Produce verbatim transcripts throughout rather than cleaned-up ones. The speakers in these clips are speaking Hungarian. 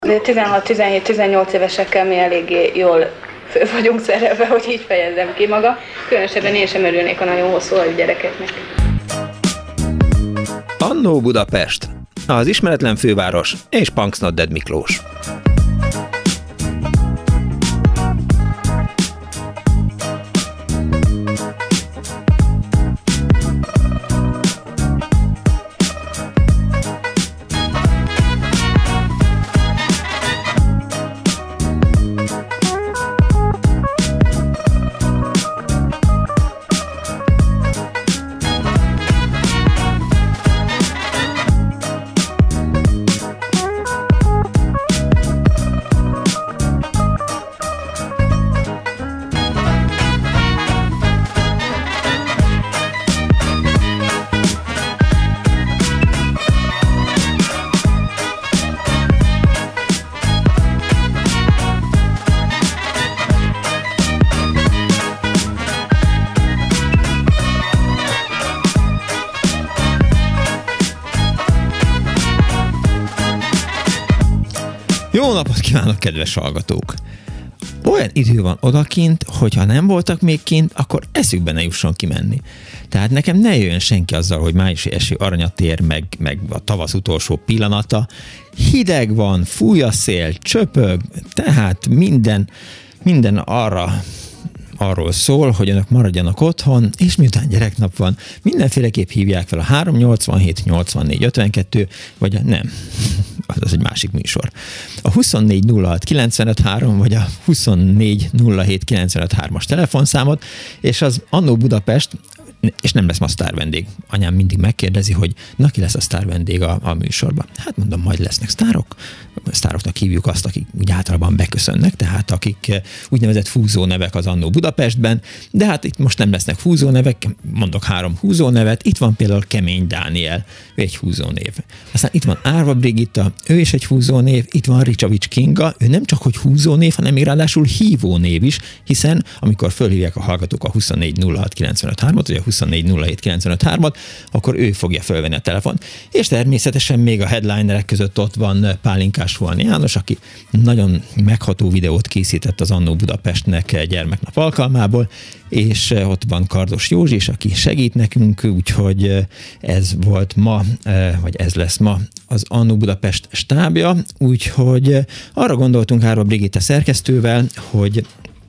tizenhat, tizenhét, tizennyolc évesekkel mi eléggé jól föl vagyunk szerelve, hogy így fejezzem ki maga. Különösebben én sem örülnék a nagyon hosszú hajú gyerekeknek. Annó Budapest, az ismeretlen főváros és Punks Not Dead Miklós. Jó napot kívánok, kedves hallgatók! Olyan idő van odakint, hogyha nem voltak még kint, akkor eszükbe ne jusson kimenni. Tehát nekem ne jöjjön senki azzal, hogy májusi eső aranyat ér, meg, meg a tavasz utolsó pillanata. Hideg van, fúj a szél, csöpög, tehát minden, minden arra... arról szól, hogy önök maradjanak otthon, és miután gyereknap van, mindenféleképp hívják fel a három nyolcvanhét nyolcvannégy ötvenkettő, vagy a nem, az egy másik műsor. A huszonnégy nulla hat kilencvenöt három, vagy a huszonnégy nulla hét kilencvenöt hármas telefonszámot, és az Annó Budapest, és nem lesz ma sztár vendég. Anyám mindig megkérdezi, hogy na, ki lesz a sztár vendég a, a műsorban. Hát mondom, majd lesznek sztárok. Sztároknak hívjuk azt, akik úgy általában beköszönnek, tehát akik úgynevezett fúzónevek az Annó Budapestben, de hát itt most nem lesznek fúzónevek, mondok három húzónevet. Itt van például Kemény Dániel, ő egy húzónév. Aztán itt van Árva Brigitta, ő is egy húzónév, itt van Ricsavics Kinga, ő nem csak hogy húzónév, hanem még ráadásul hívónév is, hiszen amikor fölhívják a hallgatók a huszonnégy nulla hat kilencvenöt hármat, vagy a huszonnégy nulla hét kilencvenöt hármat, akkor ő fogja fölvenni a telefont. És természetesen még a headlinerek között ott van Pálinkás Huani János, aki nagyon megható videót készített az Annó Budapestnek gyermeknap alkalmából, és ott van Kardos Józsi is, aki segít nekünk, úgyhogy ez volt ma, vagy ez lesz ma az Annó Budapest stábja, úgyhogy arra gondoltunk Árva Brigitta szerkesztővel, hogy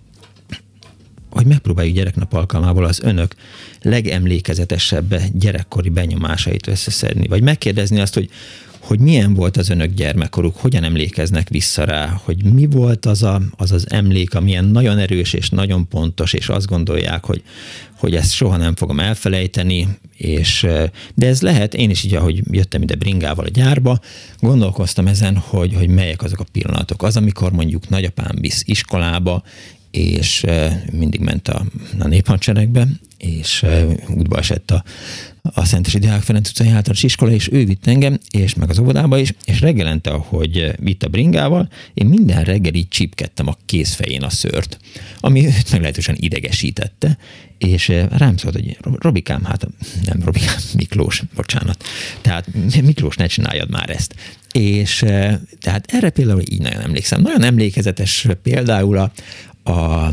hogy megpróbáljuk gyereknap alkalmából az önök legemlékezetesebb gyerekkori benyomásait összeszedni, vagy megkérdezni azt, hogy, hogy milyen volt az önök gyermekkoruk, hogyan emlékeznek vissza rá, hogy mi volt az a, az, az emlék, amilyen nagyon erős és nagyon pontos, és azt gondolják, hogy, hogy ezt soha nem fogom elfelejteni, és, de ez lehet, én is így, ahogy jöttem ide bringával a gyárba, gondolkoztam ezen, hogy, hogy melyek azok a pillanatok. Az, amikor mondjuk nagyapám visz iskolába, és mindig ment a, a néphadseregbe, és útba esett a, a Szentesi Deák Ferenc utcai általános iskola, és ő vitt engem, és meg az óvodába is, és reggelente, ahogy vitt a bringával, én minden reggel így csipkedtem a kézfején a szőrt, ami őt meglehetősen idegesítette, és rám szólt, hogy Robikám, hát nem Robikám, Miklós, bocsánat, tehát Miklós, ne csináljad már ezt. És tehát erre például így nagyon emlékszem. Nagyon emlékezetes például a A,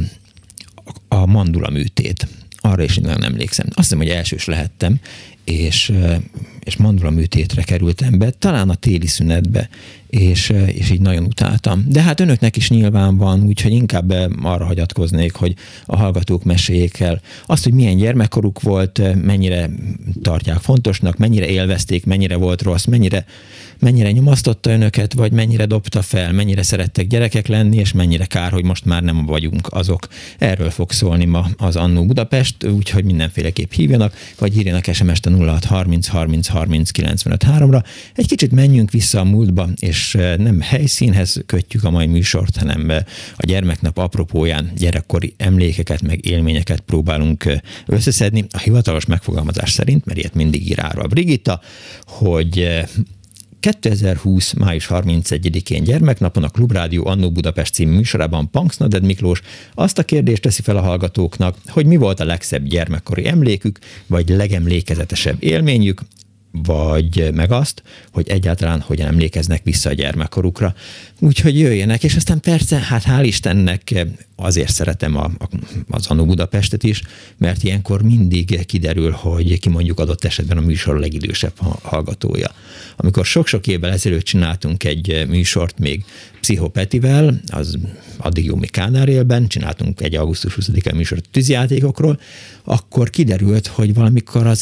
a mandula műtét. Arra is nagyon emlékszem. Azt hiszem, hogy elsős lehettem, és, és mandula műtétre kerültem be, talán a téli szünetbe, és, és így nagyon utáltam. De hát önöknek is nyilván van, úgyhogy inkább arra hagyatkoznék, hogy a hallgatók meséljék el azt, hogy milyen gyermekkoruk volt, mennyire tartják fontosnak, mennyire élvezték, mennyire volt rossz, mennyire, mennyire nyomasztotta önöket, vagy mennyire dobta fel, mennyire szerettek gyerekek lenni, és mennyire kár, hogy most már nem vagyunk azok. Erről fog szólni ma az Annó Budapest, úgyhogy mindenféleképp hívjanak, vagy írjanak es em est a nulla hat harminc harminc harminc kilencvenöt háromra. Egy kicsit menjünk vissza a múltba, és nem helyszínhez kötjük a mai műsort, hanem a gyermeknap apropóján gyerekkori emlékeket, meg élményeket próbálunk összeszedni. A hivatalos megfogalmazás szerint, mert ilyet mindig ír Árva Brigitta, hogy kétezer-húsz. május harmincegyedikén gyermeknapon a Klubrádió Annó Budapest című műsorában Punks Not Dead Miklós azt a kérdést teszi fel a hallgatóknak, hogy mi volt a legszebb gyermekkori emlékük, vagy legemlékezetesebb élményük, vagy meg azt, hogy egyáltalán hogyan emlékeznek vissza a gyermekkorukra. Úgyhogy jöjjenek, és aztán persze, hát hál' Istennek azért szeretem a, a, az Anno Budapestet is, mert ilyenkor mindig kiderül, hogy ki mondjuk adott esetben a műsor legidősebb hallgatója. Amikor sok-sok évvel ezelőtt csináltunk egy műsort még Pszichopetivel, az addig jó még Kádár élben, csináltunk egy augusztus huszadikán műsort tűzjátékokról, akkor kiderült, hogy valamikor az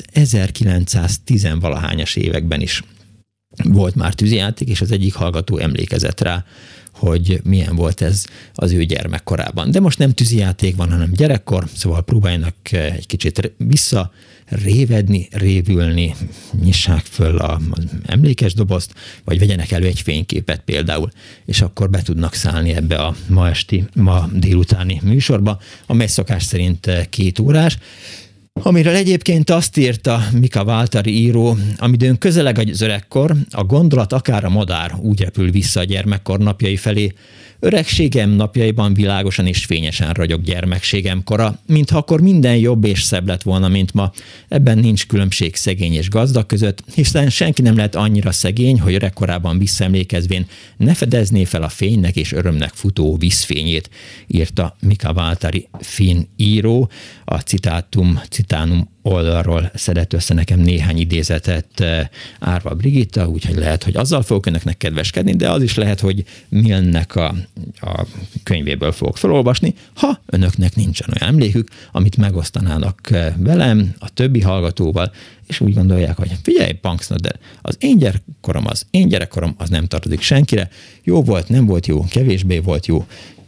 ezerkilencszáztíz-valahányas években is volt már tűzjáték, és az egyik hallgató emlékezett rá, hogy milyen volt ez az ő gyermekkorában. De most nem tűzijáték van, hanem gyerekkor, szóval próbáljanak egy kicsit vissza révedni, révülni, nyissák föl az emlékes dobozt, vagy vegyenek elő egy fényképet például, és akkor be tudnak szállni ebbe a ma esti, ma délutáni műsorba, amely szokás szerint két órás, amiről egyébként azt írta Mika Waltari író, amidőn közeleg az öregkor, a gondolat akár a madár úgy repül vissza a gyermekkor napjai felé, öregségem napjaiban világosan és fényesen ragyog gyermekségem kora, mintha akkor minden jobb és szebb lett volna, mint ma. Ebben nincs különbség szegény és gazdag között, hiszen senki nem lehet annyira szegény, hogy öregkorában visszaemlékezvén ne fedezné fel a fénynek és örömnek futó vízfényét, írta Mika Waltari finn író. A citátum, citánum oldalról szedett össze nekem néhány idézetet Árva Brigitta, úgyhogy lehet, hogy azzal fogok önöknek kedveskedni, de az is lehet, hogy Milne-nek a, a könyvéből fogok felolvasni, ha önöknek nincsen olyan emlékük, amit megosztanának velem, a többi hallgatóval, és úgy gondolják, hogy figyelj, Punksnodder, az én gyerekkorom az, én gyerekkorom az nem tartozik senkire, jó volt, nem volt jó, kevésbé volt jó.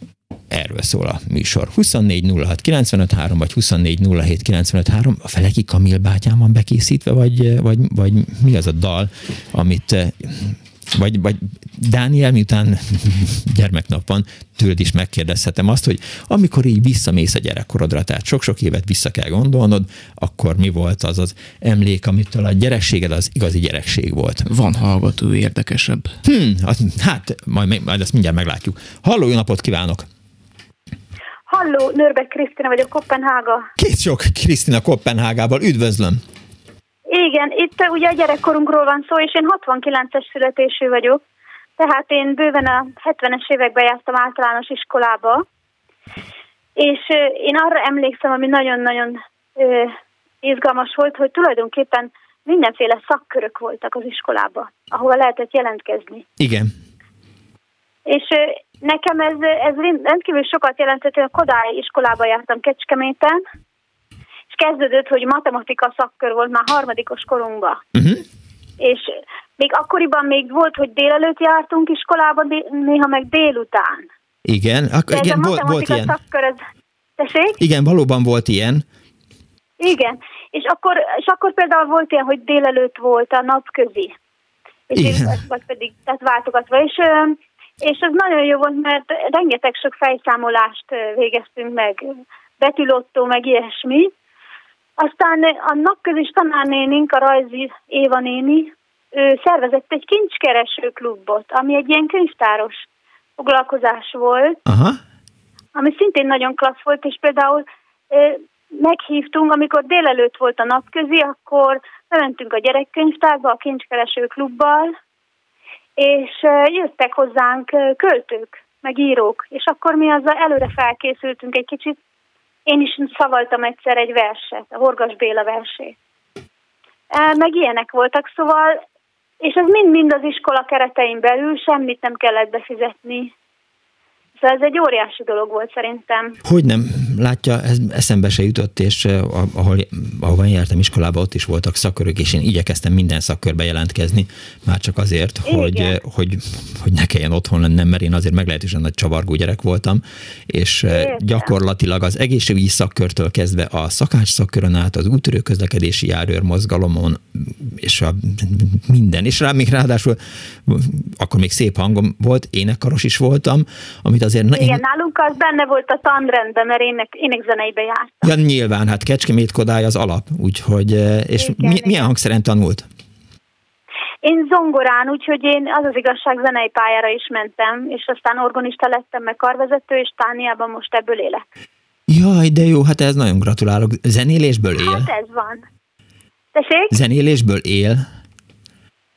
Erről szól a műsor. huszonnégy nulla hat kilencvenöt három vagy huszonnégy nulla hét kilencvenöt három. A Feleki Kamil bátyám van bekészítve, vagy, vagy, vagy mi az a dal, amit vagy, vagy Dániel, miután gyermeknap van, tőled is megkérdezhetem azt, hogy amikor így visszamész a gyerekkorodra, tehát sok-sok évet vissza kell gondolnod, akkor mi volt az az emlék, amitől a gyerekséged az igazi gyerekség volt? Van hallgató, érdekesebb. Hmm, hát majd, majd ezt mindjárt meglátjuk. Halló, jó napot kívánok! Halló, Nőrbeck Krisztina vagyok, Koppenhága. Két sok Krisztina Koppenhágából, üdvözlöm! Igen, itt ugye a gyerekkorunkról van szó, és én hatvankilences születésű vagyok, tehát én bőven a hetvenes években jártam általános iskolába, és én arra emlékszem, ami nagyon-nagyon ö, izgalmas volt, hogy tulajdonképpen mindenféle szakkörök voltak az iskolában, ahol lehetett jelentkezni. Igen. És ö, nekem ez, ez rendkívül sokat jelentett, hogy a Kodály iskolába jártam Kecskeméten, és kezdődött, hogy matematika szakkör volt már harmadikos korunkban. Uh-huh. És még akkoriban még volt, hogy délelőtt jártunk iskolába, néha meg délután. Igen, ak- ez igen a volt, volt ilyen. Szakkör, ez... Tessék? Igen, valóban volt ilyen. Igen, és akkor, és akkor például volt ilyen, hogy délelőtt volt a napközi. És én, vagy pedig, tehát váltogatva. És, és ez nagyon jó volt, mert rengeteg sok fejszámolást végeztünk meg, betűlottó, meg ilyesmi. Aztán a napközis tanárnénink, a Rajzi Éva néni, ő szervezett egy kincskereső klubot, ami egy ilyen könyvtáros foglalkozás volt, aha, ami szintén nagyon klassz volt, és például e, meghívtunk, amikor délelőtt volt a napközi, akkor bementünk a gyerekkönyvtárba, a kincskereső klubbal, és e, jöttek hozzánk költők, meg írók, és akkor mi azzal előre felkészültünk egy kicsit. Én is szavaltam egyszer egy verset, a Horgas Béla versét. E, meg ilyenek voltak, szóval, és ez mind-mind az iskola keretein belül, semmit nem kellett befizetni. Szóval ez egy óriási dolog volt szerintem. Hogy nem? Látja, ez eszembe se jutott, és ahol, ahol jártam iskolába, ott is voltak szakkörök, és én igyekeztem minden szakkörbe jelentkezni, már csak azért, hogy, hogy, hogy ne kelljen otthon lennem, mert én azért meglehetősen nagy csavargó gyerek voltam, és Értem. Gyakorlatilag az egészségügyi szakkörtől kezdve a szakács szakkörön át, az úttörő közlekedési járőr mozgalomon, és a minden, és rá még ráadásul akkor még szép hangom volt, énekkaros is voltam, amit azért... Igen, én... nálunk az benne volt a tanrendben, mert ének, énekzeneibe jártam. Ja, nyilván, hát Kecskemét Kodály az alap, úgyhogy, és igen, mi, milyen hangszeren tanult? Én zongorán, úgyhogy én az az igazság, zenei pályára is mentem, és aztán organista lettem, meg karvezető, és Tániában most ebből élek. Jaj, de jó, hát ez nagyon gratulálok. Zenélésből él? Hát ez van. Tessék? Zenélésből él?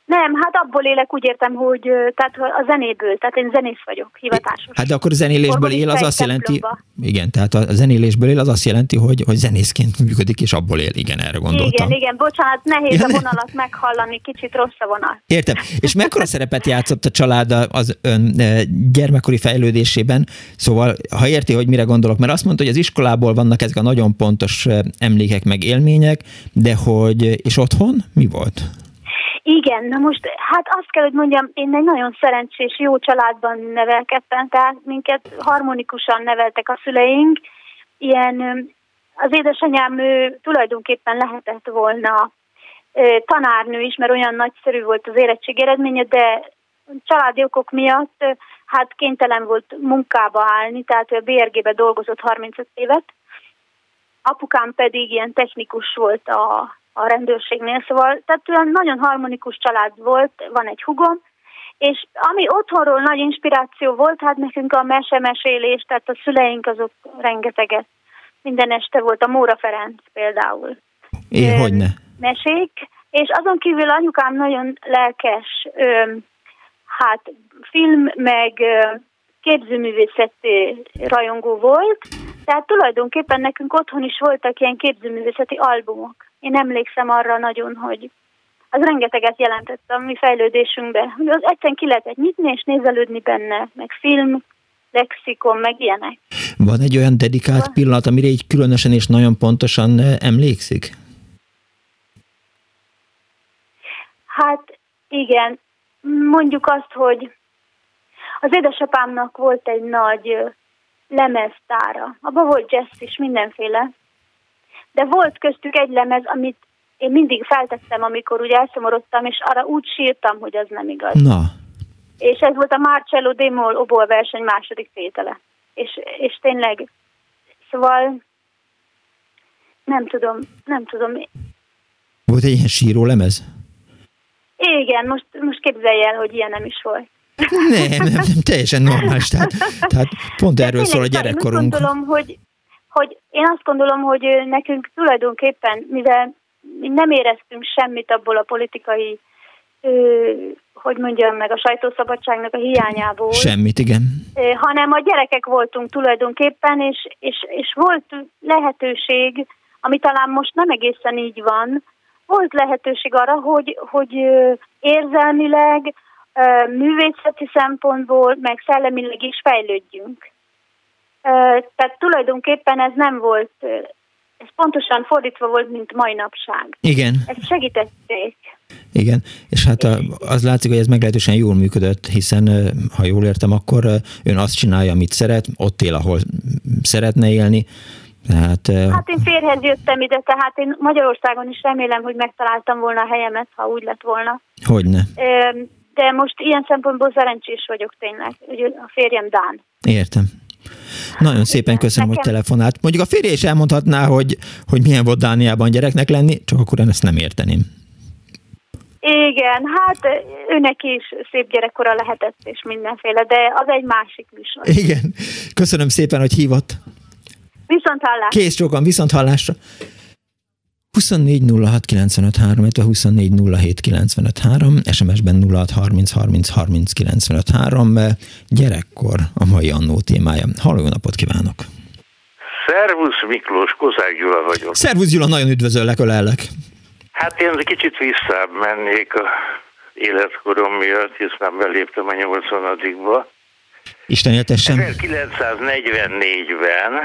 Nem, hát abból élek, úgy értem, hogy tehát a zenéből, tehát én zenész vagyok, hivatásos. Hát de akkor a zenélésből él, az azt jelenti, igen, tehát a zenélésből él, az azt jelenti, hogy, hogy zenészként működik, és abból él, igen, erre gondoltam. Igen, igen, bocsánat, nehéz ja, a vonalat meghallani, kicsit rossz a vonal. Értem, és mekkora szerepet játszott a család az ön gyermekkori fejlődésében? Szóval, ha érti, hogy mire gondolok, mert azt mondta, hogy az iskolából vannak ezek a nagyon pontos emlékek, meg élmények, de hogy, és otthon mi volt? Igen, na most hát azt kell, hogy mondjam, én egy nagyon szerencsés, jó családban nevelkedtem, tehát minket harmonikusan neveltek a szüleink. Ilyen, az édesanyám ő tulajdonképpen lehetett volna tanárnő is, mert olyan nagyszerű volt az érettség eredménye, de családi okok miatt hát kénytelen volt munkába állni, tehát ő a bé er gé-be dolgozott harmincöt évet. Apukám pedig ilyen technikus volt a a rendőrségnél, szóval tehát olyan nagyon harmonikus család volt, van egy húgom, és ami otthonról nagy inspiráció volt, hát nekünk a mesemesélés, tehát a szüleink azok rengeteget. Minden este volt a Móra Ferenc például. É, hogyne. Mesék, és azon kívül anyukám nagyon lelkes, ö, hát film meg ö, képzőművészeti rajongó volt, tehát tulajdonképpen nekünk otthon is voltak ilyen képzőművészeti albumok. Én emlékszem arra nagyon, hogy az rengeteget jelentett a mi fejlődésünkbe. Az egyszerűen ki lehetett nyitni és nézelődni benne, meg film, lexikon, meg ilyenek. Van egy olyan dedikált pillanat, amire így különösen és nagyon pontosan emlékszik? Hát igen, mondjuk azt, hogy az édesapámnak volt egy nagy lemeztára. Abban volt jazz is, mindenféle. De volt köztük egy lemez, amit én mindig feltettem, amikor úgy elszomorodtam, és arra úgy sírtam, hogy az nem igaz. Na. És ez volt a Marcello D-moll oboe verseny második tétele. És, és tényleg, szóval nem tudom, nem tudom. Volt egy ilyen síró lemez? Igen, most, most képzelj el, hogy ilyen nem is volt. Nem, nem, nem, teljesen normális. Tehát, tehát pont erről tényleg, szól a gyerekkorunk. Én azt gondolom, hogy hogy én azt gondolom, hogy nekünk tulajdonképpen, mivel nem éreztünk semmit abból a politikai, ö, hogy mondjam meg, a sajtószabadságnak a hiányából. Semmit, igen. Ö, hanem a gyerekek voltunk tulajdonképpen, és, és, és volt lehetőség, ami talán most nem egészen így van, volt lehetőség arra, hogy, hogy érzelmileg, művészeti szempontból, meg szellemileg is fejlődjünk. Tehát tulajdonképpen ez nem volt, ez pontosan fordítva volt, mint mai napság. Igen. Ezt segítették. Igen, és hát az látszik, hogy ez meglehetősen jól működött, hiszen ha jól értem, akkor ön azt csinálja, amit szeret, ott él, ahol szeretne élni. Tehát, hát én férjhez jöttem ide, tehát én Magyarországon is remélem, hogy megtaláltam volna a helyemet, ha úgy lett volna. Hogyne. De most ilyen szempontból szerencsés vagyok tényleg, hogy a férjem dán. Értem. Nagyon szépen köszönöm, nekem... hogy telefonált. Mondjuk a férje is elmondhatná, hogy, hogy milyen volt Dániában gyereknek lenni, csak akkor én ezt nem érteném. Igen, hát őnek is szép gyerekkora lehetett, és mindenféle, de az egy másik műsor. Igen, köszönöm szépen, hogy hívott. Viszont hallásra. Kész csókan, viszont hallásra. huszonnégy nulla hat kilencvenöt három, illetve huszonnégy nulla hét kilencvenöt három, es em es-ben nulla hat harminc harminc harminc kilencvenöt három, gyerekkor a mai Annó témája. Halló, jó napot kívánok! Szervusz Miklós, Kozák Gyula vagyok. Szervusz Gyula, nagyon üdvözöllek, ölellek. Hát én kicsit visszább mennék a életkorom miatt, hisz már beléptem a nyolcvanadikba. Isten éltessen. ezerkilencszáznegyvennégyben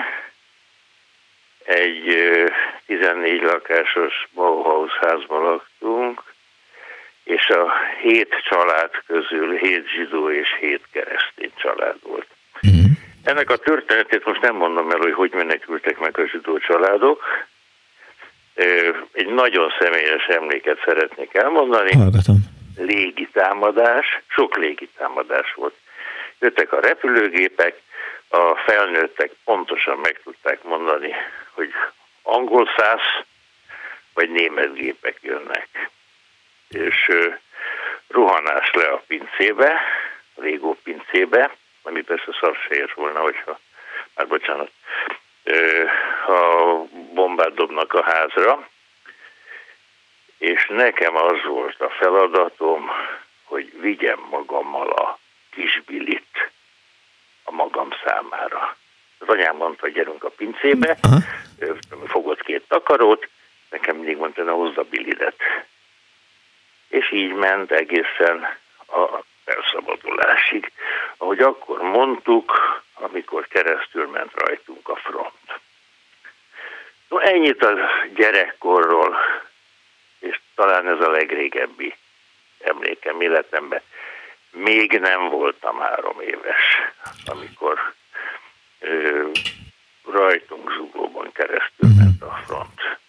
egy tizennégy lakásos Bauhaus házban laktunk, és a hét család közül hét zsidó és hét keresztény család volt. Mm. Ennek a történetét most nem mondom el, hogy hogy menekültek meg a zsidó családok. Egy nagyon személyes emléket szeretnék elmondani. Hallgatom. Légitámadás, sok légitámadás volt. Jöttek a repülőgépek, a felnőttek pontosan meg tudták mondani, hogy angol szász vagy német gépek jönnek. És uh, rohanás le a pincébe, a Légó pincébe, ami persze szarfejes volna, hogyha, már bocsánat, uh, ha bombát dobnak a házra. és nekem az volt a feladatom, hogy vigyem magammal a kis Billit a magam számára. Az anyám mondta, hogy gyerünk a pincébe, ő fogott két takarót, nekem mindig mondta, na hozd a Billidet. És így ment egészen a felszabadulásig. Ahogy akkor mondtuk, amikor keresztül ment rajtunk a front. No, ennyit a gyerekkorról, és talán ez a legrégebbi emlékem életemben. Még nem voltam három éves, amikor ö, rajtunk Zuglóban keresztül uh-huh. ment a front.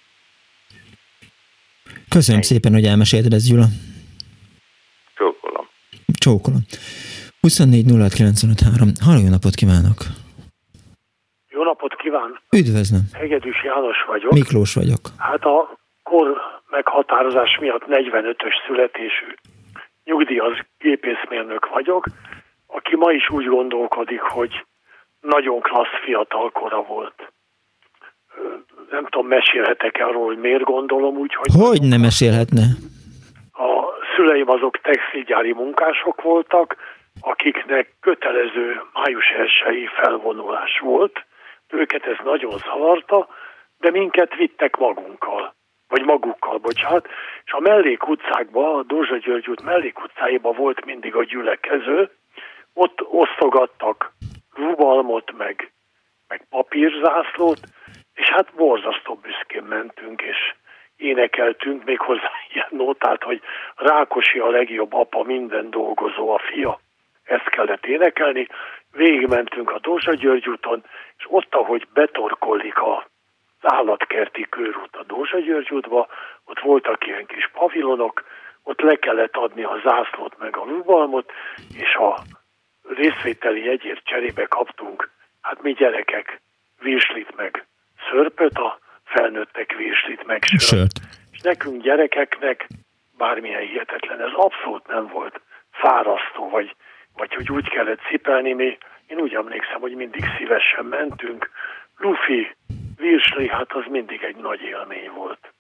Köszönöm Ennyi. szépen, hogy elmesélted ezt, Gyula. Csókolom. Csókolom. huszonnégy nulla hat kilencvenöt három. Halló, jó napot kívánok! Jó napot kíván! Üdvözlöm! Hegedűs János vagyok. Miklós vagyok. Hát a kor meghatározás miatt negyvenötös születésű nyugdíjas gépészmérnök vagyok, aki ma is úgy gondolkodik, hogy nagyon klassz fiatal kora volt. Nem tudom, mesélhetek arról, hogy miért gondolom úgy, hogy... Hogy nem mesélhetne? A szüleim azok textilgyári munkások voltak, akiknek kötelező május elsejei felvonulás volt. Őket ez nagyon zavarta, de minket vittek magunkkal, vagy magukkal, bocsánat, és a mellék utcákban, a Dózsa György út mellék utcáiban volt mindig a gyülekező, ott osztogattak rubalmot, meg, meg papírzászlót, és hát borzasztó büszkén mentünk, és énekeltünk még hozzá ilyen nótát, hogy Rákosi a legjobb apa, minden dolgozó a fia. Ezt kellett énekelni. Végigmentünk a Dózsa György úton, és ott, ahogy betorkollik az állatkerti körút a Dózsa György útba, ott voltak ilyen kis pavilonok, ott le kellett adni a zászlót meg a rubalmot, és a részvételi jegyért cserébe kaptunk, hát mi gyerekek, virslit meg szörpöt, a felnőttek virslit meg sört. Sört. És nekünk gyerekeknek, bármilyen hihetetlen, ez abszolút nem volt fárasztó, vagy, vagy hogy úgy kellett cipelni, mi, én úgy emlékszem, hogy mindig szívesen mentünk. Lufi, virsli, hát az mindig egy nagy élmény volt.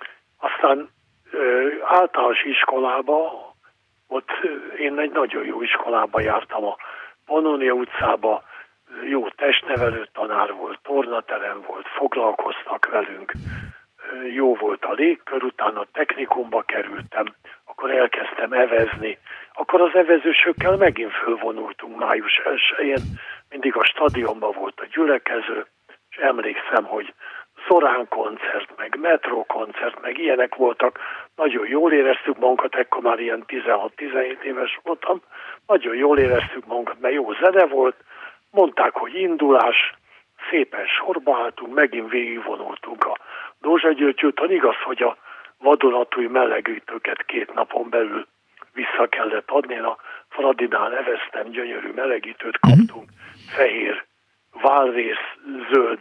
Aztán ö, általános iskolába, ott én egy nagyon jó iskolába jártam, a Pannonia utcába, jó testnevelő tanár volt, tornaterem volt, foglalkoztak velünk, jó volt a légkör, utána technikumba kerültem, akkor elkezdtem evezni, akkor az evezősökkel megint fölvonultunk május elsején, mindig a stadionban volt a gyülekező, és emlékszem, hogy Zorán koncert, meg Metro koncert, meg ilyenek voltak, nagyon jól éreztük magunkat, ekkor már ilyen tizenhat-tizenhét éves voltam, nagyon jól éreztük magunkat, mert jó zene volt, mondták, hogy indulás, szépen sorba álltunk, megint végigvonultunk a Dózsa György úton. Igaz, hogy a vadonatúj melegítőket két napon belül vissza kellett adni. Én a Fradinál eveztem, gyönyörű melegítőt kaptunk, fehér, válrész, zöld,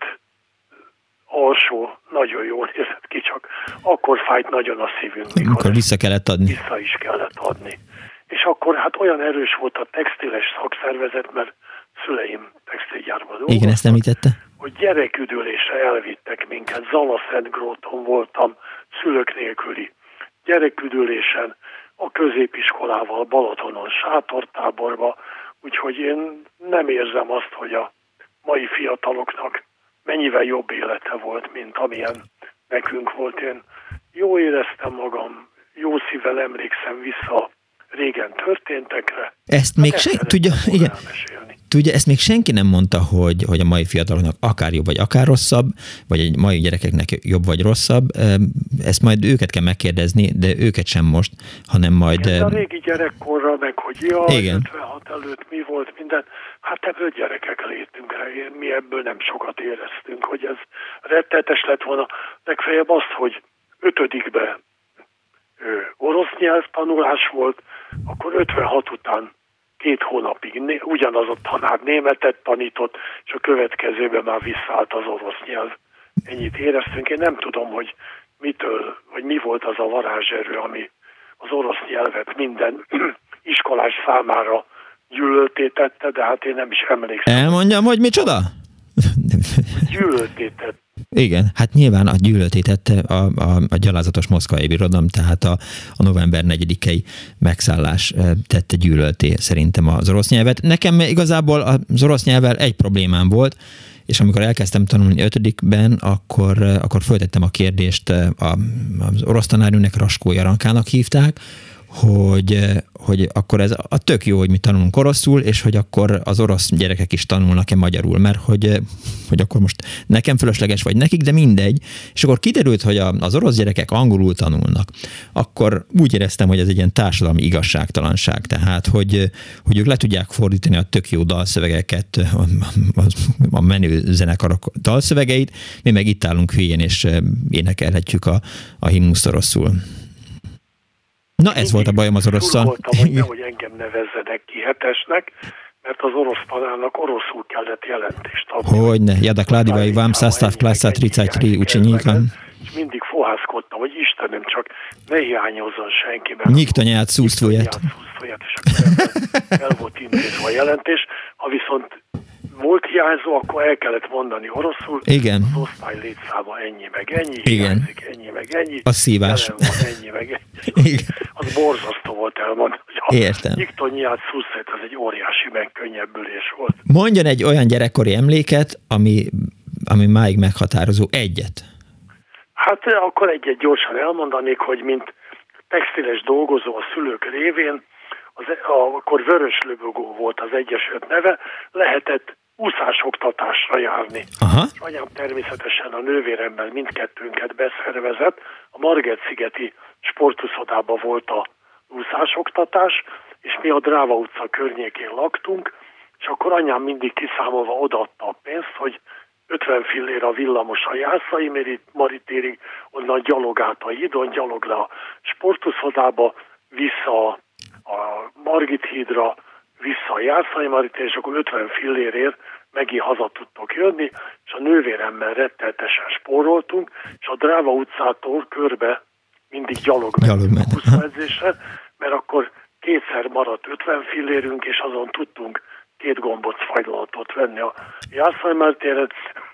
alsó, nagyon jól nézett ki, csak akkor fájt nagyon a szívünk. Amikor vissza kellett adni. Vissza is kellett adni. És akkor hát olyan erős volt a textiles szakszervezet, mert szüleim textilgyárban dolgoztak. Igen, ezt említette. Hogy gyereküdülésre elvittek minket. Zalaszentgróton voltam, szülők nélküli gyereküdülésen, a középiskolával Balatonon sátortáborba, úgyhogy én nem érzem azt, hogy a mai fiataloknak mennyivel jobb élete volt, mint amilyen nekünk volt. Én jól éreztem magam, jó szívvel emlékszem vissza régen történtekre. Ezt még senki, tudja, igen, tudja, ezt még senki nem mondta, hogy, hogy a mai fiataloknak akár jobb, vagy akár rosszabb, vagy egy mai gyerekeknek jobb, vagy rosszabb. Ezt majd őket kell megkérdezni, de őket sem most, hanem majd... Ez a régi gyerekkorra, meg hogy jaj, igen. ötvenhat előtt mi volt minden, hát ebből gyerekek létünk, mi ebből nem sokat éreztünk, hogy ez rettetes lett volna. Legfeljebb azt, hogy ötödikbe orosz nyelvtanulás volt, akkor ötvenhat után két hónapig né- ugyanaz a tanár németet tanított, és a következőben már visszaállt az orosz nyelv. Ennyit éreztünk. Én nem tudom, hogy mitől, vagy mi volt az a varázserő, ami az orosz nyelvet minden iskolás számára gyűlöltétette, de hát én nem is emlékszem. Elmondjam, hogy micsoda? Gyűlöltétett. Igen, hát nyilván a gyűlölté tette a, a, a gyalázatos moszkvai birodalom, tehát a, a november negyedikei megszállás tette gyűlölté szerintem az orosz nyelvet. Nekem igazából az orosz nyelvvel egy problémám volt, és amikor elkezdtem tanulni ötödikben, akkor, akkor föltettem a kérdést, a, az orosz tanárnőnek, Raskó Jarankának hívták, hogy, hogy akkor ez a tök jó, hogy mi tanulunk oroszul, és hogy akkor az orosz gyerekek is tanulnak-e magyarul, mert hogy, hogy akkor most nekem fölösleges vagy nekik, de mindegy. És akkor kiderült, hogy az orosz gyerekek angolul tanulnak. Akkor úgy éreztem, hogy ez egy ilyen társadalmi igazságtalanság, tehát hogy, hogy ők le tudják fordítani a tök jó dalszövegeket, a, a, a menő zenekarok dalszövegeit, mi meg itt állunk hülyén, és énekelhetjük a, a himnuszt oroszul. Na, ez volt a bajom az orosszal. Voltam, hogy nehogy engem nevezzenek ki hetesnek, mert az orosz tanárnak oroszul kellett jelentést adni. Hogyne, jadakládivai vám szásztáv klászát tricájtri ucsinyíkan. És mindig fohászkodtam, hogy Istenem, csak ne hiányozzon senki. Nyíktanyát szúsztvóját. És akkor el, el volt intézve a jelentés. Ha viszont volt hiányzó, akkor el kellett mondani oroszul. Igen. Az osztály létszáma ennyi meg ennyi, igen. Hiányzik ennyi meg ennyi. A szívás. Van ennyi meg ennyi. Igen. Az borzasztó volt elmondani, hogy értem. Nyíktanyát szúszét, ez egy óriási megkönnyebbülés volt. Mondjon egy olyan gyerekkori emléket, ami, ami máig meghatározó. Egyet. Hát akkor egyet gyorsan elmondanék, hogy mint textiles dolgozó a szülők révén, az, akkor Vöröslöbogó volt az egyesület neve, lehetett úszásoktatásra járni. Aha. És anyám természetesen a nővéremmel mindkettőnket beszervezett. A Margit-szigeti sportuszodában volt a úszásoktatás, és mi a Dráva utca környékén laktunk, és akkor anyám mindig kiszámolva odaadta a pénzt, hogy ötven fillér a villamos a Jászai Maritérig, onnan gyalog át a hídon, gyalog le a sportuszodába, vissza a Margit hídra, vissza a Jászai Maritérig, és akkor ötven fillérért megint haza tudtok jönni, és a nővéremmel retteltesen spóroltunk, és a Dráva utcától körbe mindig gyalog mentünk úszóedzésre, mert akkor kétszer maradt ötven fillérünk, és azon tudtunk két gombóc fagylaltot venni a Jászai Maritéren.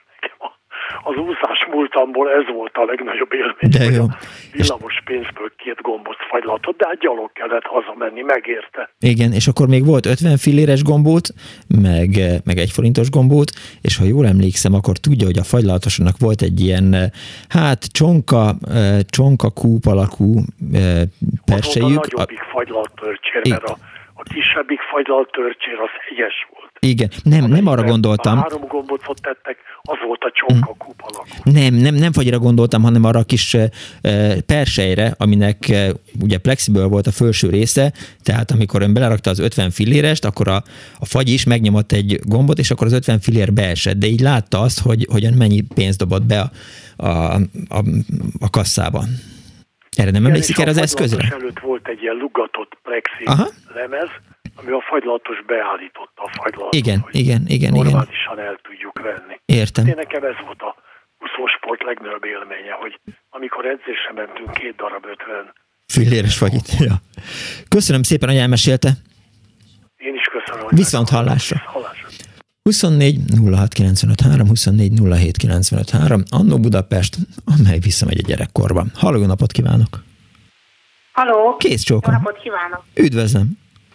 Az úszás múltamból ez volt a legnagyobb élmény, hogy a villamos pénzből két gombóc fagylaltot, de hát gyalog kellett hazamenni, megérte. Igen, és akkor még volt ötven filléres gombóc, meg, meg egy forintos gombóc, és ha jól emlékszem, akkor tudja, hogy a fagylaltosnak volt egy ilyen, hát csonka, csonka kúp alakú persejük. Az a nagyobbik fagylaltörcsér, mert a, a kisebbik fagylaltörcsér az hegyes volt. Igen, nem, nem arra gondoltam. Három gombócot tettek, az volt a csonka kúp alakú. Nem, nem, nem fagyra gondoltam, hanem arra a kis uh, persejre, aminek uh, ugye plexiből volt a felső része, tehát amikor ön belerakta az ötven fillérest, akkor a, a fagy is megnyomott egy gombot, és akkor az ötven fillér beesett, de így látta azt, hogy hogyan mennyi pénzt dobott be a, a, a, a kasszában. Erre nem emlékszik erre az eszközre? Előtt volt egy ilyen lugatott plexi Aha. lemez, ami a fagylaltos beállította a fagylaltot. Igen, igen, igen. Normálisan igen. El tudjuk venni. Értem. Én nekem ez volt a úszósport legnagyobb élménye, hogy amikor edzésre mentünk, két darab ötven. Filléres fagyit, ja. Köszönöm szépen, hogy elmesélte. Én is köszönöm. Viszont hallásra. hallásra. huszonnégy nulla hat kilencvenöt három, huszonnégy nulla hét kilencvenöt három, Annó Budapest, amely visszamegy a gyerekkorba. Halló, jó napot kívánok! Halló! Kész csókom! Jó napot kívánok! Üdvözlöm!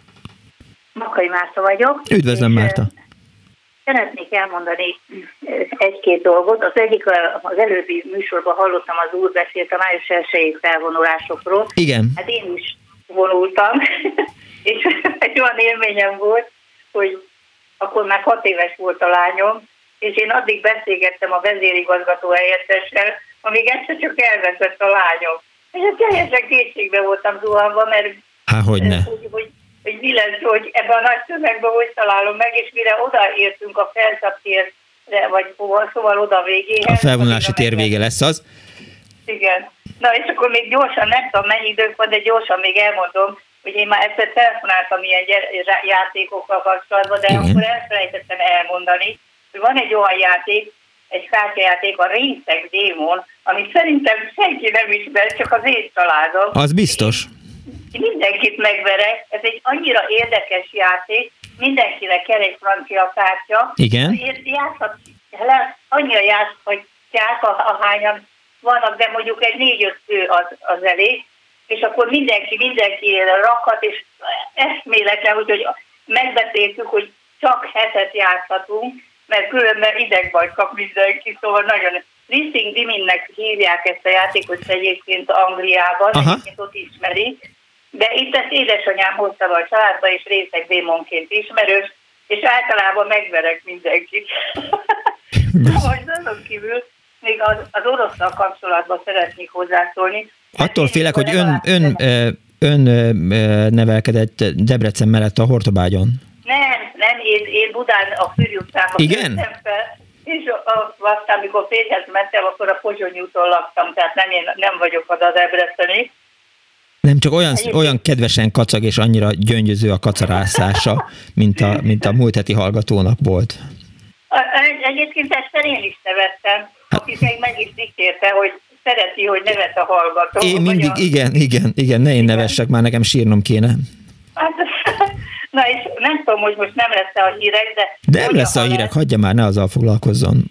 Makai Márta vagyok. Üdvözlöm, Márta! Szeretnék elmondani egy-két dolgot. Az egyik, az előbbi műsorban hallottam, az úr beszélt a május elsejei felvonulásokról. Igen. Hát én is vonultam, és egy olyan élményem volt, hogy akkor már hat éves volt a lányom, és én addig beszélgettem a vezérigazgató helyettessel, amíg egyszer csak elveszett a lányom. És hát teljesen kétségbe voltam zuhanva, mert Há, hogyne. Hogy, hogy, hogy mi lesz, hogy ebben a nagy tömegben hogy találom meg, és mire odaértünk a felszabtérre, vagy hova, szóval oda végéhez. A felvonulási tér vége lesz az? Igen. Na és akkor még gyorsan, nem tudom mennyi idők van, de gyorsan még elmondom, hogy én már egyszer telefonáltam ilyen játékokkal kapcsolatban, de igen. Akkor elfelejtettem elmondani, hogy van egy olyan játék, egy kártyajáték, a Részeg Démon, amit szerintem senki nem ismer, csak az én családom. Az biztos. Én mindenkit megverek, ez egy annyira érdekes játék, mindenkinek kell egy francia kártya. Igen. Játszhat, annyira játsz, hogy gyerek, ahányan vannak, de mondjuk egy négy-öt fő az, az elég, és akkor mindenki, mindenki rakhat, és eszméletlen, úgyhogy megbeszéltük, hogy csak hetet játszhatunk, mert különben idegbajt kap mindenki, szóval nagyon Racing Diminnek hívják ezt a játékot egyébként Angliában, Aha. egyébként ott ismerik, de itt ezt édesanyám hozta a családba, és részeg démonként ismerős, és általában megverek mindenkit. Most azon kívül még az, az orosszal kapcsolatban szeretnék hozzászólni. Attól félek, hogy ön, ön, ön, ön nevelkedett Debrecen mellett a Hortobágyon. Nem, nem, én, én Budán a Fürj utcában jöttem fel, és aztán, amikor férjhez mentem, akkor a Pozsonyi úton laktam, tehát nem, én nem vagyok az a debreceni. Nem, csak olyan, olyan kedvesen kacag, és annyira gyöngyöző a kacarászása, mint a, mint a múlt heti hallgatónak volt. Egyébként ezt én is nevettem, aki még meg is dicsérte, hogy szereti, hogy nevet a hallgató. Én mindig, a... igen, igen, igen, ne én igen. nevessek, már nekem sírnom kéne. Hát, na és nem tudom, hogy most nem lesz a hírek, de... De nem lesz a hírek, lesz... hagyja már, ne azzal foglalkozzon.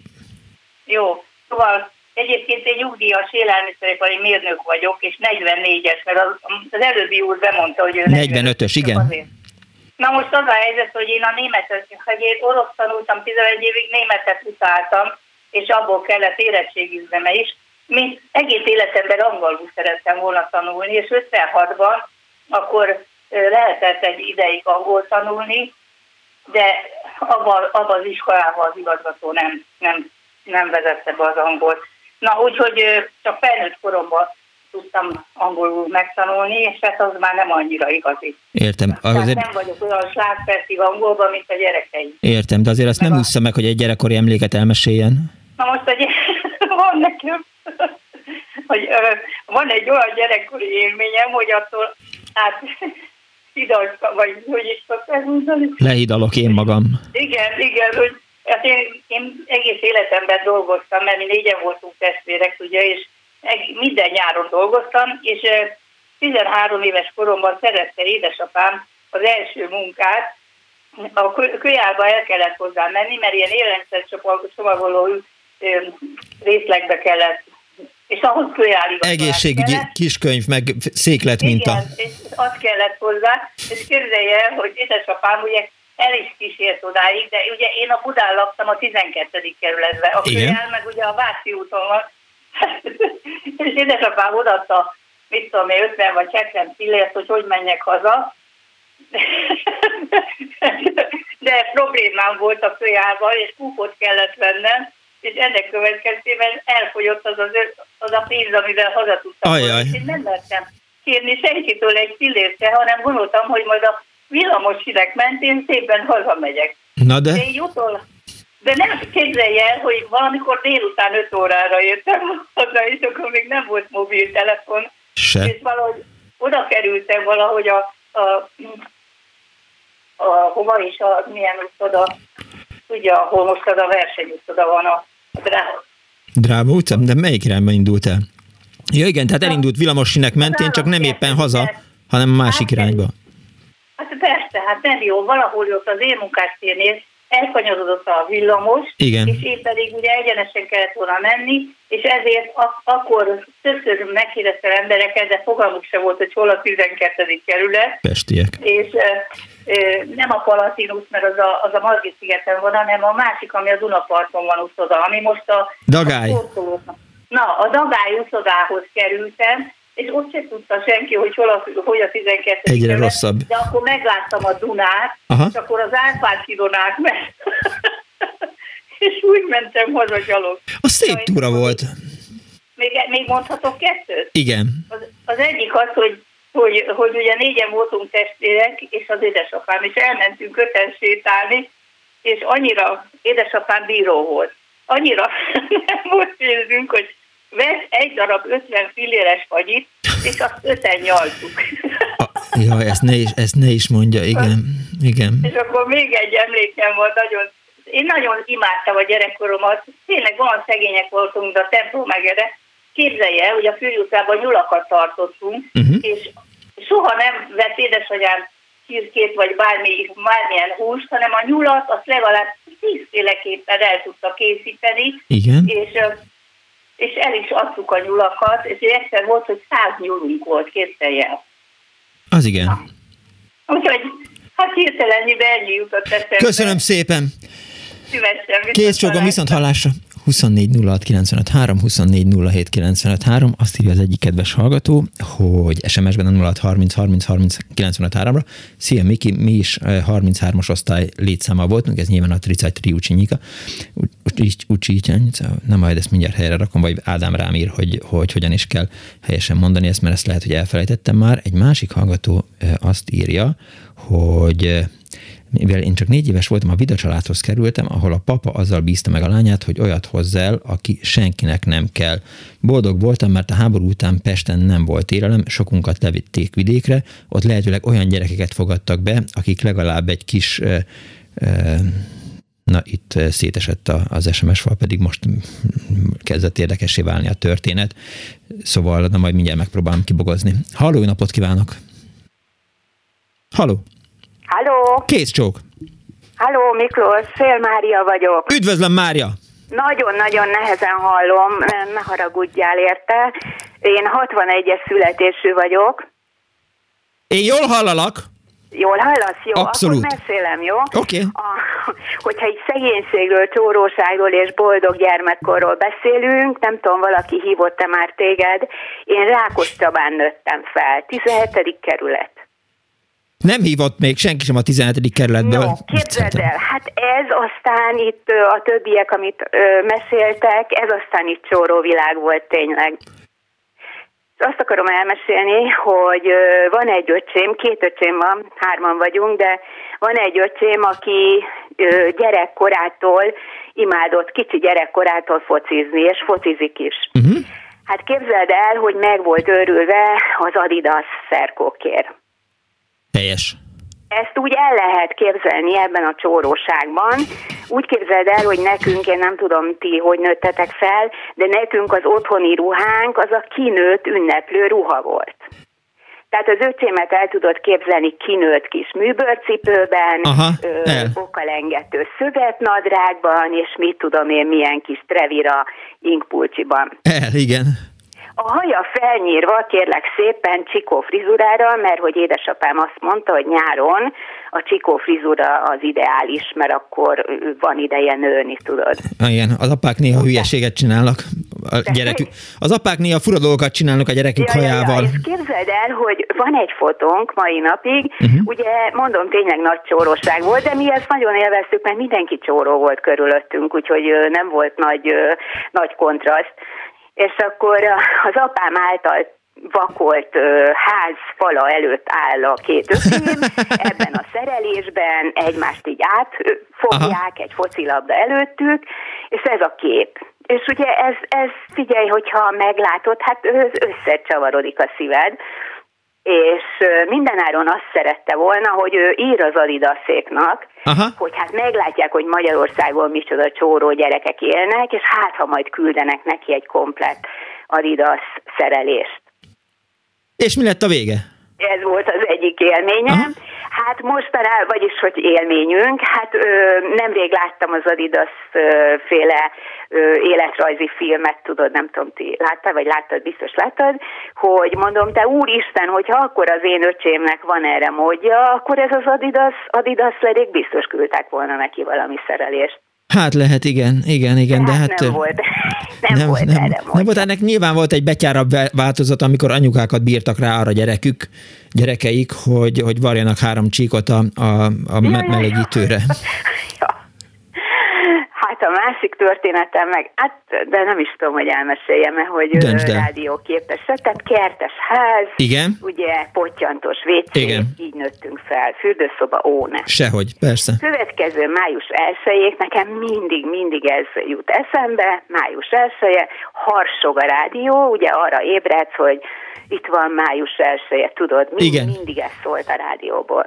Jó, szóval egyébként egy nyugdíjas élelmiszeripari mérnök vagyok, és negyvennégyes, mert az, az előbbi úr bemondta, hogy ő negyvenötös, igen. Azért. Na most az a helyzet, hogy én a németet, hogy én orosz tanultam, tizenegy évig németet utáltam, és abból kellett érettségiznem is. Mint egész életemben angolul szerettem volna tanulni, és ötvenhatban akkor lehetett egy ideig angol tanulni, de abban abba az iskolában az igazgató nem, nem, nem vezette be az angolt. Na, úgyhogy csak felnőtt koromban tudtam angolul megtanulni, és hát az már nem annyira igazi. Értem. Tehát azért... nem vagyok olyan slágpercig angolban, mint a gyerekeim. Értem, de azért azt meg nem ússza meg, hogy egy gyerekkori emléket elmeséljen. Na most egy... van nekem, hogy ö, van egy olyan gyerekkori élményem, hogy attól, hát hidalka, vagy hogy is szokták mondani. Lehidalok én magam. Igen, igen, hogy hát én, én egész életemben dolgoztam, mert mi négyen voltunk testvérek, ugye, és minden nyáron dolgoztam, és tizenhárom éves koromban szerezte édesapám az első munkát, a kölyárba el kellett hozzá menni, mert ilyen élelmiszer csomagoló részlegbe kellett, és ahhoz kölyáligazolás egészségügyi kellett. Kiskönyv, meg székletminta. Igen, és az kellett hozzá, és képzelje el, hogy édesapám ugye el is kísért odáig, de ugye én a Budán laktam a tizenkettedik kerületben, a kölyár meg ugye a Váci úton van, és édesapám odaadta, mit tudom én, ötven vagy hetven pillért, hogy hogy menjek haza, de problémám volt a kölyával, és kúpot kellett vennem, és ennek következtében elfogyott az, az, az a pénz, amivel haza tudtam. És én nem mertem kérni senkitől egy pillért se, hanem gondoltam, hogy majd a villamos hideg mentén szépen hazamegyek. Na de? De így utol, de nem képzelj el, hogy valamikor délután öt órára jöttem haza, és akkor még nem volt mobiltelefon. Se. És valahogy oda kerültem valahogy a, a, a hova is, a milyen utcoda, ugye, ahol most az a versenyutcoda van, a, a Dráva. Dráva utca? De melyik irányba indult el? Ja igen, tehát elindult villamossinek mentén, csak nem éppen haza, hanem a másik irányba. Hát persze, hát nem jó, valahol ott az én munkástérnél elkanyarodott a villamos, igen. És én pedig ugye egyenesen kellett volna menni, és ezért ak- akkor többször megkérdeztem embereket, de fogalmuk sem volt, hogy hol a tizenkettedik kerület. Pestiek. És e, e, nem a Palatinus, mert az a, az a Margit-szigeten van, hanem a másik, ami a Dunaparton van uszoda, ami most a... Dagály. A Na, a Dagály uszodához kerültem, és ott sem tudta senki, hogy hol a, hogy a tizenkettedik Egyre kerület, rosszabb. De akkor megláttam a Dunát, aha. És akkor az Árpád-hídon ment. És úgy mentem haza gyalog. A szép túra volt. Még, még mondhatok kettőt? Igen. Az, az egyik az, hogy, hogy, hogy ugye négyen voltunk testvérek, és az édesapám, és elmentünk öten sétálni, és annyira édesapám bíró volt. Annyira nem volt pénzünk, hogy vesz egy darab ötven filléres fagyit, és azt öten nyaltuk. Jaj, ezt ne is, ezt ne is mondja, igen, igen. És akkor még egy emlékem volt nagyon, én nagyon imádtam a gyerekkoromat, tényleg olyan szegények voltunk, de a templom megere, képzelje el, hogy a Fürj utcában nyulakat tartottunk, uh-huh. és soha nem vett édesanyám csirkét, vagy bármi, bármilyen húst, hanem a nyulat azt legalább tízféleképpen el tudta készíteni, igen. és és el is adtuk a nyulakat, és egyszer volt, hogy száz nyulunk volt, képzelj el. Az igen. Na. Úgyhogy, hát hirtelennyire ennyi jutott eszembe. Köszönöm szépen. Szívesen. Kész csókom, viszont hallásra. huszonnégy nulla hat kilencvenöt három, huszonnégy nulla hét kilencvenöt három, azt írja az egyik kedves hallgató, hogy es em es-ben a nulla hat harminc harminc harminc kilencvenöt háromra. Szia Miki, mi is harmincas osztály létszámmal voltunk, ez nyilván a Tricajtri Ucsinyika. Ucsinyika, na majd ezt mindjárt helyre rakom, vagy Ádám rám ír, hogy, hogy hogyan is kell helyesen mondani ezt, mert ezt lehet, hogy elfelejtettem már. Egy másik hallgató azt írja, hogy mivel én csak négy éves voltam, a Vida családhoz kerültem, ahol a papa azzal bízta meg a lányát, hogy olyat hozz el, aki senkinek nem kell. Boldog voltam, mert a háború után Pesten nem volt élelem, sokunkat levitték vidékre, ott lehetőleg olyan gyerekeket fogadtak be, akik legalább egy kis... E, e, na, itt szétesett az es em es fal, pedig most kezdett érdekessé válni a történet. Szóval, na majd mindjárt megpróbálom kibogozni. Halló, jó napot kívánok! Halló! Halló! Kész csók! Halló, Miklós, Szél Mária vagyok. Üdvözlöm, Mária! Nagyon-nagyon nehezen hallom, ne haragudjál érte. Én hatvanegyes születésű vagyok. Én jól hallalak? Jól hallasz? Jó, abszolút. Akkor beszélem, jó? Oké. Okay. Hogyha egy szegénységről, csóróságról és boldog gyermekkorról beszélünk, nem tudom, valaki hívott-e már téged, én Rákoscsabán nőttem fel, tizenhetedik kerület. Nem hívott még senki sem a tizenhetedik kerületből. No, képzeld el, hát ez aztán itt a többiek, amit ö, meséltek, ez aztán itt csóró világ volt tényleg. Azt akarom elmesélni, hogy ö, van egy öcsém, két öcsém van, hárman vagyunk, de van egy öcsém, aki ö, gyerekkorától imádott, kicsi gyerekkorától focizni, és focizik is. Uh-huh. Hát képzeld el, hogy meg volt őrülve az Adidas szerkókért. Helyes. Ezt úgy el lehet képzelni ebben a csóróságban. Úgy képzeld el, hogy nekünk, én nem tudom ti, hogy nőttetek fel, de nekünk az otthoni ruhánk az a kinőtt ünneplő ruha volt. Tehát az öcsémet el tudod képzelni kinőtt kis műbőrcipőben, bokalengető szövetnadrágban, és mit tudom én, milyen kis trevira inkpulcsiban. El, igen. A haja felnyírva, kérlek szépen, csikó frizurára, mert hogy édesapám azt mondta, hogy nyáron a csikó frizura az ideális, mert akkor van ideje nőni, tudod. Igen, az apák néha hülyeséget csinálnak a gyerekük. Az apák néha fura dolgokat csinálnak a gyerekük ja, hajával. Ja, ja. És képzeld el, hogy van egy fotónk mai napig, uh-huh. ugye mondom, tényleg nagy csóróság volt, de mi ezt nagyon élveztük, mert mindenki csóró volt körülöttünk, úgyhogy nem volt nagy, nagy kontraszt. És akkor az apám által vakolt ház fala előtt áll a két öcsém, ebben a szerelésben egymást így átfogják, Aha. egy focilabda előttük, és ez a kép. És ugye ez, ez figyelj, hogyha meglátod, hát összecsavarodik a szíved, és mindenáron azt szerette volna, hogy ő ír az Adidaséknak, Aha. hogy hát meglátják, hogy Magyarországon micsoda csóró gyerekek élnek, és hát ha majd küldenek neki egy komplett Adidas szerelést. És mi lett a vége? Ez volt az egyik élményem. Aha. Hát mostanában, vagyis hogy élményünk, hát ö, nemrég láttam az Adidas ö, féle ö, életrajzi filmet, tudod, nem tudom, ti láttad, vagy láttad, biztos láttad, hogy mondom, te úristen, hogyha akkor az én öcsémnek van erre módja, akkor ez az Adidas, Adidas ledék biztos küldtek volna neki valami szerelést. Hát lehet, igen, igen, igen, de, de hát... Nem volt, nem, nem volt nem, erre nem volt, ennek nyilván volt egy betyárabb változat, amikor anyukákat bírtak rá arra gyerekük, gyerekeik, hogy, hogy varjanak három csíkot a, a, a ja, melegítőre. Ja. Hát a másik történetem meg, hát, de nem is tudom, hogy elmeséljem, hogy rádióképesek, tehát kertes ház, igen. ugye pottyantós vé cé, igen. Így nőttünk fel, fürdőszoba, ó, ne. Sehogy, persze. Következő május elsejéig, nekem mindig, mindig ez jut eszembe, május elseje, harsog a rádió, ugye arra ébredsz, hogy itt van május elseje, tudod, mind, mindig ez szólt a rádióból.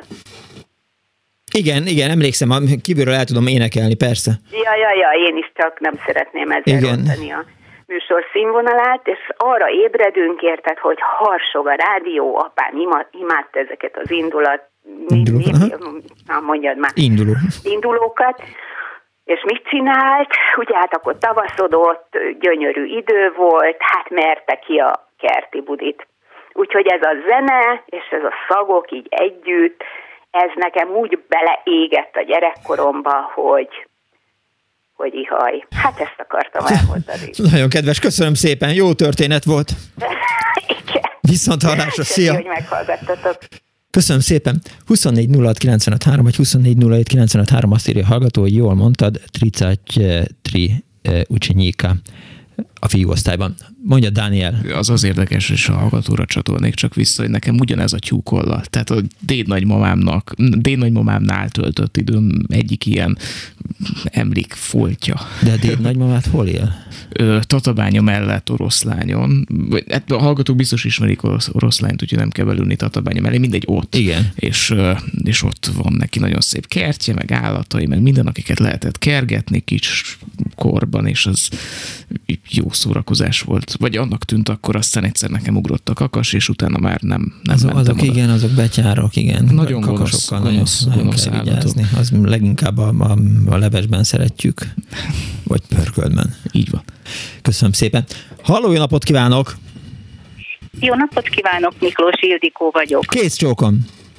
Igen, igen, emlékszem, kívülről el tudom énekelni, persze. Ja, ja, ja, én is csak nem szeretném ezzel rontani a műsor színvonalát, és arra ébredünk, érted, hogy harsog a rádió, apám imad, imádta ezeket az indulat, Induló, mi, mi, na, mondjad már, Induló. indulókat, És mit csinált? Ugye hát akkor tavaszodott, gyönyörű idő volt, hát merte ki a kerti budit. Úgyhogy ez a zene és ez a szagok így együtt, ez nekem úgy beleégett a gyerekkoromba, hogy, hogy ihaj. Hát ezt akartam elmondani. Nagyon kedves, köszönöm szépen, jó történet volt. Igen. Viszont hallásra, szia! Köszönöm, hogy meghallgattatok. Köszönöm szépen. huszonnégy nulla hat kilencvenöt három vagy huszonnégy nulla hét kilencvenöt három, azt írja a hallgató, hogy jól mondtad, tricáty tri učeníka a fiúosztályban. Mondja, Dániel. Az az érdekes, és a hallgatóra csatolnék csak vissza, hogy nekem ugyanez a tyúkollal. Tehát a dédnagymamámnak, dédnagymamámnál töltött időm egyik ilyen emlékfoltja. De a dédnagymamát hol él? Tatabánya mellett Oroszlányon. Hát a hallgatók biztos ismerik orosz, Oroszlányt, úgyhogy nem kell belülni Tatabánya mellé, mindegy ott. Igen. És, és ott van neki nagyon szép kertje, meg állatai, meg minden, akiket lehetett kergetni kis korban, és az jó szórakozás volt. Vagy annak tűnt akkor, aztán egyszer nekem ugrott a kakas, és utána már nem, nem azok, mentem azok oda. igen, azok betyárok, igen. Nagyon kakasokkal gonosz, gonosz, nagyon, gonosz nagyon kell állatok. vigyázni. Az leginkább a, a, a levesben szeretjük, vagy pörköldben. Így van. Köszönöm szépen. Halló, jó napot kívánok! Jó napot kívánok, Miklós Ildikó vagyok. Kész csókom!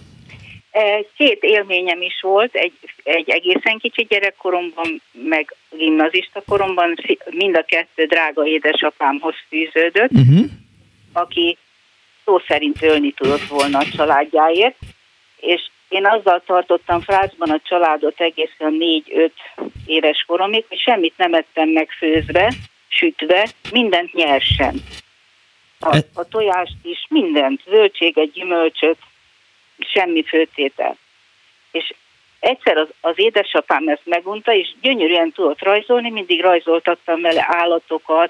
Két élményem is volt, egy, egy egészen kicsi gyerekkoromban, meg gimnazista koromban, mind a kettő drága édesapámhoz fűződött, uh-huh. aki szó szerint ölni tudott volna a családjáért, és én azzal tartottam frázban a családot egészen négy-öt éves koromig, hogy semmit nem ettem meg főzve, sütve, mindent nyersen. A, a tojást is, mindent, zöldséget, gyümölcsöt, semmi főtétel. És egyszer az, az édesapám ezt megunta, és gyönyörűen tudott rajzolni, mindig rajzoltattam vele állatokat,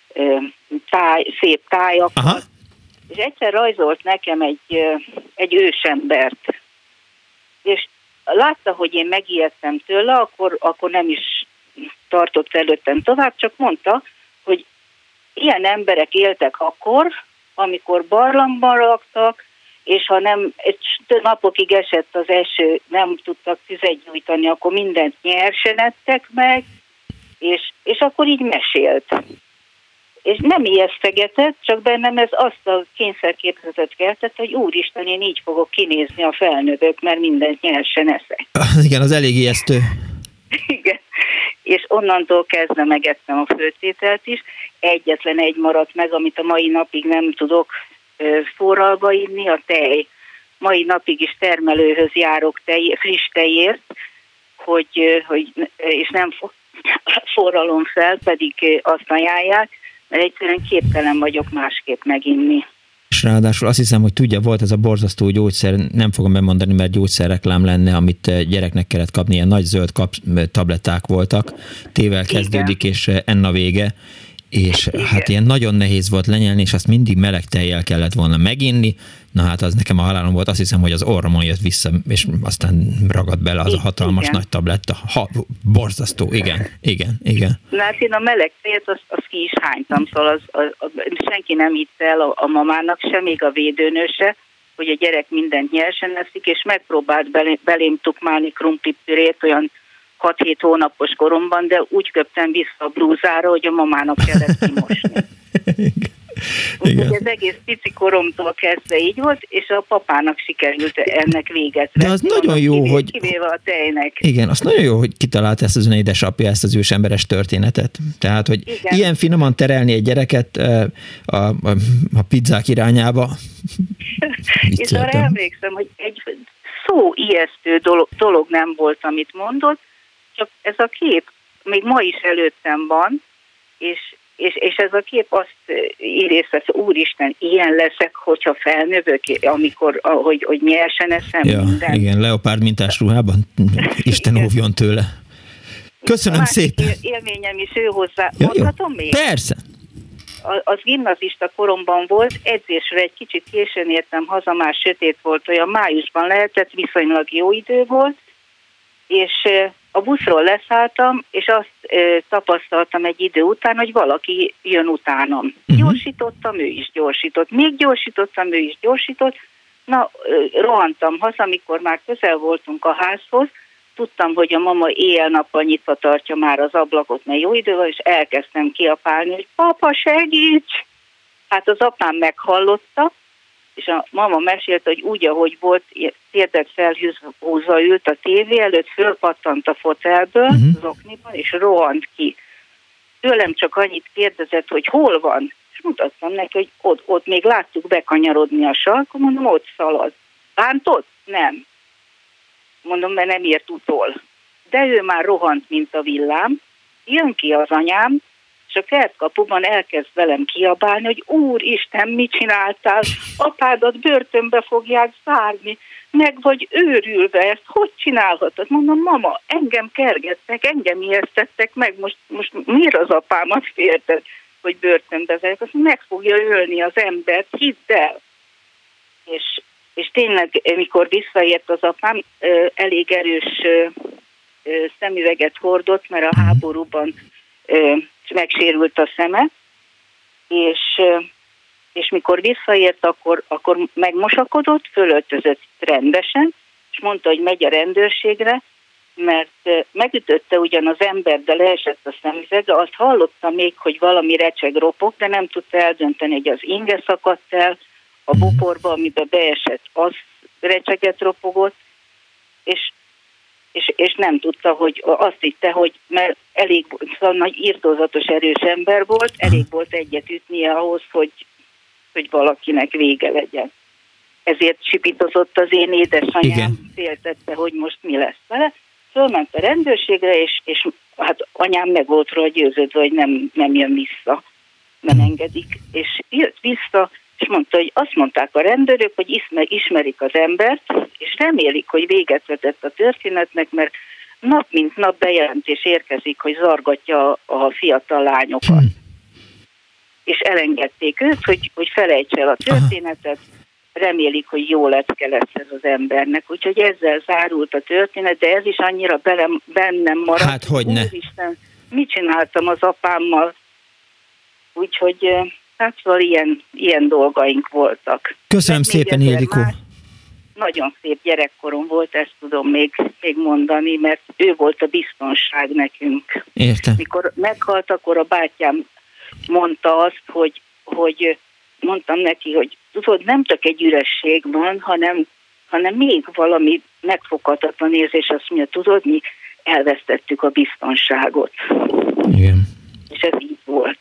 táj, szép tájakat, aha. És egyszer rajzolt nekem egy, egy ősembert. És látta, hogy én megijedtem tőle, akkor, akkor nem is tartott előttem tovább, csak mondta, hogy ilyen emberek éltek akkor, amikor barlangban laktak, és ha nem, napokig esett az eső, nem tudtak tüzet gyújtani, akkor mindent nyersen ettek meg, és, és akkor így mesélt. És nem ijesztegetett, csak bennem ez azt a kényszerképzetet keltett, hogy úristen, én így fogok kinézni, a felnövök, mert mindent nyersen eszek. Igen, az elég ijesztő. Igen. És onnantól kezdve megettem a főtételt is. Egyetlen egy maradt meg, amit a mai napig nem tudok forralba inni, a tej. Mai napig is termelőhöz járok tej, friss tejért, hogy, hogy, és nem forralom fel, pedig azt ajánlják, mert egyszerűen képtelen vagyok másképp meginni. És ráadásul azt hiszem, hogy tudja, volt ez a borzasztó gyógyszer, nem fogom bemondani, mert gyógyszerreklám lenne, amit gyereknek kellett kapni, ilyen nagy zöld kap, tabletták voltak, tével kezdődik, igen. És enna vége, és igen. Hát ilyen nagyon nehéz volt lenyelni, és azt mindig meleg tejjel kellett volna meginni, na hát az nekem a halálom volt, azt hiszem, hogy az orromon jött vissza, és aztán ragadt bele az a hatalmas igen. Nagy tabletta. Ha, borzasztó, igen, igen, igen. Na hát én a meleg tejet, azt, azt ki is hánytam, szóval az, az, az, senki nem hitt el a, a mamának se, még a védőnőse, hogy a gyerek mindent nyersen eszik, és megpróbált belém, belém tukmálni krumplipürét olyan hat-hét hónapos koromban, de úgy köptem vissza a blúzára, hogy a mamának kellett kimosni. Úgyhogy ez egész pici koromtól kezdve így volt, és a papának sikerült ennek véget vetni. De az nagyon jó, kivéve, hogy... Kivéve a tejnek. Igen, az nagyon jó, hogy kitalált ezt az ön édesapja, ezt az ősemberes történetet. Tehát, hogy igen. Ilyen finoman terelni egy gyereket a, a, a pizzák irányába. És arra emlékszem, hogy egy szó ijesztő dolog, dolog nem volt, amit mondott, csak ez a kép még ma is előttem van, és És, és ez a kép azt idézte, úristen, ilyen leszek, hogyha felnövök, amikor, hogy, hogy nyersen eszem ja, minden. Igen, leopárd mintás ruhában, Isten óvjon tőle. Köszönöm a szépen. Élményem is ő hozzá. Ja, mondhatom még? Persze. Az gimnazista koromban volt, edzésre egy kicsit későn értem haza, már sötét volt, olyan májusban lehetett, viszonylag jó idő volt, és a buszról leszálltam, és azt e, tapasztaltam egy idő után, hogy valaki jön utánam. Uh-huh. Gyorsítottam, ő is gyorsított. Még gyorsítottam, ő is gyorsított. Na, e, rohantam haza, amikor már közel voltunk a házhoz, tudtam, hogy a mama éjjel-nappal nyitva tartja már az ablakot, mert jó idő van, és elkezdtem kiabálni, hogy papa, segíts! Hát az apám meghallotta, és a mama mesélte, hogy úgy, ahogy volt, térdet felhúzva ült a tévé előtt, fölpattant a fotelből, uh-huh. az okniban, és rohant ki. Tőlem csak annyit kérdezett, hogy hol van, és mutattam neki, hogy ott, ott még láttuk bekanyarodni a sarkon, mondom, ott szalad. Bántott? Nem. Mondom, mert nem ért utol. De ő már rohant, mint a villám, jön ki az anyám, és a kertkapuban elkezd velem kiabálni, hogy Úristen, mit csináltál? Apádat börtönbe fogják zárni, meg vagy őrülve, ezt hogy csinálhatod? Mondom, mama, engem kergettek, engem ijesztettek meg, most, most miért az apámat félted, hogy börtönbe zárják? Azt meg fogja ölni az embert, hidd el. És, és tényleg, mikor visszaért az apám, elég erős szemüveget hordott, mert a háborúban megsérült a szeme, és, és mikor visszaért, akkor, akkor megmosakodott, fölöltözött rendesen, és mondta, hogy megy a rendőrségre, mert megütötte ugyan az ember, de leesett a szemüvege, azt hallotta még, hogy valami recseg, ropog, de nem tudta eldönteni, hogy az inge szakadt el, a buporba, amiben beesett, az recseget, ropogott, és És, és nem tudta, hogy azt hitte, hogy mert elég szóval nagy írtózatos erős ember volt, elég volt egyet ütnie ahhoz, hogy, hogy valakinek vége legyen. Ezért sipitozott az én édesanyám, féltette, hogy most mi lesz vele. Fölment a rendőrségre, és, és hát anyám meg volt róla győződve, hogy nem, nem jön vissza, nem engedik. És jött vissza, és mondta, hogy azt mondták a rendőrök, hogy ismer, ismerik az embert, és remélik, hogy véget vetett a történetnek, mert nap mint nap bejelentés érkezik, hogy zargatja a, a fiatal lányokat. Hmm. És elengedték őt, hogy, hogy felejts el a történetet, remélik, hogy jó lecke lesz ez az embernek. Úgyhogy ezzel zárult a történet, de ez is annyira belem, bennem maradt. Hát, hogyne. Úristen, mit csináltam az apámmal? Úgyhogy... Hát szóval ilyen, ilyen dolgaink voltak. Köszönöm szépen, Ildikó. Nagyon szép gyerekkorom volt, ezt tudom még, még mondani, mert ő volt a biztonság nekünk. Értem. Mikor meghalt, akkor a bátyám mondta azt, hogy, hogy mondtam neki, hogy tudod, nem csak egy üresség van, hanem, hanem még valami megfoghatatlan érzés, azt mondja, tudod, mi elvesztettük a biztonságot. Igen. És ez így volt.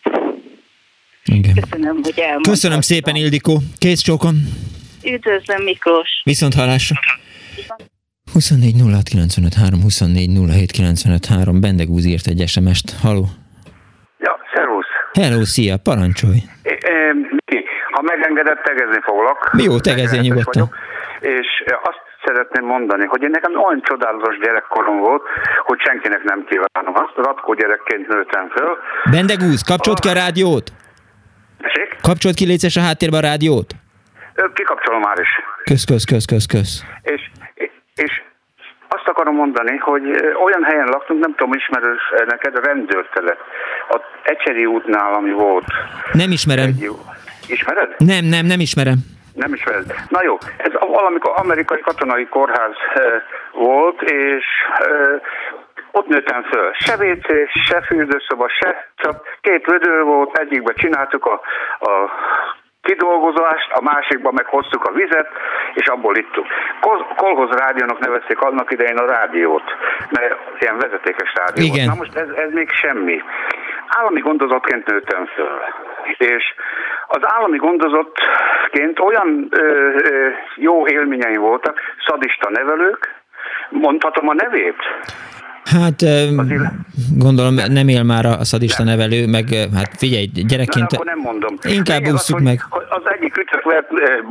Igen. Köszönöm, hogy elmondtam. Köszönöm szépen, Ildikó. Kész csókon. Üdvözlöm, Miklós. Viszont hallásra. huszonnégy nulla hat kilencvenöt három, huszonnégy nulla hét kilencvenöt három. Bendegúz írt egy es em est. Halló. Ja, szervusz. Hello, szia, parancsolj. É, é, Miki, ha megengedett, tegezni foglak. Jó, tegezzél nyugodtan. És azt szeretném mondani, hogy én nekem olyan csodálatos gyerekkorom volt, hogy senkinek nem kívánom. Azt ratkó gyerekként nőttem föl. Bendegúz, kapcsolt ki a rádiót? Esik? Kapcsolt ki, létszes a háttérbe a rádiót? Kikapcsolom már is. Kösz, kösz, kösz, kösz, kösz. És, és azt akarom mondani, hogy olyan helyen laktunk, nem tudom, ismerős neked, a Rendőrtelep. A Ecseri útnál, ami volt. Nem ismerem. Egy, ismered? Nem, nem, nem ismerem. Nem ismered. Na jó, ez valamikor amerikai katonai kórház e, volt, és e, ott nőttem föl. Se vé cé, se fürdőszoba, se, csak két vödör volt, egyikben csináltuk a, a kidolgozást, a másikban meg hoztuk a vizet, és abból ittuk. Kol- kolhoz rádiónak nevezték annak idején a rádiót, mert ilyen vezetékes rádió volt. Na most ez, ez még semmi. Állami gondozottként nőttem föl. És az állami gondozottként olyan ö, ö, jó élményeim voltak, szadista nevelők, mondhatom a nevét? Hát gondolom nem él már a szadista nevelő, meg hát figyelj, gyerekként... De akkor nem mondom. Inkább ússzuk meg. Az egyik ütött vert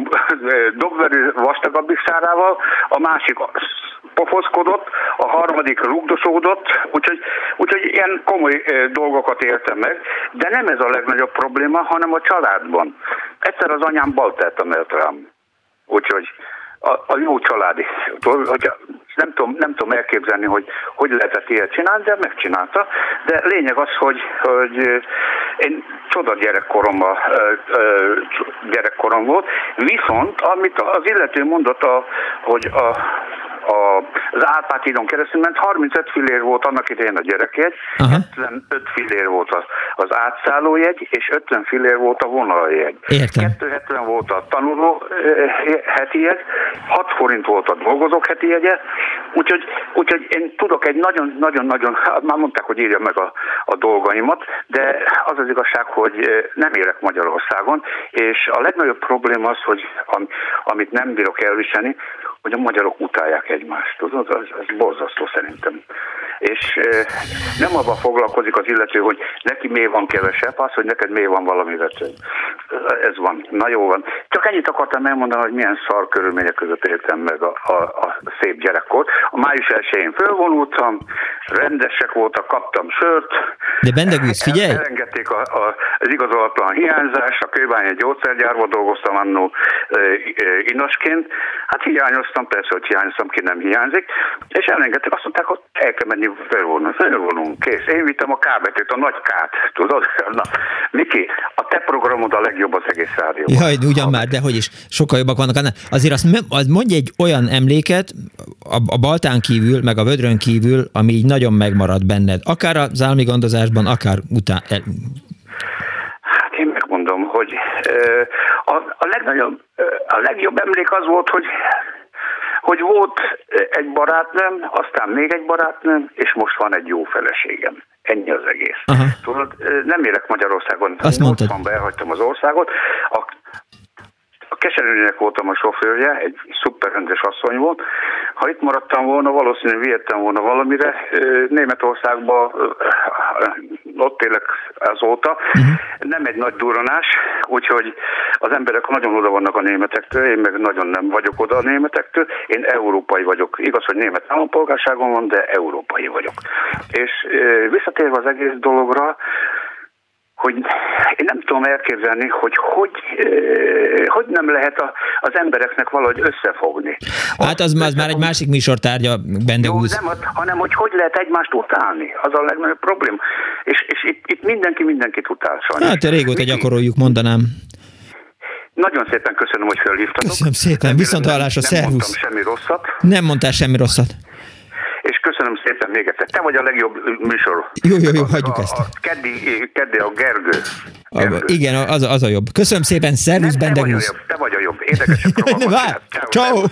dobverő vastagabb szárával, a másik pofoszkodott, a harmadik rugdosódott, úgyhogy, úgyhogy ilyen komoly dolgokat éltem meg, de nem ez a legnagyobb probléma, hanem a családban. Egyszer az anyám baltát emelt rám. Úgyhogy a, a jó családi, hogyha nem tudom, nem tudom elképzelni, hogy hogy lehetett ilyet csinálni, de megcsinálta. De lényeg az, hogy, hogy én csoda gyerekkoromban, gyerekkorom volt. Viszont, amit az illető mondott, a, hogy a, a, az Árpád hídon keresztül ment, harmincöt fillér volt annak idején a gyerekjegy, Aha. hetvenöt fillér volt az, az átszállójegy, és ötven fillér volt a vonaljegy. kétszázhetven volt a tanuló heti jegy, hat forint volt a dolgozók heti jegye, úgyhogy, úgyhogy én tudok egy nagyon-nagyon-nagyon, már mondták, hogy írja meg a, a dolgaimat, de az az igazság, hogy nem élek Magyarországon, és a legnagyobb probléma az, hogy am, amit nem bírok elviselni, hogy a magyarok utálják egymást. Tudod, az, az borzasztó szerintem. És e, nem abban foglalkozik az illető, hogy neki miért van kevesebb, az, hogy neked miért van valami vető. Ez van. Na jó van. Csak ennyit akartam elmondani, hogy milyen szar körülmények között éltem meg a, a, a szép gyerekkort. A május elsején fölvonultam, rendesek voltak, kaptam sört. De Bendegúz, figyelj! Elengedték a, a, az igazolatlan hiányzás, a Kőbányai gyógyszergyárban dolgoztam annó e, e, inasként. Hát hiányoztam, persze, hogy hiányoztam, ki nem hiányzik, és elengedtek, azt mondták, hogy el kell menni felvonulni, felvonulunk, kész. Én vittem a K-betűt, a nagy K-t, tudod? Na, Miki, a te programod a legjobb az egész rádióban. Jaj, ugyan már, de hogy is, sokkal jobbak vannak. Azért azt, azt mondj egy olyan emléket, a, a Baltán kívül, meg a Vödrön kívül, ami így nagyon megmarad benned, akár az álmi gondozásban, akár után. Hát én megmondom, hogy a, a legnagyobb, a legjobb emlék az volt, hogy hogy volt egy barátnőm, aztán még egy barátnőm, és most van egy jó feleségem. Ennyi az egész. Aha. Tudod, nem élek Magyarországon. nyolcvanban elhagytam az országot. A, a Keserűnek voltam a sofőrje, egy szuper rendes asszony volt. Ha itt maradtam volna, valószínűleg vihettem volna valamire. Németországban ott élek azóta. Uh-huh. Nem egy nagy durranás, úgyhogy az emberek nagyon oda vannak a németektől, én meg nagyon nem vagyok oda a németektől. Én európai vagyok. Igaz, hogy német állampolgárságom van, de európai vagyok. És visszatérve az egész dologra, hogy én nem tudom elképzelni, hogy hogy, hogy nem lehet a, az embereknek valahogy összefogni. Hát az, az már egy másik műsortárgya, Bendegúz. Jó, nem, hanem hogy hogy lehet egymást utálni. Az a legnagyobb probléma. És, és itt, itt mindenki mindenkit utál sajnos. Hát régóta gyakoroljuk, mondanám. Nagyon szépen köszönöm, hogy felhívtatok. Köszönöm szépen, viszonthallásra, szervusz. Nem mondtam semmi rosszat. Nem mondtál semmi rosszat. És köszönöm szépen még egyszer. Te vagy a legjobb műsor. Jó, jó, jó, hagyjuk a, ezt. A keddi, keddi a Gergő. Gergő. A, igen, az, az a jobb. Köszönöm szépen, szervusz, Bendegúz. Te vagy a jobb, érdekesebb programot. Ciao.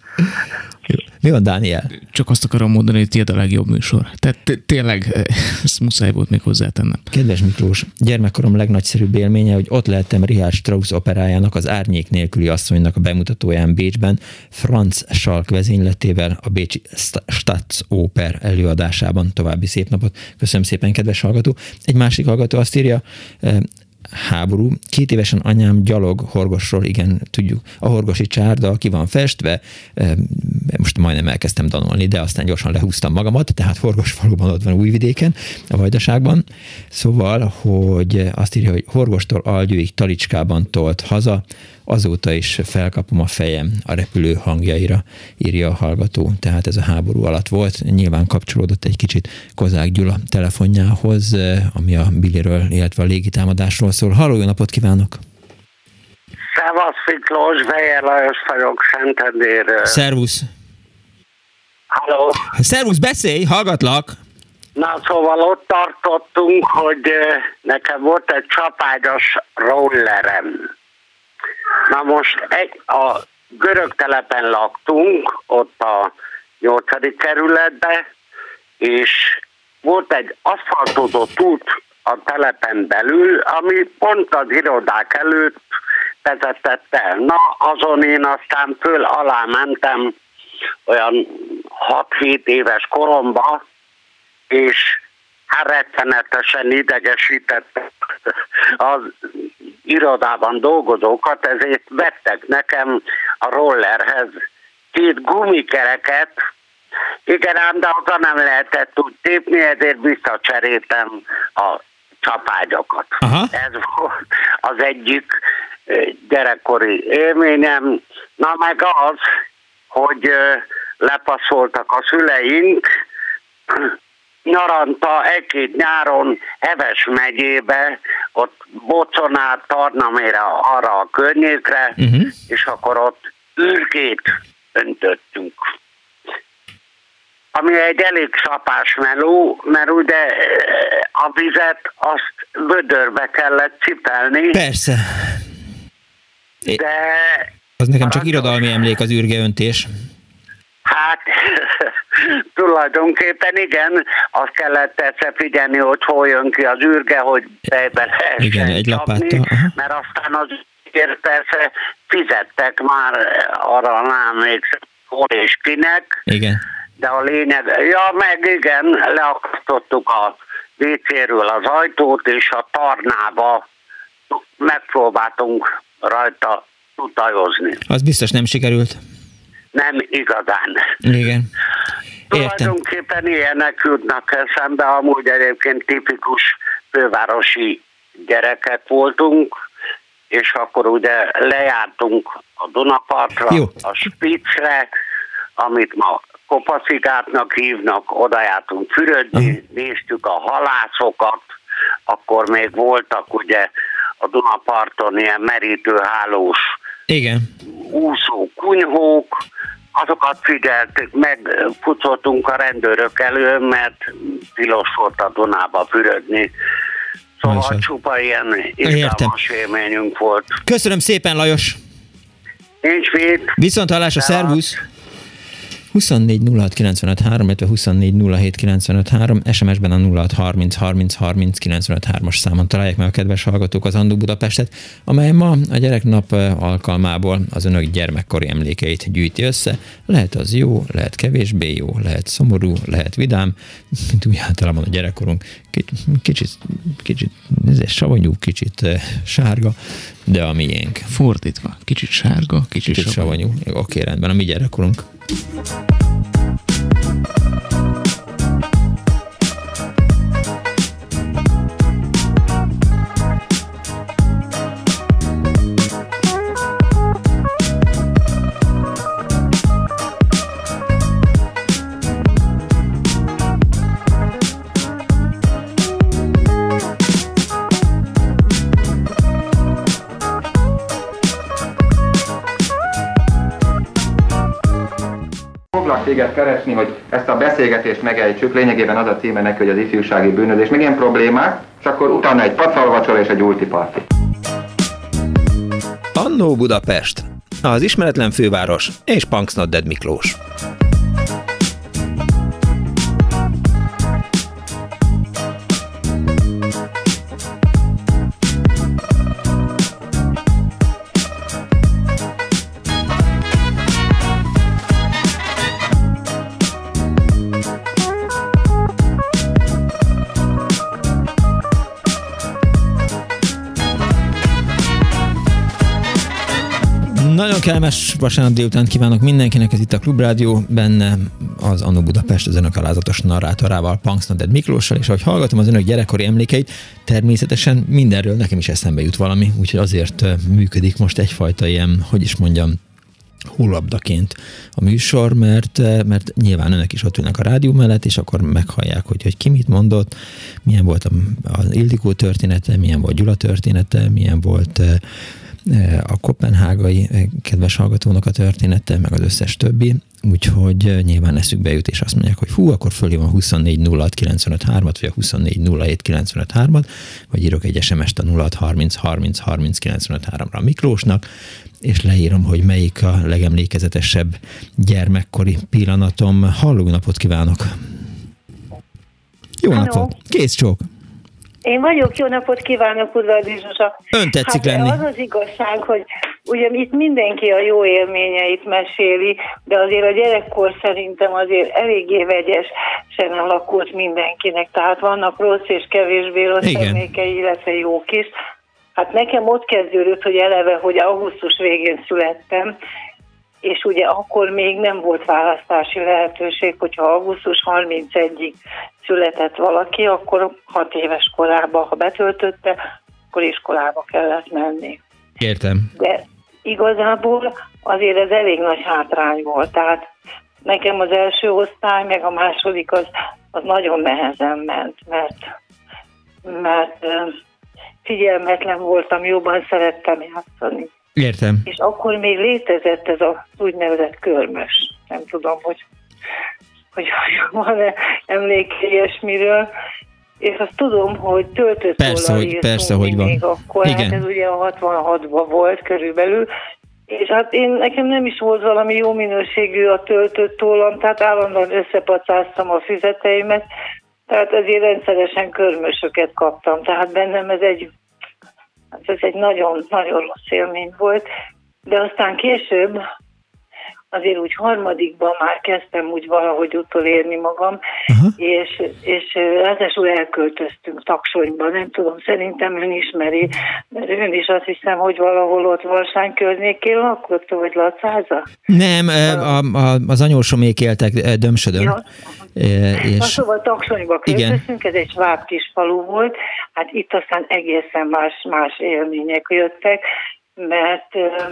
Mi van, Dániel? Csak azt akarom mondani, hogy tiéd a legjobb műsor. Tehát tényleg, ezt muszáj volt még hozzátennem. Kedves Miklós, gyermekkorom legnagyszerűbb élménye, hogy ott lehettem Richard Strauss operájának, az Árnyék nélküli asszonynak a bemutatóján Bécsben, Franz Schalk vezényletével a Bécsi Staatsoper előadásában. További szép napot. Köszönöm szépen, kedves hallgató. Egy másik hallgató azt írja, háború. Két évesen anyám gyalog Horgosról, igen, tudjuk, a horgosi csárda ki van festve, most majdnem elkezdtem danolni, de aztán gyorsan lehúztam magamat, tehát Horgos faluban ott van Újvidéken, a Vajdaságban. Szóval, hogy azt írja, hogy Horgostól Algyőig talicskában tolt haza, azóta is felkapom a fejem a repülő hangjaira, írja a hallgató. Tehát ez a háború alatt volt. Nyilván kapcsolódott egy kicsit Kozák Gyula telefonjához, ami a Billiről, illetve a légitámadásról szól. Halló, jó napot kívánok! Szevasz, Miklós, Beyer Lajos vagyok Szentendéről. Szervusz! Halló! Szervusz, beszélj, hallgatlak! Na, szóval ott tartottunk, hogy nekem volt egy csapágyas rollerem. Na most egy, a görög telepen laktunk, ott a nyolcadik kerületben, és volt egy aszfaltozott út a telepen belül, ami pont az irodák előtt vezetett el. Na, azon én aztán föl alá mentem olyan hat-hét éves koromba, és hát rettenetesen idegesített az irodában dolgozókat, ezért vettek nekem a rollerhez két gumikereket. Igen, ám de oda nem lehetett úgy tépni, ezért visszacseréltem a csapágyokat. Aha. Ez volt az egyik gyerekkori élményem. Na meg az, hogy lepasszoltak a szüleink, nyaranta egy-két nyáron Heves megyébe, ott Boconát, Tarnamére, arra a környékre, uh-huh. és akkor ott ürgét öntöttünk. ami egy elég sapás meló, mert ugye a vizet azt vödörbe kellett cipelni. Persze. De... Az nekem csak irodalmi emlék, az ürgeöntés. Hát, tulajdonképpen igen, azt kellett persze figyelni, hogy hol jön ki az ürge, hogy bejbe lehessen igen, egy csapni, mert aztán az ürgért persze fizettek már, arra nem még hol és kinek. Igen. De a lényeg, ja meg igen, leakasztottuk a vécéről az ajtót, és a tornába megpróbáltunk rajta utajozni. Az biztos nem sikerült. Nem igazán. Igen. Értem. Tulajdonképpen ilyenek jutnak eszembe, amúgy egyébként tipikus fővárosi gyerekek voltunk, és akkor ugye lejártunk a Dunapartra, Jó. a Spitzre, amit ma Kopacigátnak hívnak, oda jártunk fürödni, uh-huh. néztük a halászokat, akkor még voltak ugye a Dunaparton ilyen merítőhálós Igen. úszó kunyhók, azokat figyeltük, megpucoltunk a rendőrök elő, mert tilos volt a Dunába fürödni. Szóval Lajos. Csupa ilyen izgalmas élményünk volt. Köszönöm szépen, Lajos! Nincs mit. Viszont hallásra, szervusz! huszonnégy nulla hat kilencvenöt három, illetve huszonnégy nulla hét kilencvenöt három, es em es-ben a nulla hat harminc harminc harminc kilencvenöt hármas számon találják meg a kedves hallgatók az Annó Budapestet, amely ma a gyereknap alkalmából az önök gyermekkori emlékeit gyűjti össze. Lehet az jó, lehet kevésbé jó, lehet szomorú, lehet vidám, mint úgy általában a gyerekkorunk. Kicsit, kicsit savanyú, kicsit sárga, de a miénk. Fordítva, kicsit sárga, kicsit, kicsit savanyú. savanyú. Oké, rendben, a mi gyerekkorunk. Téged keresni, hogy ezt a beszélgetést megejtsük, lényegében az a címe neki, hogy az ifjúsági bűnözés, meg ilyen problémák, és akkor utána egy pacalvacsora és egy ultiparti. Annó Budapest, az ismeretlen főváros és Punks Not Dead Miklós. Nagyon kellemes vasárnap délután kívánok mindenkinek, ez itt a Klubrádió, benne az Annó Budapest az önök alázatos narrátorával, Punks Not Dead Miklóssal, és ahogy hallgatom az önök gyerekkori emlékeit, természetesen mindenről nekem is eszembe jut valami, úgyhogy azért működik most egyfajta ilyen, hogy is mondjam, hullabdaként a műsor, mert, mert nyilván önök is ott ülnek a rádió mellett, és akkor meghallják, hogy, hogy ki mit mondott, milyen volt az Ildikó története, milyen volt Gyula története, milyen volt a koppenhágai kedves hallgatónak a története, meg az összes többi, úgyhogy nyilván eszükbe jut, és azt mondják, hogy hú, akkor fölé van huszonnégy nulla hat kilencvenöt három, vagy a huszonnégy nulla hét kilencvenöt három, vagy írok egy es em es-t a nulla hat harminc harminc harminc kilencvenöt háromra a Miklósnak, és leírom, hogy melyik a legemlékezetesebb gyermekkori pillanatom. Halló napot kívánok! Jó Hello. napot! Kész csók! Én vagyok, jó napot kívánok, Udvardi Zsuzsa. Ön tetszik hát lenni. Az az igazság, hogy ugye itt mindenki a jó élményeit meséli, de azért a gyerekkor szerintem azért eléggé vegyesen alakult mindenkinek, tehát vannak rossz és kevésbé rossz emlékei, illetve jók is. Hát nekem ott kezdődött, hogy eleve, hogy augusztus végén születtem, és ugye akkor még nem volt választási lehetőség, hogyha augusztus harmincegyedikéig született valaki, akkor hat éves korában, ha betöltötte, akkor iskolába kellett menni. Értem. De igazából azért ez elég nagy hátrány volt, tehát nekem az első osztály, meg a második az, az nagyon nehezen ment, mert, mert figyelmetlen voltam, jobban szerettem játszani. Értem. És akkor még létezett ez az úgynevezett körmös. Nem tudom, hogy, hogy van-e emlék ilyesmiről. És azt tudom, hogy töltött persze, hogy, persze, hogy van. Még akkor, igen. Hát ez ugye a hatvanhatban volt körülbelül, és hát én, nekem nem is volt valami jó minőségű a töltött tollam, tehát állandóan összepacáztam a füzeteimet, tehát ezért rendszeresen körmösöket kaptam, tehát bennem ez egy, ez egy nagyon, nagyon rossz élmény volt, de aztán később, azért úgy harmadikban már kezdtem úgy valahogy utolérni magam, uh-huh. és, és ráadásul elköltöztünk Taksonyba, nem tudom, szerintem ön ismeri, mert ön is azt hiszem, hogy valahol ott Varsány környékén lakott, vagy Lacáza? Nem, a, a, az anyósomék éltek Dömsödön. Ja. És... Szóval Taksonyba költöztünk, ez egy sváb kis falu volt, hát itt aztán egészen más, más élmények jöttek, mert...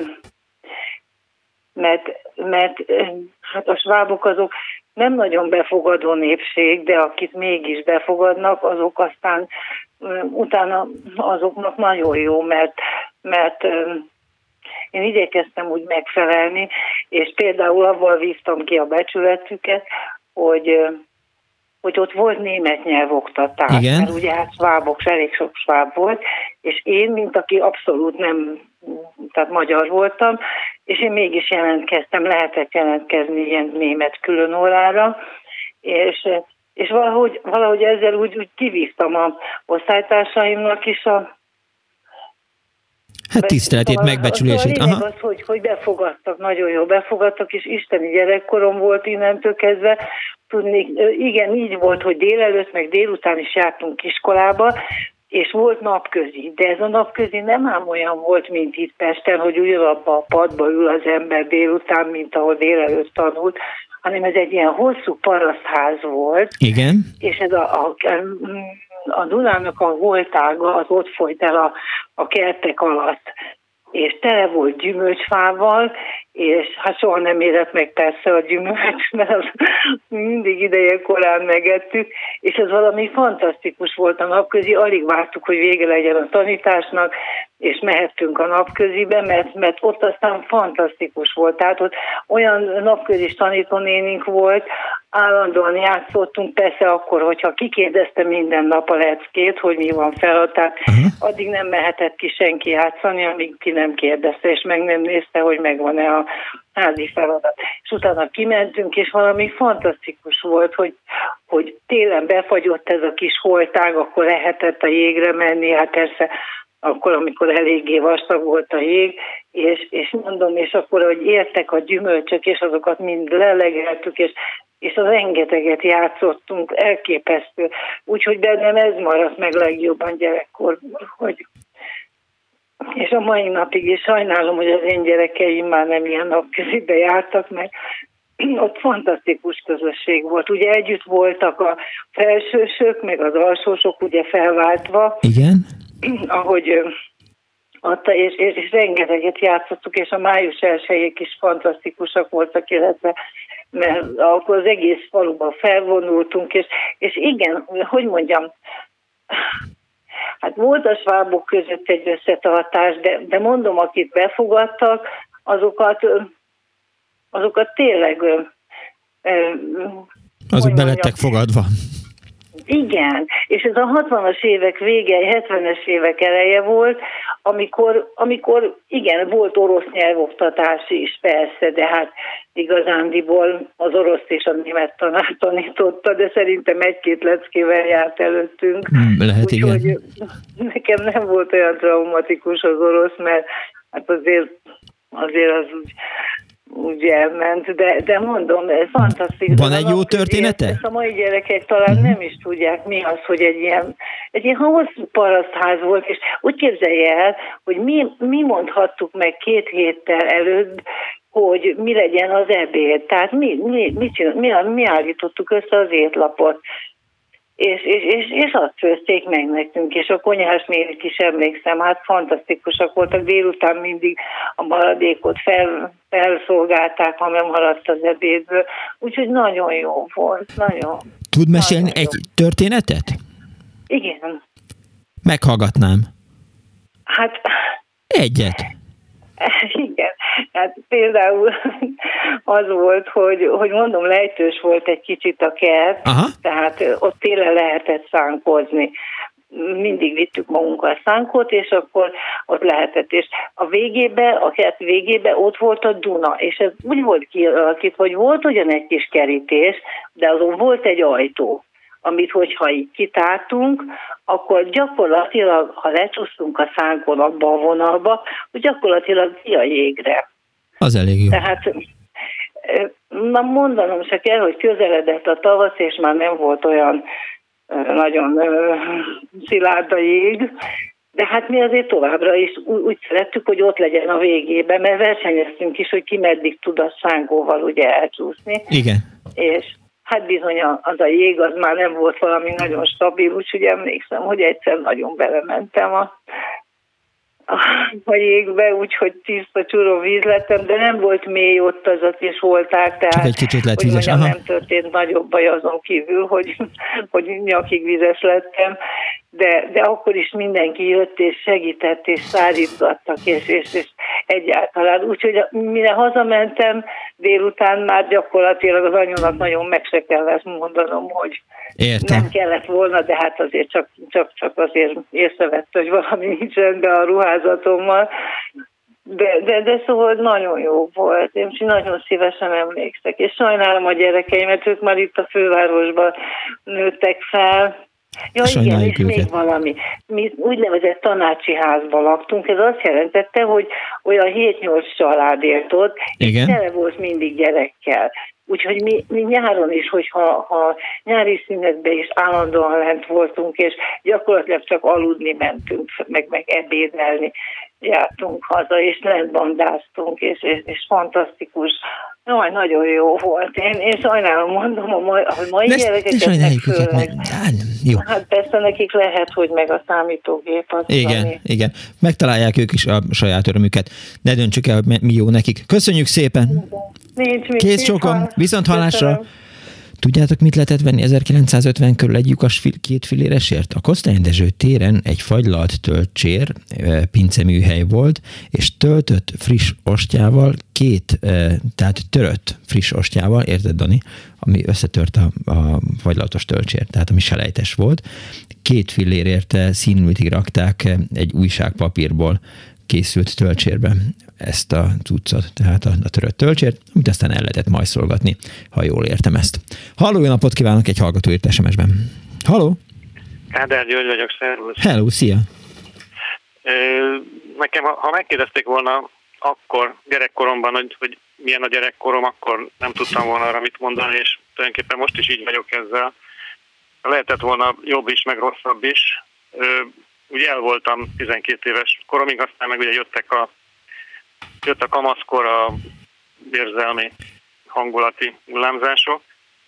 Mert, mert hát a svábok azok nem nagyon befogadó népség, de akit mégis befogadnak, azok aztán utána azoknak nagyon jó, mert, mert én igyekeztem úgy megfelelni, és például avval vívtam ki a becsületüket, hogy, hogy ott volt német nyelvoktatás, igen. Mert ugye hát svábok, elég sok sváb volt, és én, mint aki abszolút nem, tehát magyar voltam, és én mégis jelentkeztem, lehetett jelentkezni ilyen német különórára, és, és valahogy, valahogy ezzel úgy, úgy kivívtam a osztálytársaimnak is a hát tiszteletét, megbecsülését. A lényeg az, hogy, hogy befogadtak, nagyon jól befogadtak, és isteni gyerekkorom volt innentől kezdve. Tudni, igen, így volt, hogy délelőtt, meg délután is jártunk iskolába, és volt napközi, de ez a napközi nem ám olyan volt, mint itt Pesten, hogy ugyanabba a padba ül az ember délután, mint ahol délelőtt tanult, hanem ez egy ilyen hosszú parasztház volt. Igen. És ez a, a, a Dunának a holtága az ott folyt el a, a kertek alatt, és tele volt gyümölcsfával, és hát soha nem érett meg persze a gyümölcs, mert az mindig ideje korán megettük, és ez valami fantasztikus volt a napközi, alig vártuk, hogy vége legyen a tanításnak, és mehettünk a napközibe, mert, mert ott aztán fantasztikus volt. Tehát ott olyan napközis tanítónénink volt, állandóan játszottunk, persze akkor, hogyha kikérdezte minden nap a leckét, hogy mi van feladat, tehát uh-huh. addig nem mehetett ki senki játszani, amíg ki nem kérdezte, és meg nem nézte, hogy megvan-e a házi feladat. És utána kimentünk, és valami fantasztikus volt, hogy, hogy télen befagyott ez a kis holtág, akkor lehetett a jégre menni, hát persze akkor, amikor eléggé vastag volt a jég, és, és mondom, és akkor, hogy értek a gyümölcsök, és azokat mind lelegeltük, és, és az rengeteget játszottunk, elképesztő. Úgyhogy bennem ez maradt meg legjobban gyerekkorban, hogy és a mai napig is sajnálom, hogy az én gyerekeim már nem ilyen napközibe jártak, mert ott fantasztikus közösség volt. Ugye együtt voltak a felsősök, meg az alsósok, ugye felváltva. Igen. Ahogy adta, és, és, és rengeteget játszottuk, és a május elsejék is fantasztikusak voltak, illetve mert akkor az egész faluban felvonultunk, és, és igen, hogy mondjam, hát volt a svábok között egy összetartás, de, de mondom, akit befogadtak, azokat, azokat tényleg... Azok belettek fogadva. Igen, és ez a hatvanas évek vége, hetvenes évek eleje volt, amikor, amikor igen, volt orosz nyelvoktatás is, persze, de hát igazándiból az oroszt és a német tanár tanította, de szerintem egy-két leckével járt előttünk. Lehet, igen. Úgyhogy nekem nem volt olyan traumatikus az orosz, mert hát azért, azért az úgy... úgy elment, de, de mondom, ez fantasztikus. Van egy jó története? Ezt a mai gyerekek talán nem is tudják, mi az, hogy egy ilyen, egy ilyen hosszú parasztház volt, és úgy képzelje el, hogy mi, mi mondhattuk meg két héttel előtt, hogy mi legyen az ebéd. Tehát mi, mi, mi, mi, mi állítottuk össze az étlapot. És, és, és, és azt főzték meg nekünk, és a konyhás nénik is emlékszem, hát fantasztikusak voltak, délután mindig a maradékot fel, felszolgálták, ha nem maradt az ebédből, úgyhogy nagyon jó volt, nagyon. Tud mesélni nagyon egy jó. történetet? Igen. Meghallgatnám. Hát... Egyet. Igen. Hát például az volt, hogy, hogy mondom, lejtős volt egy kicsit a kert, aha, tehát ott télen lehetett szánkozni. Mindig vittük magunkkal szánkot, és akkor ott lehetett. És a végébe, a kert végébe ott volt a Duna, és ez úgy volt kialakítva, hogy volt ugyan egy kis kerítés, de azon volt egy ajtó, amit hogyha így kitártunk, akkor gyakorlatilag, ha lecsúsztunk a szánkon abba a vonalba, hogy gyakorlatilag ki a jégre. Az elég jó. Tehát na mondanom se kell, hogy közeledett a tavasz, és már nem volt olyan nagyon szilárd a jég, de hát mi azért továbbra is úgy szerettük, hogy ott legyen a végében, mert versenyeztünk is, hogy ki meddig tud a szánkóval ugye elcsúszni. Igen. És hát bizony az a jég, az már nem volt valami nagyon stabil, úgyhogy emlékszem, hogy egyszer nagyon belementem a, a jégbe, úgyhogy tiszta csuró víz lettem, de nem volt mély ott az a kis volták, tehát csak egy kicsit lett hogy vizes, mondjam, nem történt nagyobb baj azon kívül, hogy, hogy nyakig vizes lettem, de, de akkor is mindenki jött és segített, és szárítgattak, és, és, és egyáltalán. Úgyhogy mire hazamentem, délután már gyakorlatilag az anyónak nagyon meg se kellett mondanom, hogy értem, nem kellett volna, de hát azért csak, csak, csak azért észrevett, hogy valami nincs rendben a ruházatommal. De, de, de szóval nagyon jó volt. Én nagyon szívesen emlékszek, és sajnálom a gyerekeimet, ők már itt a fővárosban nőttek fel. Ja, igen, és őket. Még valami. Mi úgynevezett tanácsi házban laktunk, ez azt jelentette, hogy olyan hét-nyolc család élt ott, igen, és tele volt mindig gyerekkel. Úgyhogy mi, mi nyáron is, hogyha ha nyári szünetben is állandóan lent voltunk, és gyakorlatilag csak aludni mentünk, meg, meg ebédelni jártunk haza, és lent bandáztunk, és, és, és fantasztikus. Jaj, nagyon jó volt. Én, én sajnálom, mondom, a mai, a mai gyerekeket meg főleg. Jó. Hát persze nekik lehet, hogy meg a számítógép az. Igen, ami... igen. Megtalálják ők is a saját örömüket. Ne döntsük el, hogy mi jó nekik. Köszönjük szépen! Nincs mit. Kész csókom, viszont hallásra! Tudjátok, mit lehetett venni ezerkilencszázötven körül egy lyukas fil, két filléresért? A Kosztolányi Dezső téren egy fagylalt töltsér, pinceműhely volt, és töltött friss ostjával, két, tehát törött friss ostjával, érted, Dani, ami összetört a, a fagylaltos töltsér, tehát ami selejtes volt. Két fillérért színültig rakták egy újságpapírból készült töltsérbe ezt a cuccot, tehát a, a törött töltsért, amit aztán el lehetett majszolgatni, ha jól értem ezt. Halló, jó napot kívánok, egy hallgató írt es em es-ben. Halló? Kádár György vagyok, szervusz. Hello, szia. Nekem, ha megkérdezték volna akkor gyerekkoromban, hogy, hogy milyen a gyerekkorom, akkor nem tudtam volna arra mit mondani, és tulajdonképpen most is így vagyok ezzel. Lehetett volna jobb is, meg rosszabb is. Ugye el voltam tizenkét éves koromig, aztán meg ugye jöttek a, jött a kamaszkor, a érzelmi, hangulati hullámzások,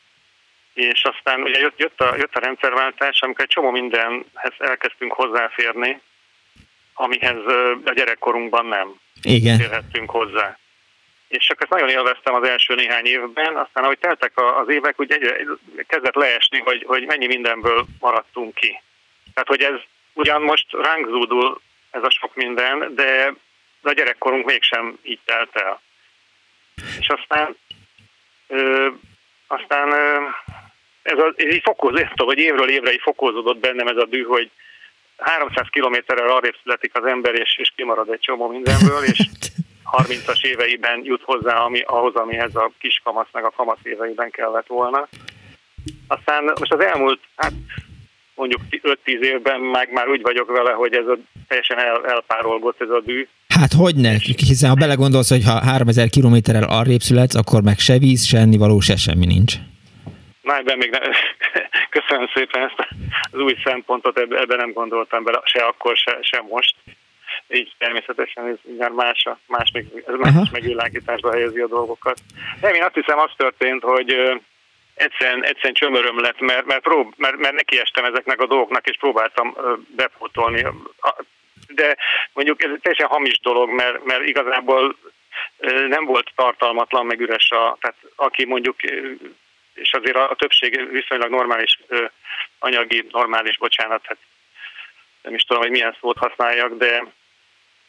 és aztán ugye jött, jött, a, jött a rendszerváltás, amikor egy csomó mindenhez elkezdtünk hozzáférni, amihez a gyerekkorunkban nem Igen. férhettünk hozzá. És csak ezt nagyon élveztem az első néhány évben, aztán ahogy teltek az évek, úgy egyre kezdett leesni, hogy, hogy mennyi mindenből maradtunk ki. Tehát, hogy ez ugyan most ránk zúdul ez a sok minden, de a gyerekkorunk mégsem így telt el. És aztán ö, aztán ö, ez, a, ez így fokozódott, hogy évről évre így fokozódott bennem ez a düh, hogy háromszáz kilométerrel arrébb születik az ember, és, és kimarad egy csomó mindenből, és harmincas éveiben jut hozzá ami, ahhoz, amihez a kiskamasz meg a kamasz éveiben kellett volna. Aztán most az elmúlt, hát mondjuk öt-tíz évben meg már úgy vagyok vele, hogy ez a teljesen el, elpárolgott ez a dű. Hát hogyne, hiszen ha belegondolsz, hogy ha háromezer kilométerrel arrébb születsz, akkor meg se víz, se ennivaló, se semmi nincs. Na, ebben még nem, köszönöm szépen ezt az új szempontot, ebben nem gondoltam bele, se akkor, se, se most. Így természetesen ez más, más, ez más megvilágításba helyezi a dolgokat. Nem, én azt hiszem, az történt, hogy egyszerűen, egyszerűen csömöröm lett, mert, mert, prób, mert, mert nekiestem ezeknek a dolgoknak, és próbáltam bepótolni. De mondjuk ez egy teljesen hamis dolog, mert, mert igazából nem volt tartalmatlan, meg üres a, tehát aki mondjuk, és azért a, a többség viszonylag normális, anyagi, normális, bocsánat, hát nem is tudom, hogy milyen szót használjak, de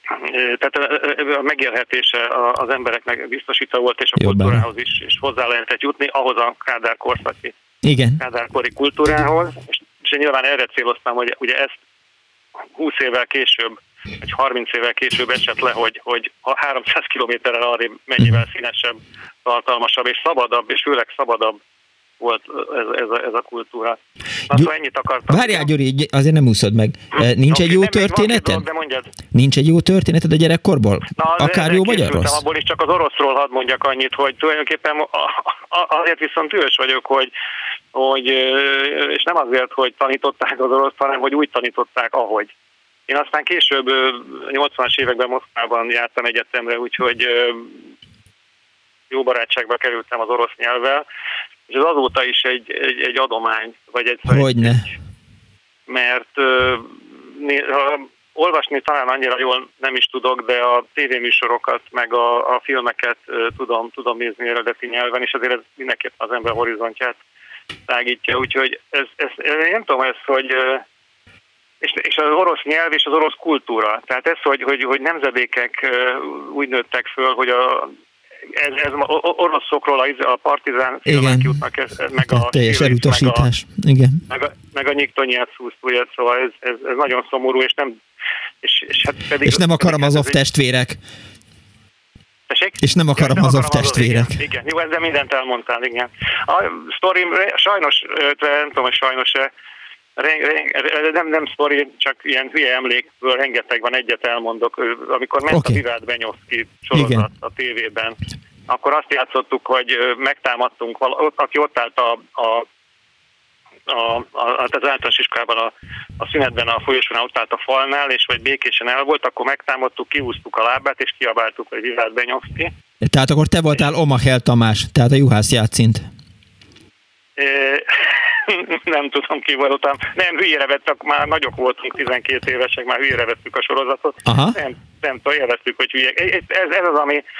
tehát a megélhetése az embereknek biztosítva volt, és a Jobban. kultúrához is, is hozzá lehetett jutni, ahhoz a Kádár korszaki, Igen. Kádárkori kultúrához, és, és nyilván erre céloztam, hogy ugye ezt húsz évvel később, vagy harminc évvel később esett le, hogy, hogy a háromszáz kilométerrel arrébb mennyivel színesebb, tartalmasabb és szabadabb, és főleg szabadabb volt ez, ez, a, ez a kultúra. Na, szóval ennyit akartam. Várjál, Gyuri, azért nem úszod meg. Nincs okay, egy jó nem, történeted? Dolog, de mondjad. Nincs egy jó történeted a gyerekkorból? Na, Akár jó vagy rossz? Abból is csak az oroszról hadd mondjak annyit, hogy tulajdonképpen azért viszont dühös vagyok, hogy, hogy és nem azért, hogy tanították az oroszt, hanem hogy úgy tanították, ahogy. Én aztán később nyolcvanas években Moszkvában jártam egyetemre, úgyhogy jó barátságba kerültem az orosz nyelvvel, és ez azóta is egy, egy, egy adomány, vagy egy... Hogyne. Mert ha olvasni talán annyira jól nem is tudok, de a tévéműsorokat, meg a, a filmeket tudom, tudom nézni eredeti nyelven, és azért ez mindenképpen az ember horizontját tágítja, úgyhogy ez, ez, ez nem tudom ezt, hogy... És, és az orosz nyelv és az orosz kultúra. Tehát ez, hogy, hogy, hogy nemzedékek úgy nőttek föl, hogy a, ez, ez oroszokról a, a partizán filmek jutnak, ez, meg a teljes elutasítás. Meg a, igen. Meg a, meg a Nyiktonyiát szúsztúját, szóval ez, ez, ez nagyon szomorú, és nem... És, és, hát pedig, és nem a Karamazov egy... testvérek. Tessék? És nem a Karamazov ja, testvérek. Igen, igen, jó, ezzel mindent elmondtál, igen. A sztorim sajnos, nem tudom, hogy sajnos-e, Nem, nem sztori, csak ilyen hülye emlékből rengeteg van, egyet elmondok. Amikor ment okay. a Vivád Benyovszky sorozat igen. a tévében, akkor azt játszottuk, hogy megtámadtunk, aki ott állt a, a, a, a, az általános iskolában a, a szünetben a folyosón, ott állt a falnál, és vagy békésen el volt, akkor megtámadtuk, kihúztuk a lábát, és kiabáltuk, hogy Vivád Benyovszky. Tehát akkor te voltál Omachel Tamás, tehát a Juhász Játszint. Nem tudom, ki voltam. Nem, hülyére vettek, már nagyok voltunk, tizenkét évesek, már hülyére vettük a sorozatot. Aha. Nem, nem tudom, élveztük, hogy hülyek. Ez, ez az, ami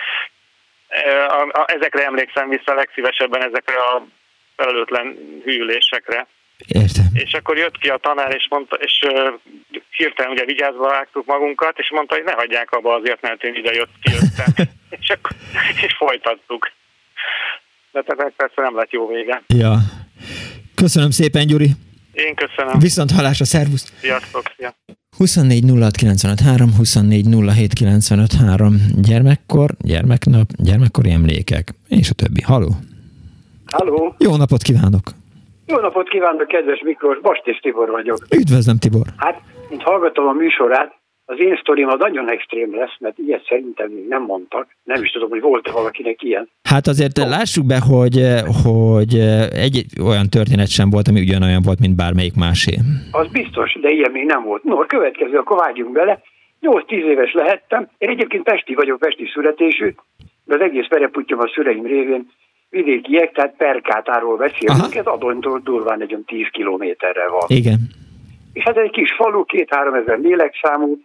a, a, ezekre emlékszem vissza legszívesebben, ezekre a felelőtlen hűlésekre. Értem. És akkor jött ki a tanár, és mondta, és uh, hirtelen ugye vigyázva vágtuk magunkat, és mondta, hogy ne hagyják abba azért, mert én ide jött, kijöttem. és, akkor, és folytattuk. De tehát persze nem lett jó vége. Ja. Köszönöm szépen, Gyuri. Én köszönöm. Viszont hallásra, szervusz. Sziasztok, szia. huszonnégy nulla hat kilencvenöt három, huszonnégy nulla hét kilencvenöt három, gyermekkor, gyermeknap, gyermekkori emlékek, és a többi. Halló. Halló. Jó napot kívánok. Jó napot kívánok, kedves Miklós, Bastis Tibor vagyok. Üdvözlöm, Tibor. Hát, mint hallgatom a műsorát, az én sztorim az nagyon extrém lesz, mert ilyet szerintem még nem mondtak. Nem is tudom, hogy volt-e valakinek ilyen. Hát azért no. lássuk be, hogy, hogy egy olyan történet sem volt, ami ugyanolyan volt, mint bármelyik másé. Az biztos, de ilyen még nem volt. No, a következő, akkor vágjunk bele. nyolc-tíz éves lehettem. Én egyébként pesti vagyok, pesti születésű, de az egész pereputtyom a szüleim révén vidékiek, tehát Perkátáról beszélünk, ez Adontól durván egy tíz kilométerre van. Igen. És hát egy kis falu, két-három ezer lélekszámú,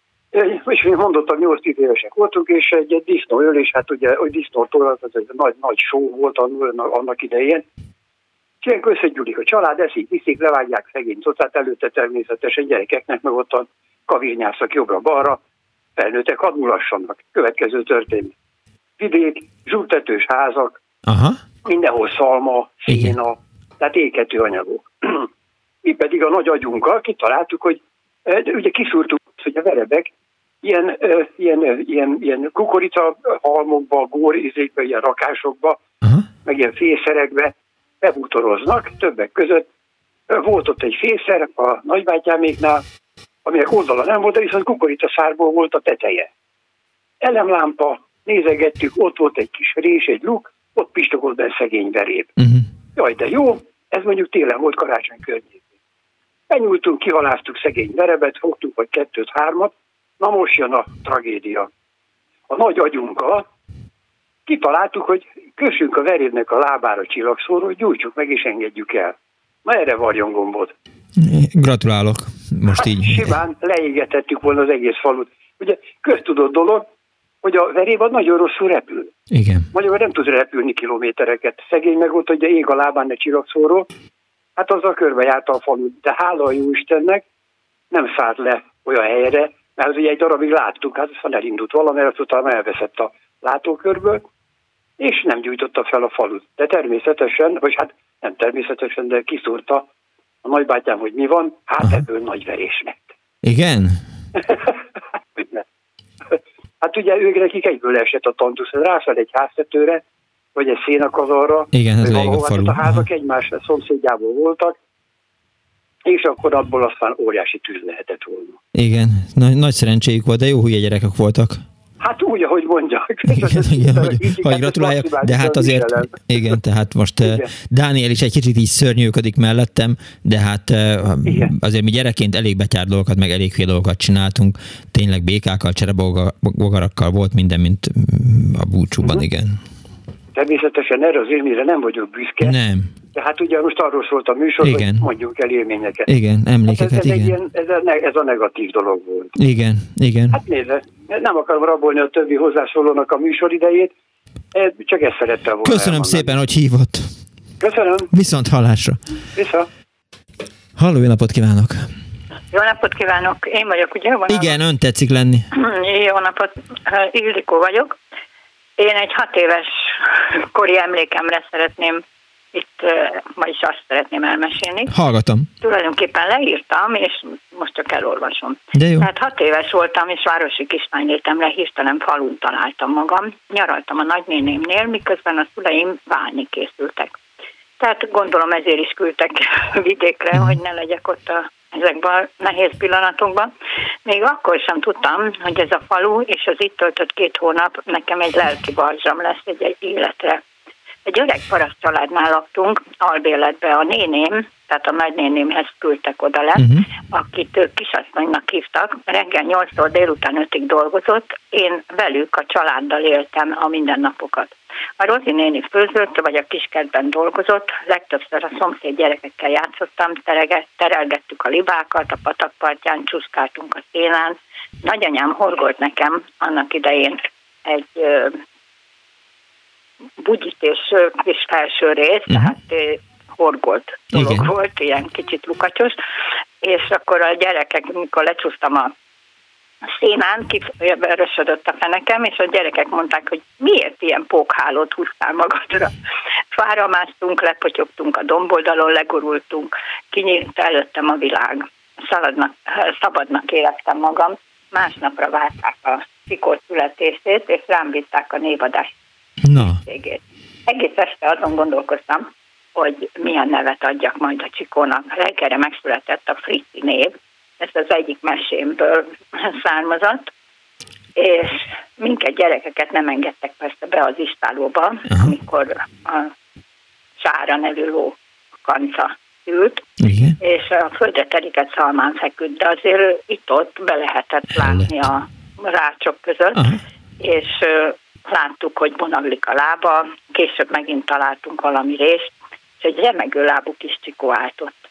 és mi mondottam, nyolc-tíz évesek voltunk, és egy, egy disznóölés, hát ugye, hogy disznótól az egy nagy, nagy show volt annak idején. És ilyenkor összegyűlik a család, eszik, viszik, levágják szegény cocát, előtte természetesen gyerekeknek, meg ottan kavírnyászak jobbra-balra, felnőttek, hadd mulassanak. Következő történik. Vidék, zsúrtetős házak, aha. Mindenhol szalma, széna, tehát égető anyagok. Mi pedig a nagy agyunkkal kitaláltuk, hogy ugye kiszúrtuk, hogy a verebek ilyen, uh, ilyen, uh, ilyen, ilyen kukorica halmokba, górizékbe, ilyen rakásokba, uh-huh. meg ilyen fészerekbe bebútoroznak, többek között. Uh, volt ott egy fészer a nagybátyáméknál, aminek oldala nem volt, de viszont kukoricaszárból volt a teteje. Elemlámpa, nézegettük, ott volt egy kis rés, egy luk, ott pistogott be szegény veréb. Uh-huh. Jaj, de jó, ez mondjuk télen volt, karácsony környékén. Benyúltunk, kihaláztuk szegény verebet, fogtuk vagy kettőt, hármat, na most jön a tragédia. A nagy agyunkkal kitaláltuk, hogy kössünk a verébnek a lábára csillagszórót, gyújtsuk meg és engedjük el. Na erre varjon gombot. Gratulálok, most így. Hát, simán leégetettük volna az egész falut. Ugye köztudott dolog, hogy a veréb az nagyon rosszul repül. Igen. Magyarul nem tud repülni kilométereket. Szegény meg ott, hogy ég a lábán egy csillagszóró, hát azzal körbe járta a falut. De hála a jó Istennek nem szállt le olyan helyre, mert ugye egy darabig láttuk, hát aztán elindult valamire, aztán elveszett a látókörből, és nem gyújtotta fel a falut. De természetesen, vagy hát nem természetesen, de kiszúrta a nagybátyám, hogy mi van, hát aha, ebből nagy verés lett. Igen? Hát ugye ők nekik egyből esett a tantusz, rászal egy háztetőre, vagy egy szénakazarra. Igen, ez elég a falu. A házak egymás szomszédjából voltak, és akkor abból aztán óriási tűz lehetett volna. Igen, nagy, nagy szerencséjük volt, de jó hülye gyerekek voltak. Hát úgy, ahogy mondják. Igen, igen, hogy, hogy gratulálják, de hát azért, igen, tehát most igen. Dániel is egy kicsit így szörnyűködik mellettem, de hát igen, azért mi gyerekként elég betyár dolgokat, meg elég fél dolgokat csináltunk, tényleg békákkal, cserebogarakkal volt minden, mint a búcsúban, uh-huh, igen. Természetesen erre az élményre nem vagyok büszke. Nem. De hát ugye most arról szólt a műsor, igen, hogy mondjunk el élményeket. Igen, emlékeket, hát ez, ez igen. Ilyen, ez, a, ez a negatív dolog volt. Igen, igen. Hát nézze, nem akarom rabolni a többi hozzászólónak a műsor idejét, csak ezt szerettem volna Köszönöm elmondani. Szépen, hogy hívott. Köszönöm. Viszont hallásra. Vissza. Halló, jó napot kívánok. Jó napot kívánok. Én vagyok, ugye? Van igen, ön tetszik lenni. Jó napot. Ildikó vagyok. Én egy hat éves kori emlékemre szeretném itt, vagyis azt szeretném elmesélni. Hallgatom. Tulajdonképpen leírtam, és most csak elolvasom. De jó. Tehát hat éves voltam, és városi kislánylétemre hirtelen falun találtam magam. Nyaraltam a nagynénémnél, miközben a szüleim válni készültek. Tehát gondolom ezért is küldtek vidékre, mm. hogy ne legyek ott a ezekben a nehéz pillanatokban. Még akkor sem tudtam, hogy ez a falu és az itt töltött két hónap nekem egy lelki balzsam lesz egy, egy életre. Egy öreg paraszt családnál laktunk, albérletbe. A néném, tehát a nagynénémhez küldtek oda le, uh-huh. akit ők kisasszonynak hívtak. Reggel nyolctól délután ötig dolgozott, én velük a családdal éltem a mindennapokat. A Rozi néni főzött, vagy a kiskertben dolgozott, legtöbbször a szomszéd gyerekekkel játszottam, terelgettük a libákat, a patakpartján csúszkáltunk a szénán. Nagyanyám horgolt nekem annak idején egy ö, bugyítés kis felső rész, uh-huh. tehát ö, horgolt dolog igen. volt, ilyen kicsit lukacsos, és akkor a gyerekek, mikor lecsúsztam a A szénán kivörösödött a fenekem, és a gyerekek mondták, hogy miért ilyen pókhálót húztál magadra. Fára másztunk, lepotyogtunk a domboldalon, legurultunk, kinyílt előttem a világ. Szaladnak, szabadnak éreztem magam. Másnapra várták a Csikó születését, és rám bízták a névadás szükségét. Egész este azon gondolkoztam, hogy milyen nevet adjak majd a Csikónak. Reggelre megszületett a Frici név, ez az egyik mesémből származott, és minket gyerekeket nem engedtek persze be az istálóba, uh-huh. amikor a Sára nevű ló kanca ült, igen. és a földre terített szalmán feküdt, de azért itt-ott be lehetett látni a rácsok között, uh-huh. és uh, láttuk, hogy vonaglik a lába, később megint találtunk valami részt, és egy remegő lábú kis Csikó állt ott.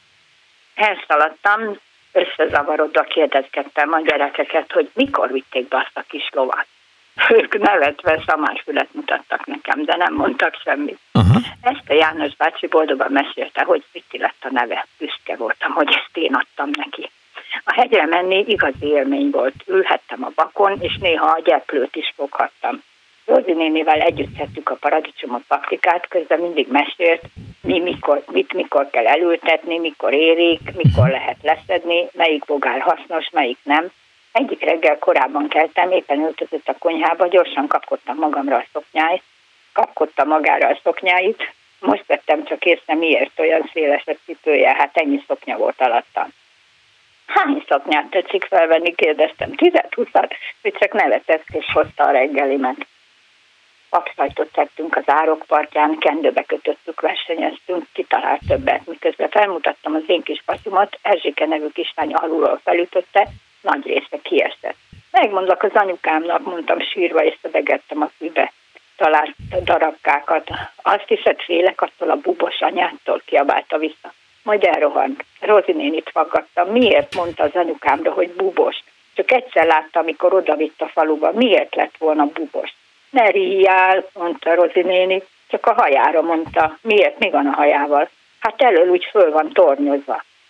Elszaladtam, összezavarodva kérdezgettem a gyerekeket, hogy mikor vitték be azt a kis lovat. Ők nevetve szamárfület mutattak nekem, de nem mondtak semmit. Uh-huh. Ezt a János bácsi boldogan mesélte, hogy Frici lett a neve. Büszke voltam, hogy ezt én adtam neki. A hegyre menni igazi élmény volt. Ülhettem a bakon, és néha a gyeplőt is foghattam. Rózi nénivel együtt szedtük a paradicsomot, paprikát, közben mindig mesélt, mi mikor, mit mikor kell elültetni, mikor érik, mikor lehet leszedni, melyik bogár hasznos, melyik nem. Egyik reggel korábban keltem, éppen öltözött a konyhába, gyorsan kapkodtam magamra a szoknyáit, kapkodta magára a szoknyáit, most vettem csak észre, miért olyan széles a cipője, hát ennyi szoknya volt alattam. Hány szoknyát tetszik felvenni, kérdeztem, tizet, huszat, hogy csak nevetett és hozta a reggelimet. Papszajtot tettünk az árokpartján, kendőbe kötöttük, versenyeztünk, kitalált többet. Miközben felmutattam az én kis patyomat, Erzsike nevű kislány alulról felütötte, nagy része kiesett. Megmondlak az anyukámnak, mondtam sírva, és szedegettem a fűbe talált darabkákat. Azt hiszed, félek attól a bubos anyától, kiabálta vissza. Majd elrohant. Rozi nénit faggattam. Miért mondta az anyukámra, hogy bubos? Csak egyszer látta, amikor odavitt a faluba. Miért lett volna bubos? Ne ríjjál, mondta Rozi néni, csak a hajára mondta. Miért? Mi van a hajával? Hát elől úgy föl van tornyozva.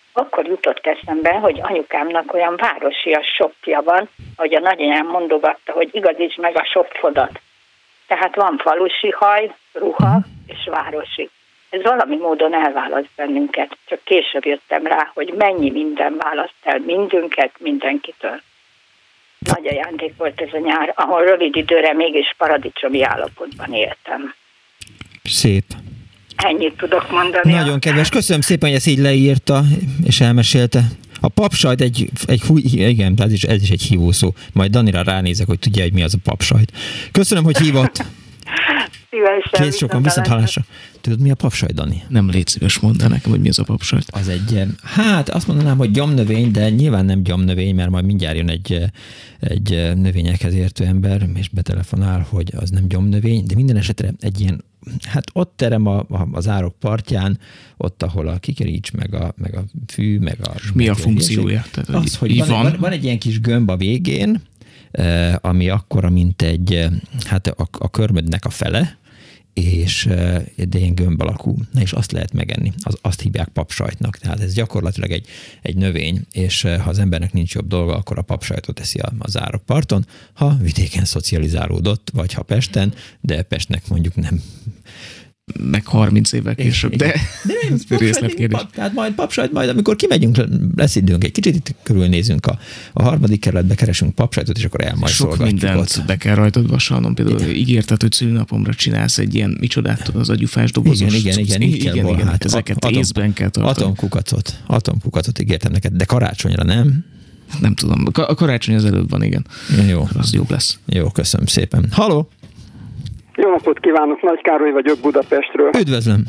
akkor jutott eszembe, hogy anyukámnak olyan városias shopja van, hogy a nagyanyám mondogatta, hogy igazítsd meg a shopfodat. Tehát van falusi haj, ruha és városi. Ez valami módon elválaszt bennünket. Csak később jöttem rá, hogy mennyi minden választ el mindünket, mindenkitől. Nagy ajándék volt ez a nyár, ahol rövid időre mégis paradicsomi állapotban éltem. Szép. Ennyit tudok mondani. Nagyon kedves. Köszönöm szépen, hogy ezt így leírta és elmesélte. A papsajt egy, egy igen, ez is, ez is egy hívószó. Majd Danira ránézek, hogy tudja, hogy mi az a papsajt. Köszönöm, hogy hívott. Szívesen. Kész sokan, viszont hallásra. Tudod, mi a papsajt, Dani? Nem légy szíves, mondd el nekem, hogy mi az a papsajt. Az egy, hát azt mondanám, hogy gyomnövény, de nyilván nem gyomnövény, mert majd mindjárt jön egy, egy növényekhez értő ember, és betelefonál, hogy az nem gyomnövény, de minden esetre egy ilyen, hát ott terem a, a, az árok partján, ott, ahol a kikerics, meg a, meg a fű, meg a... És mi a funkciója? Tehát, az, hogy van, van, van egy ilyen kis gömb a végén, ami akkora, mint egy, hát a, a körmödnek a fele, és de ilyen gömb alakú, na és azt lehet megenni, az, azt hívják papsajtnak, tehát ez gyakorlatilag egy, egy növény, és ha az embernek nincs jobb dolga, akkor a papsajtot eszi az árokparton, ha vidéken szocializálódott, vagy ha Pesten, de Pestnek mondjuk nem meg harminc évvel később, de, de nem, részletkérdés. Tehát majd papsajt, majd amikor kimegyünk, lesz időnk egy kicsit, itt körülnézünk a, a harmadik kerületbe, keresünk papsajtot, és akkor elmajszolgatjuk. Sok mindent ott be kell rajtad vasalnom, például igen. Ígérted, hogy szülinapomra csinálsz egy ilyen, micsodát tudod, az agyufás dobozos. Igen, igen, igen, így kell igen, igen, hát ezeket atom, észben kell tartani. Atomkukacot, atomkukacot ígértem neked, de karácsonyra nem? Nem tudom, a karácsony az előbb van, igen. Jó. Az jobb lesz. Jó, köszönöm szépen. Halló! Jó napot kívánok, Nagy Károly vagyok Budapestről. Üdvözlöm!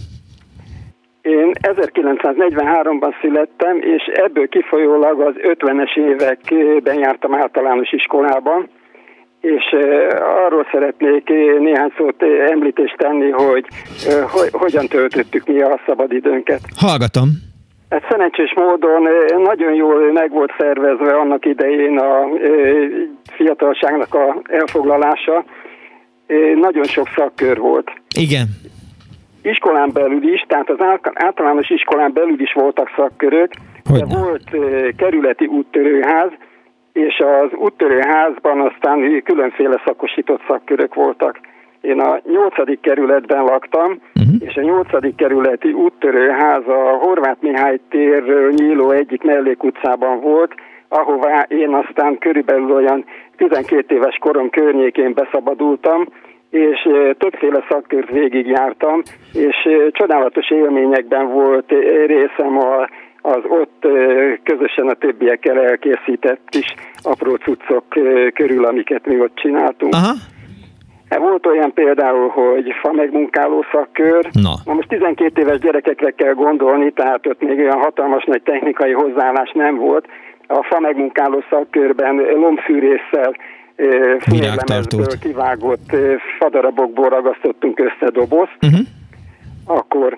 Én ezerkilencszáznegyvenháromban születtem, és ebből kifolyólag az ötvenes években jártam általános iskolában, és arról szeretnék néhány szót említést tenni, hogy, hogy hogyan töltöttük mi a szabadidőnket. Hallgatom! Ez szerencsés módon nagyon jól meg volt szervezve annak idején a fiatalságnak a elfoglalása. Nagyon sok szakkör volt. Igen. Iskolán belül is, tehát az általános iskolán belül is voltak szakkörök, de volt kerületi úttörőház, és az úttörőházban aztán különféle szakosított szakkörök voltak. Én a nyolcadik kerületben laktam, uh-huh. és a nyolcadik kerületi úttörőház a Horváth Mihály térről nyíló egyik mellékutcában volt, ahová én aztán körülbelül olyan tizenkét éves korom környékén beszabadultam, és többféle szakkört végigjártam, és csodálatos élményekben volt részem a, az ott közösen a többiekkel elkészített kis apró cuccok körül, amiket mi ott csináltunk. Aha. Volt olyan például, hogy fa megmunkáló szakkör. Na. Na most tizenkét éves gyerekekre kell gondolni, tehát ott még olyan hatalmas nagy technikai hozzáállás nem volt. A fa megmunkáló szakkörben lombfűrésszel, fűrlemezből kivágott fadarabokból ragasztottunk össze dobozt. Uh-huh. Akkor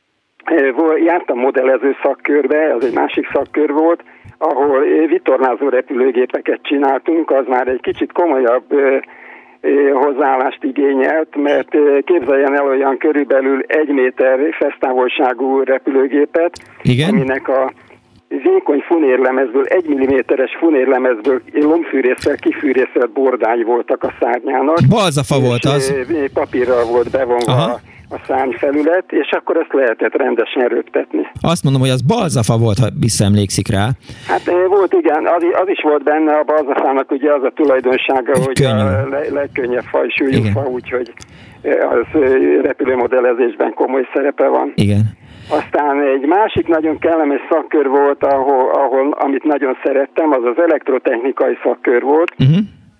jártam modellező szakkörbe, az egy másik szakkör volt, ahol vitorlázó repülőgépeket csináltunk, az már egy kicsit komolyabb hozzáállást igényelt, mert képzeljen el olyan körülbelül egy méter fesztávolságú repülőgépet, igen? Aminek a vékony funérlemezből, egy milliméteres funérlemezből lombfűrésszel kifűrészelt bordái voltak a szárnyának. Balzafa volt az. Papírral volt bevonva a, a szárnyfelület, és akkor ezt lehetett rendesen röptetni. Azt mondom, hogy az balzafa volt, ha visszaemlékszik rá. Hát volt, igen, az, az is volt benne, a balzafának ugye az a tulajdonsága, egy hogy könnyű. A le, legkönnyebb fajsúlyú fa, úgyhogy az repülőmodellezésben komoly szerepe van. Igen. Aztán egy másik nagyon kellemes szakkör volt, ahol, ahol amit nagyon szerettem, az az elektrotechnikai szakkör volt, uh-huh.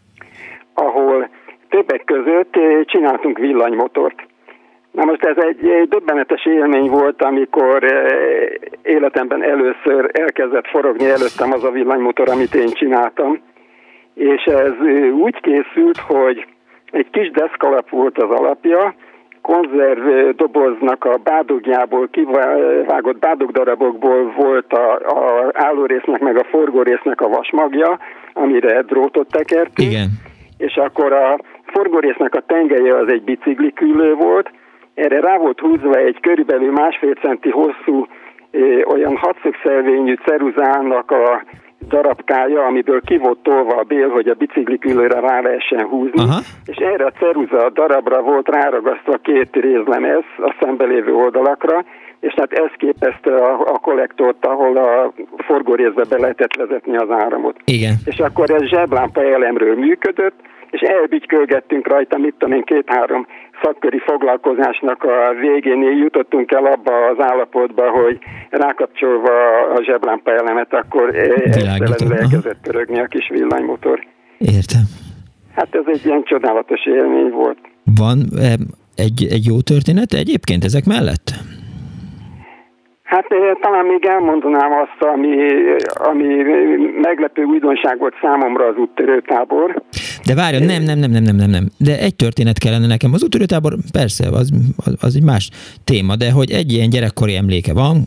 ahol többek között csináltunk villanymotort. Na most ez egy, egy döbbenetes élmény volt, amikor életemben először elkezdett forogni előttem az a villanymotor, amit én csináltam. És ez úgy készült, hogy egy kis deszkalap volt az alapja, konzervdoboznak a bádogjából, kivágott bádogdarabokból volt a, a állórésznek meg a forgórésznek a vasmagja, amire drótot tekertünk. Igen. És akkor a forgórésznek a tengelye az egy bicikliküllő volt, erre rá volt húzva egy körülbelül másfél centi hosszú olyan hatszögszelvényű ceruzának a darabkája, amiből ki volt tolva a bél, hogy a biciklikülőre rá lehessen húzni, aha, és erre a ceruza darabra volt ráragasztva két rézlemez a szembelévő oldalakra, és hát ez képezte a, a kollektort, ahol a forgórészbe be lehetett vezetni az áramot. Igen. És akkor ez zseblámpa elemről működött, és elbügykölgettünk rajta, mit tudom én, két-három szakköri foglalkozásnak a végénél jutottunk el abba az állapotba, hogy rákapcsolva a zseblámpa elemet, akkor egyszerűen elkezdett pörögni a kis villanymotor. Értem. Hát ez egy ilyen csodálatos élmény volt. Van egy, egy jó történet egyébként ezek mellett? Hát talán még elmondanám azt, ami, ami meglepő újdonság volt számomra, az úttörőtábor. De várjon, nem, nem, nem, nem, nem, nem, nem. De egy történet kellene nekem. Az úttörőtábor persze, az, az, az egy más téma, de hogy egy ilyen gyerekkori emléke van,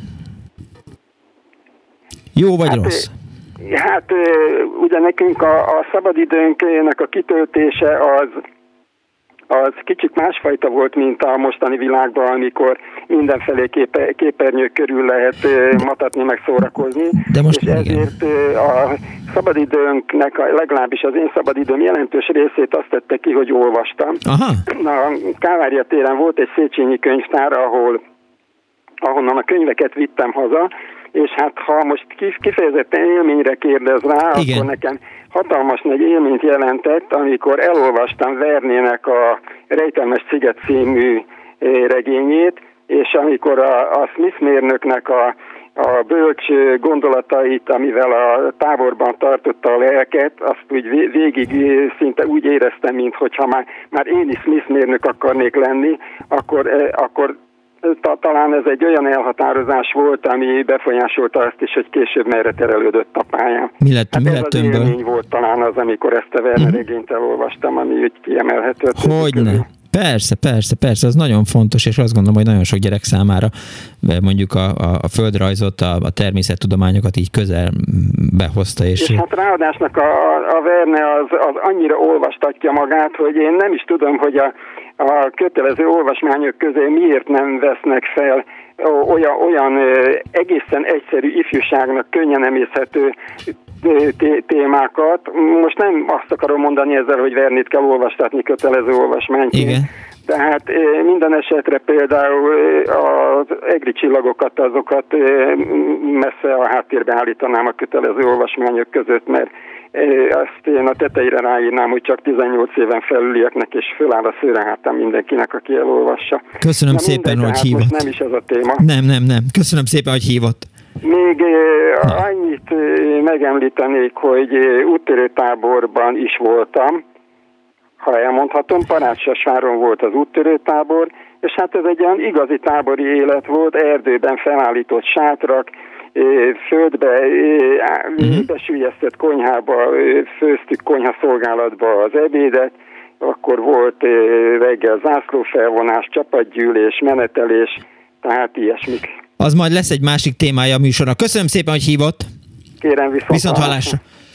jó vagy hát, rossz? Hát ugye nekünk a, a szabadidőnknek a kitöltése az az kicsit másfajta volt, mint a mostani világban, amikor mindenfelé képe, képernyők körül lehet matatni, meg szórakozni. De most és ezért igen. A szabadidőnknek, legalábbis az én szabadidőm jelentős részét azt tette ki, hogy olvastam. Aha. A Kálvária téren volt egy Széchenyi könyvtár, ahol, ahonnan a könyveket vittem haza, és hát ha most kifejezetten élményre kérdez rá, igen, akkor nekem hatalmas nagy élményt jelentett, amikor elolvastam Vernének a Rejtelmes sziget című regényét, és amikor a, a Smith mérnöknek a, a bölcs gondolatait, amivel a táborban tartotta a lelket, azt úgy végig szinte úgy éreztem, mintha már, már én is Smith mérnök akarnék lenni, akkor, akkor talán ez egy olyan elhatározás volt, ami befolyásolta azt is, hogy később merre terelődött a pályán. Mi lett, hát mi ez lett az önből? élmény volt talán az, amikor ezt a Verne regényt elolvastam, ami úgy kiemelhető. Hogyne? Persze, persze, persze, az nagyon fontos, és azt gondolom, hogy nagyon sok gyerek számára mondjuk a, a, a földrajzot, a, a természettudományokat így közelbe hozta. És, és hát ráadásnak a, a Verne az, az annyira olvastatja magát, hogy én nem is tudom, hogy a a kötelező olvasmányok közé miért nem vesznek fel olyan, olyan egészen egyszerű ifjúságnak könnyen emészhető témákat. Most nem azt akarom mondani ezzel, hogy Vernét kell olvastatni kötelező olvasmányként. Igen. Tehát minden esetre például az egri csillagokat, azokat messze a háttérbe állítanám a kötelező olvasmányok között, mert azt én a tetejére ráírnám, hogy csak tizennyolc éven felülieknek, és föláll a szőre hátán mindenkinek, aki elolvassa. Köszönöm Na szépen, mindegy, hogy hát hívott. Nem is ez a téma. Nem, nem, nem. Köszönöm szépen, hogy hívott. Még Na. annyit megemlítenék, hogy úttörőtáborban is voltam, ha elmondhatom, Parácsasváron volt az úttörőtábor, és hát ez egy olyan igazi tábori élet volt, erdőben felállított sátrak, földbe, uh-huh. besülyeztett konyhába, főztük konyhaszolgálatba az ebédet, akkor volt reggel zászlófelvonás, csapatgyűlés, menetelés, tehát ilyesmik. Az majd lesz egy másik témája a műsornak. Köszönöm szépen, hogy hívott. Kérem, viszont, viszont hallásra.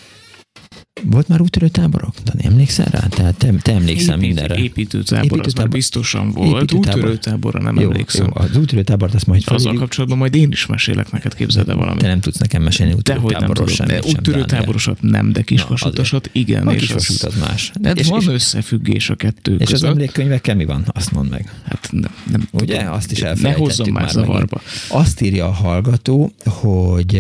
Volt már úttörőtáborok? De emlékszel rá? Tehát te, te emlékszel Épít, mindenre. Építőtábor, építőtábor, az már biztosan volt. Úttörőtáborra nem jó, emlékszem. Jó, az úttörőtábort azt majd felhívjuk. Azzal kapcsolatban majd én is mesélek neked, képzeld el valamit. Te nem tudsz nekem mesélni úttörőtáborról sem. Úttörőtáborosat nem, de kisvasutasat igen. A kisvasút az más. De és, van és, összefüggés a kettő és között. És az emlékkönyvekkel mi van? Azt mondd meg. Hát nem, nem ugye? tudom. Azt is elfelejtettük. Ne hozzon már zavarba. Azt írja a hallgató, hogy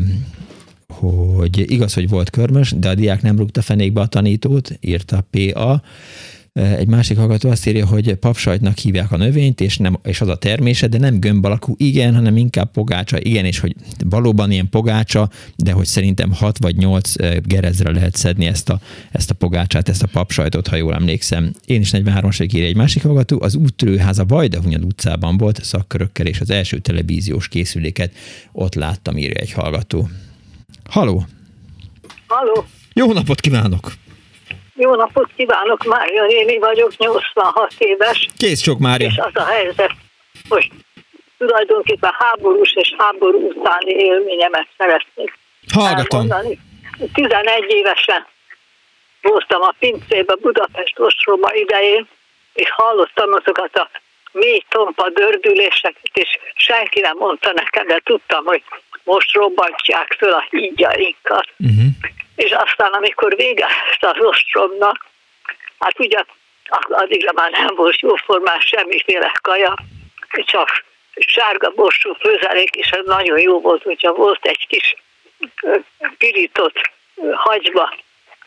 hogy igaz, hogy volt körmös, de a diák nem rúgta fenékbe a tanítót, írta pé á. Egy másik hallgató azt írja, hogy papsajtnak hívják a növényt, és, nem, és az a termése, de nem gömb alakú, igen, hanem inkább pogácsa, igen, és hogy valóban ilyen pogácsa, de hogy szerintem hat vagy nyolc gerezre lehet szedni ezt a, ezt a pogácsát, ezt a papsajtot, ha jól emlékszem. Én is negyvenhármasig írja egy másik hallgató, az úttörőház a Vajdahunyad utcában volt, szakkörökkel, és az első televíziós készüléket ott láttam, írja egy hallgató. Halló! Halló! Jó napot kívánok! Jó napot kívánok, Mária néni vagyok, nyolcvanhat éves. Kész sok, Mária! És az a helyzet, hogy tulajdonképpen háborús és háború utáni élményemet szeretnék Hallgatom. elmondani. tizenegy évesen voltam a pincében Budapest ostroma idején, és hallottam azokat a mély tompa dördüléseket, és senki nem mondta nekem, de tudtam, hogy most robbantják föl a hídjainkat. Uh-huh. És aztán, amikor vége lett az ostromnak, hát ugye addigra már nem volt jóformán semmiféle kaja, csak sárga borsó főzelék, és ez nagyon jó volt, hogyha volt egy kis pirított hagyma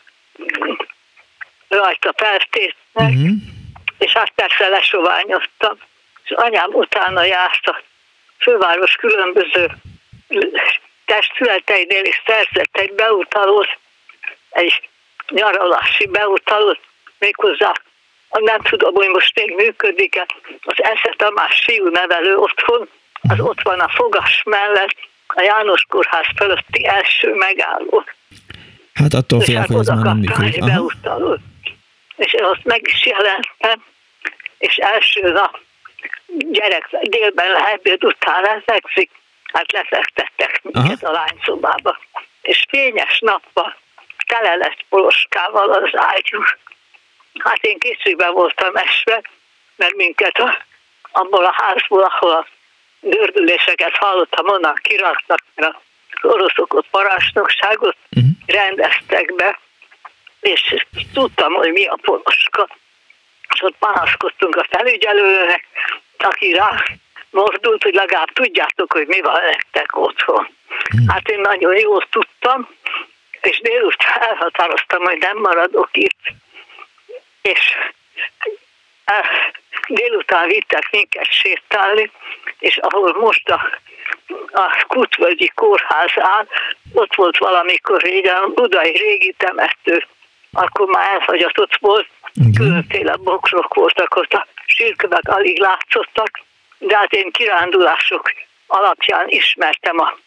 rajta feltétnek, uh-huh. és azt persze lesoványoztam, és anyám utána járt a főváros különböző testületeinél, és szerzett egy beutalót, egy nyaralási beutalót, méghozzá, nem tudom, hogy most még működik-e, az Esze Tamás fiúnevelő otthon, az ott van a Fogas mellett, a János Kórház fölötti első megálló. Hát attól félek, hogy ez már nem működik. És én ott meg is jelentem, és első nap gyerek délben lebéd után lefekszik, hát lefektettek minket a lányszobába. És fényes nappal tele lett poloskával az ágyú. Hát én kétségbe voltam esve, mert minket a, abból a házból, ahol a gördüléseket hallottam, onnan kiraktak, mert az oroszok ott parancsnokságot uh-huh. rendeztek be, és tudtam, hogy mi a poloska. És ott panaszkodtunk a felügyelőnek, aki rá mordult, hogy legalább tudjátok, hogy mi van nektek otthon. Hát én nagyon jól tudtam, és délután elhatároztam, hogy nem maradok itt. És délután vittek minket sétálni, és ahol most a, a Kutvölgyi kórház áll, ott volt valamikor régen a budai régi temető, akkor már elhagyatott volt, különféle bokrok voltak ott, a sírkövek alig látszottak, de hát én kirándulások alapján ismertem a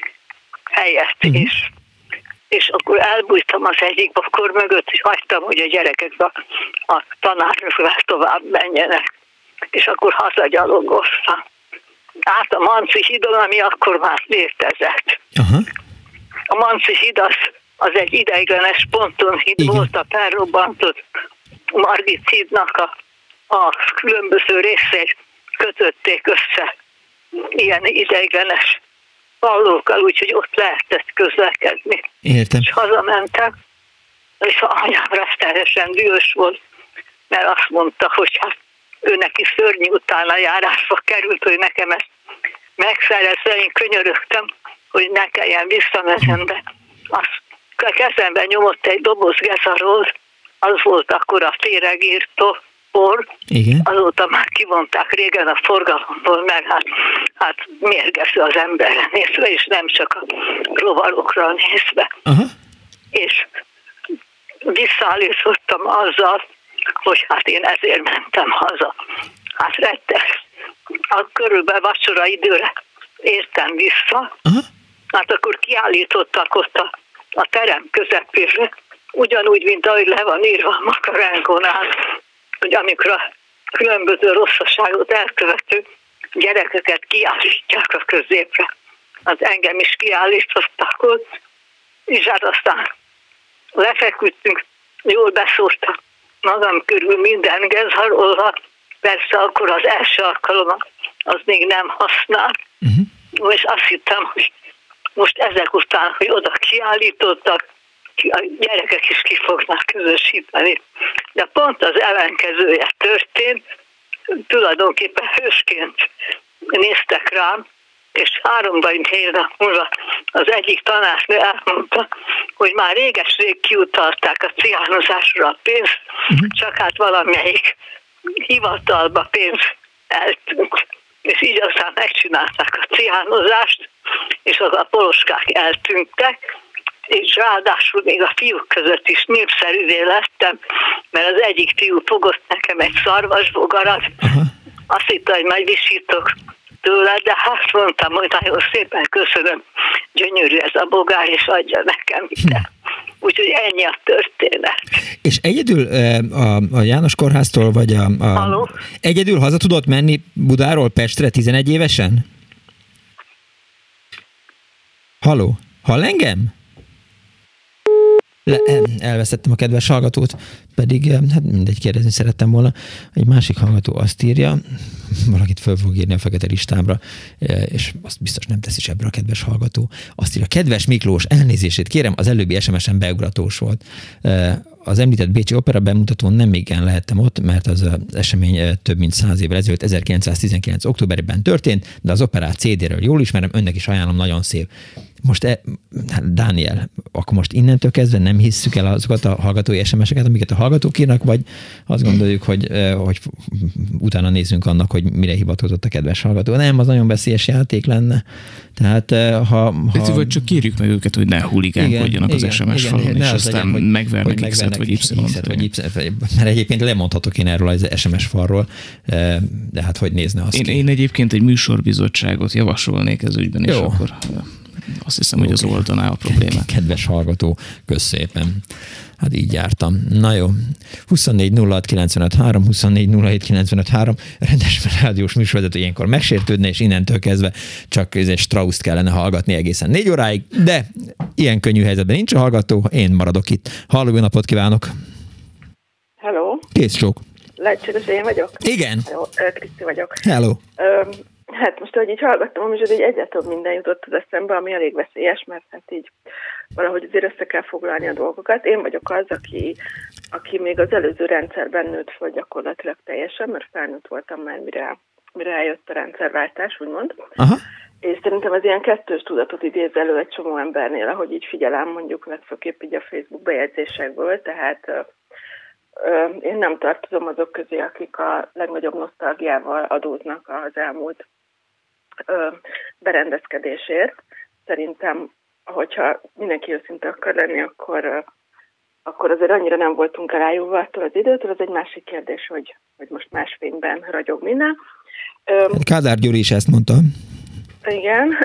helyet is. Uh-huh. És akkor elbújtam az egyik bokor mögött, és hagytam, hogy a gyerekek a, a tanárnővel tovább menjenek. És akkor hazagyalogoztam. Át a Manci hídon, ami akkor már létezett. Uh-huh. A Manci híd az, az egy ideiglenes ponton híd. Igen. Volt a felrobbantott Margit hídnak a, a különböző részét kötötték össze ilyen ideiglenes pallókkal, úgyhogy ott lehetett közlekedni. Értem. És hazamentem, és a anyám rettenetesen dühös volt, mert azt mondta, hogy hát ő neki szörnyű utána járásba került, hogy nekem ezt megszerezze, én könyörögtem, hogy ne kelljen visszamennem, de azt a kezemben nyomott egy doboz gezaról, az volt akkor a féregírtó por. Igen. Azóta már kivonták régen a forgalomból, mert hát, hát mérgeső az emberre nézve, és nem csak a rovarokra nézve. Uh-huh. És visszaállítottam azzal, hogy hát én ezért mentem haza. Hát rettek. A körülbelül vacsora időre értem vissza. Uh-huh. Hát akkor kiállítottak ott a, a terem közepére, ugyanúgy, mint ahogy le van írva a Makarenkonál, hogy amikor a különböző rosszaságot elkövető gyerekeket kiállítják a középre. Az engem is kiállítottak ott, és hát aztán lefeküdtünk, jól beszórtam magam körül minden gezharolva, persze akkor az első alkalommal az még nem használt, uh-huh. és azt hittem, hogy most ezek után, hogy oda kiállítottak, a gyerekek is ki fognak közösíteni. De pont az ellenkezője történt, tulajdonképpen hősként néztek rám, és három vagy négy nap múlva az egyik tanárnő elmondta, hogy már réges-rég kiutalták a ciánozásra a pénzt, uh-huh. csak hát valamelyik hivatalba pénz eltűnt. És így aztán megcsinálták a ciánozást, és az a poloskák eltűntek, és ráadásul még a fiúk között is népszerűvé lettem, mert az egyik fiú fogott nekem egy szarvasbogarat, uh-huh. azt hitte, hogy majd visítok tőle, de hát mondtam, hogy nagyon szépen köszönöm, gyönyörű ez a bogár, és adja nekem ide. Úgyhogy ennyi a történet. És egyedül a, a János Kórháztól, vagy a, a egyedül haza tudott menni Budáról Pestre tizenegy évesen? Halló? Hall engem? Le, elveszettem a kedves hallgatót, pedig hát mindegy, kérdezni szerettem volna. Egy másik hallgató azt írja, valakit föl fog írni a fekete listámra, és azt biztos nem teszi ebből a kedves hallgató. Azt írja, kedves Miklós, elnézését kérem, az előbbi es em es-en beugratós volt. Az említett bécsi opera bemutatón nem igen lehettem ott, mert az, az esemény több mint száz évvel ezelőtt, ezerkilencszáztizenkilenc októberében történt, de az operát cé dé-ről jól ismerem, önnek is ajánlom, nagyon szép. Most, e, Dániel, akkor most innentől kezdve nem hisszük el azokat a hallgatói es em es-eket, amiket a hallgatók írnak, vagy azt gondoljuk, hogy, hogy utána nézzünk annak, hogy mire hivatkozott a kedves hallgató. Nem, az nagyon veszélyes játék lenne. Tehát, ha... ha... Vagy csak kérjük meg őket, hogy ne huligánkodjanak az es em es falon, és aztán legyen, megvernek X-et vagy Y-t. Vagy Y-t, mert egyébként lemondhatok én erről az es em es falról, de hát hogy nézne azt én, ki? Én egyébként egy műsorbizottságot javasolnék ez ügyben, és Jó. akkor... Azt hiszem, hogy az oldaná a problémát. Kedves hallgató, kösz szépen. Hát így jártam. Na jó. huszonnégy nulla hat kilencvenöt három, huszonnégy nulla hét kilencvenöt három. Rendes rádiós műsorvezető ilyenkor megsértődne, és innentől kezdve csak egy Strauss-t kellene hallgatni egészen négy óráig, de ilyen könnyű helyzetben nincs a hallgató, én maradok itt. Halló, jó napot kívánok! Hello! Kész csók! Lehetséges, én vagyok? Igen! Hello, Kriszti vagyok. Hello! Um, Hát most, ahogy így hallgattam, és így egyre több minden jutott az eszembe, ami elég veszélyes, mert hát így valahogy azért össze kell foglalni a dolgokat. Én vagyok az, aki, aki még az előző rendszerben nőtt föl gyakorlatilag teljesen, mert felnőtt voltam már, mire, mire eljött a rendszerváltás, úgymond. Aha. És szerintem az ilyen kettős tudatot idéz elő egy csomó embernél, ahogy így figyelem, mondjuk legfőképp így a Facebook bejegyzésekből, tehát ö, én nem tartozom azok közé, akik a legnagyobb nosztalgiával adóznak az elmúlt ö, berendezkedésért. Szerintem, hogyha mindenki őszinte akar lenni, akkor, ö, akkor azért annyira nem voltunk elájulva attól az időtől. Az egy másik kérdés, hogy, hogy most más fényben ragyog minden. Ö, Kádár Gyuri is ezt mondta. Igen.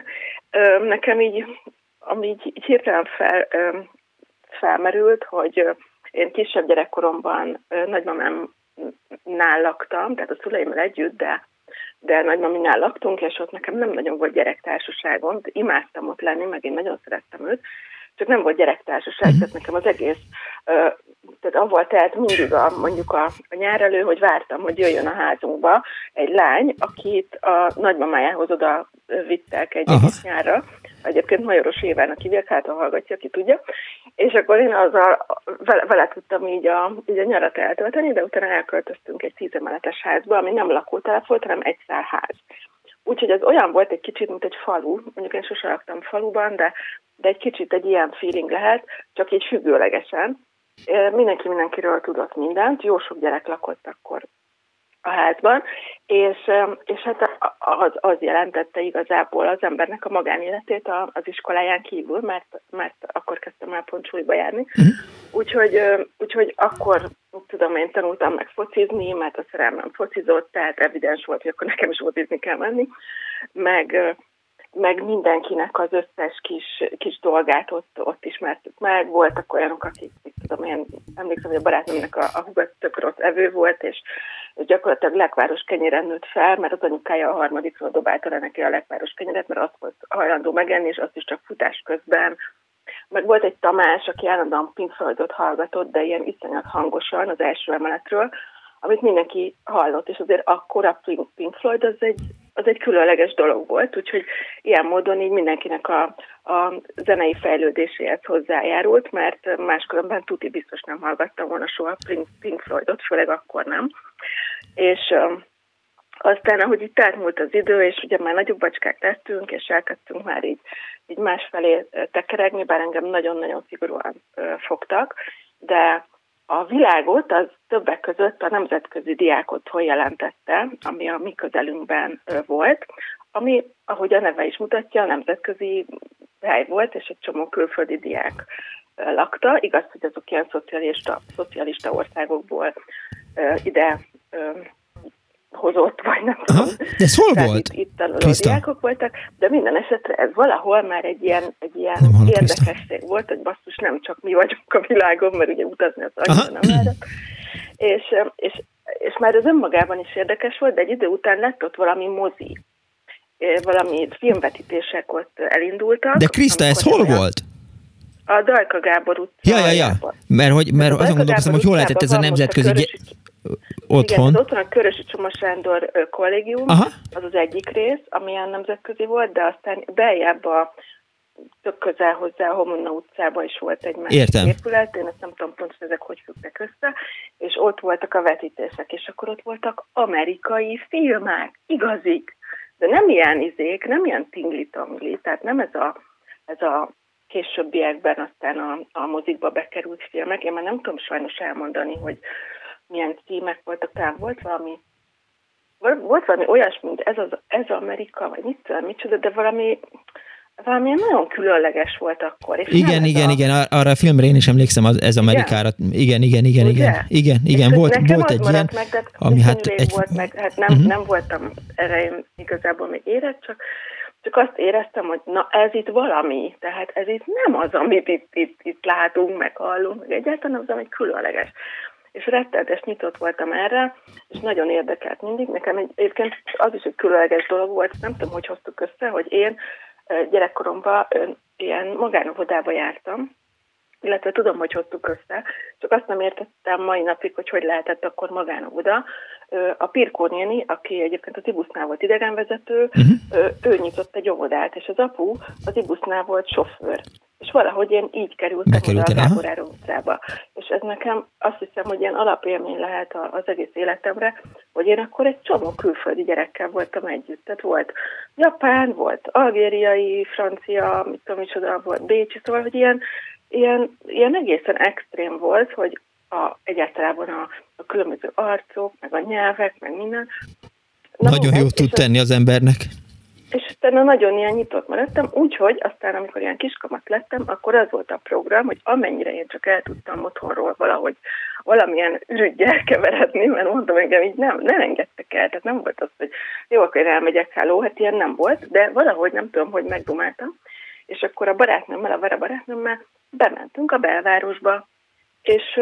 Ö, nekem így, ami így, így hirtelen fel, ö, felmerült, hogy ö, én kisebb gyerekkoromban ö, nagymamámnál laktam, tehát a szüleimmel együtt, de, de nagymaminál laktunk, és ott nekem nem nagyon volt gyerektársaságom, de imádtam ott lenni, meg én nagyon szerettem őt, csak nem volt gyerektársaság, tehát nekem az egész, ö, tehát avval telt mindig a, mondjuk a, a nyár elő, hogy vártam, hogy jöjjön a házunkba egy lány, akit a nagymamájához oda vittek egy egész nyárra. Egyébként Majoros Évának hívják, hát ha hallgatja, ki tudja. És akkor én azzal vele, vele tudtam így a, így a nyarat eltölteni, de utána elköltöztünk egy tízemeletes házba, ami nem lakótelep volt, hanem egyszárház. Úgyhogy ez olyan volt egy kicsit, mint egy falu. Mondjuk én sosem laktam faluban, de, de egy kicsit egy ilyen feeling lehet, csak így függőlegesen. Mindenki mindenkiről tudott mindent, jó sok gyerek lakott akkor a házban, és, és hát az, az jelentette igazából az embernek a magánéletét az iskoláján kívül, mert, mert akkor kezdtem el pontsuliba járni. Úgyhogy, úgyhogy akkor, tudom, én tanultam meg focizni, mert a szerelmem focizott, tehát evidens volt, hogy akkor nekem is focizni kell menni, meg, meg mindenkinek az összes kis, kis dolgát ott, ott ismertük meg. Voltak olyanok, akik, tudom, én emlékszem, hogy a barátnőmnek a, a húga tök rossz evő volt, és gyakorlatilag lekváros kenyéren nőtt fel, mert az anyukája a harmadikról dobálta le neki a lekváros kenyeret, mert azt volt hajlandó megenni, és azt is csak futás közben. Meg volt egy Tamás, aki állandóan Pink Floydot hallgatott, de ilyen iszonyat hangosan az első emeletről, amit mindenki hallott, és azért akkor a Pink Floyd az egy, az egy különleges dolog volt, úgyhogy ilyen módon így mindenkinek a, a zenei fejlődéséhez hozzájárult, mert máskülönben tuti biztos nem hallgattam volna soha Pink, Pink Floydot, főleg akkor nem. És um, aztán, ahogy itt elmúlt az idő, és ugye már nagyobb bacskák lettünk, és elkezdtünk már így, így másfelé tekeregni, bár engem nagyon-nagyon szigorúan uh, fogtak, de a világot az többek között a nemzetközi diákotthon jelentette, ami a mi közelünkben volt, ami, ahogy a neve is mutatja, a nemzetközi hely volt, és egy csomó külföldi diák lakta. Igaz, hogy azok ilyen szocialista, szocialista országokból ide hozott, vagy nem tudom. De ez hol volt? Itt, itt tanuló diákok voltak, de minden esetre ez valahol már egy ilyen, egy ilyen érdekesség volt, hogy basszus, nem csak mi vagyunk a világon, mert ugye utazni az annyira nem árat. És, és, és már ez önmagában is érdekes volt, de egy idő után lett ott valami mozi, valami filmvetítések ott elindultak. De Kriszta, ez hol volt? A Dajka Gábor utca. Ja, ja, ja. Mert, hogy, mert azon gondolkoztam, hogy hol lehetett ez a nemzetközi Körösi, otthon. Igen, ott van a Körösi Csoma Sándor kollégium, Aha. az az egyik rész, amilyen nemzetközi volt, de aztán beljebb a tök közel hozzá a Homonna utcában is volt egy másik épület, én ezt nem tudom pontosan, ezek hogy függtek össze, és ott voltak a vetítések, és akkor ott voltak amerikai filmek, igazik, de nem ilyen izék, nem ilyen tingli-tangli, tehát nem ez a, ez a későbbiekben aztán a, a mozikba bekerült filmek, én már nem tudom sajnos elmondani, hogy milyen címek voltak, talán volt valami, volt valami olyas, mint ez, az, ez Amerika, vagy mit tudom, micsoda, de valami Valamilyen nagyon különleges volt akkor. És igen, igen, a... igen, arra a filmre én is emlékszem, az, ez Amerikára. Igen, igen, igen, igen, igen, igen, volt, volt egy ilyen, meg, de ami hát egy... volt meg, hát nem, uh-huh. nem voltam erre én igazából még érett, csak, csak azt éreztem, hogy na ez itt valami, tehát ez itt nem az, amit itt, itt, itt látunk, meg hallunk, meg egyáltalán az, ami különleges. És rettenetes nyitott voltam erre, és nagyon érdekelt mindig. Nekem egy, egyébként az is egy különleges dolog volt, nem tudom, hogy hoztuk össze, hogy én gyerekkoromban ilyen magánóvodába jártam, illetve tudom, hogy hoztuk össze, csak azt nem értettem mai napig, hogy hogy lehetett akkor magánóvoda. A Pirkó néni, aki egyébként az Ibusznál volt idegenvezető, uh-huh. ő nyitott egy óvodát, és az apu az Ibusznál volt sofőr. És valahogy én így kerültem oda a Gábor Áron utcába. És ez nekem azt hiszem, hogy ilyen alapélmény lehet az egész életemre, hogy én akkor egy csomó külföldi gyerekkel voltam együtt. Tehát volt japán, volt algériai, francia, mit tudom micsoda, volt bécsi, szóval, hogy ilyen, ilyen, ilyen egészen extrém volt, hogy a, egyáltalán a, a különböző arcok, meg a nyelvek, meg minden. Na, nagyon jót tud tenni az embernek. És utána nagyon ilyen nyitott maradtam, úgyhogy aztán, amikor ilyen kiskamat lettem, akkor az volt a program, hogy amennyire én csak el tudtam otthonról valahogy valamilyen ürüggyel keveredni, mert mondtam, engem így nem, nem engedtek el, tehát nem volt az, hogy jó, akkor én elmegyek, háló, hát ilyen nem volt, de valahogy nem tudom, hogy megdumáltam, és akkor a barátnőmmel, a Vera barátnőmmel bementünk a belvárosba, és,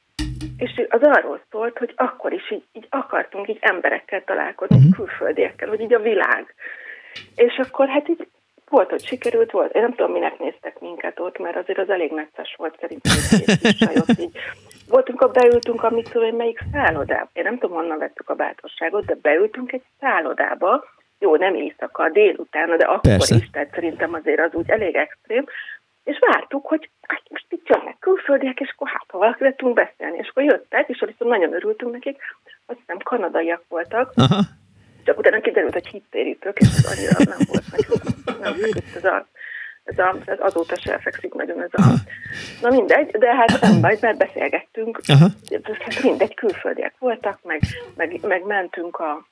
és az arról szólt, hogy akkor is így, így akartunk így emberekkel találkozni, uh-huh. külföldiekkel, hogy így a világ. És akkor hát így volt, hogy sikerült, volt. Én nem tudom, minek néztek minket ott, mert azért az elég necces volt szerintem. Így. Voltunk, akkor beültünk, amit tudom én, melyik szállodába. Én nem tudom, honnan vettük a bátorságot, de beültünk egy szállodába. Jó, nem éjszaka, délután, de akkor Persze. is, tehát szerintem azért az úgy elég extrém. És vártuk, hogy hát most itt jönnek külföldiek, és akkor hát, ha valakivel tudunk beszélni. És akkor jöttek, és viszont nagyon örültünk nekik. Azt hiszem kanadaiak voltak. Aha. Csak utána kiderült, hogy hittérítők, és az annyira nem volt meg. Nem feküdt ez a, ez a, ez azóta se fekszik nagyon ez a... Na mindegy, de hát nem baj, mert beszélgettünk. Aha. Hát mindegy, külföldiek voltak, meg, meg, meg mentünk a...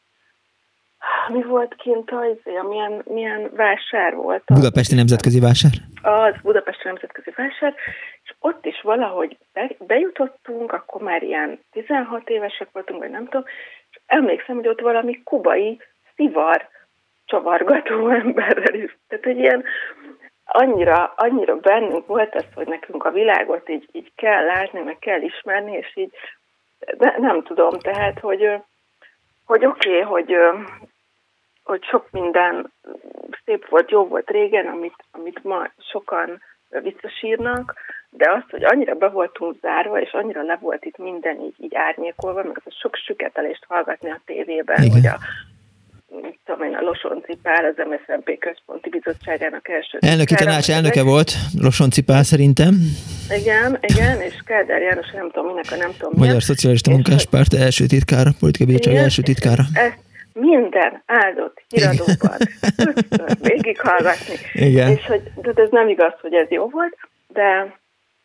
Mi volt kint az, milyen, milyen vásár volt? A Budapesti Nemzetközi Vásár? Az Budapesti Nemzetközi Vásár, és ott is valahogy be, bejutottunk, akkor már ilyen tizenhat évesek voltunk, vagy nem tudom, és emlékszem, hogy ott valami kubai szivar csavargató emberrel is. Tehát egy ilyen annyira, annyira bennünk volt ez, hogy nekünk a világot így, így kell látni, meg kell ismerni, és így ne, nem tudom, tehát, hogy, hogy oké, okay, hogy hogy sok minden szép volt, jó volt régen, amit, amit ma sokan visszasírnak, de azt, hogy annyira be voltunk zárva, és annyira le volt itt minden így, így árnyékolva, meg az a sok süketelést hallgatni a tévében, Igen. hogy a, mit tudom én, a Losonci Pál, az em es zé en pé központi bizottságának első... Elnöki tanács elnöke volt, Losonci Pál szerintem. Igen, igen, és Kádár János, nem tudom minek, a nem tudom Magyar milyen. Szocialista Munkáspárt első titkára, politikai bizottság első titkára. Ezt minden áldott híradóban ötször végighallgatni. Igen. És hogy de ez nem igaz, hogy ez jó volt, de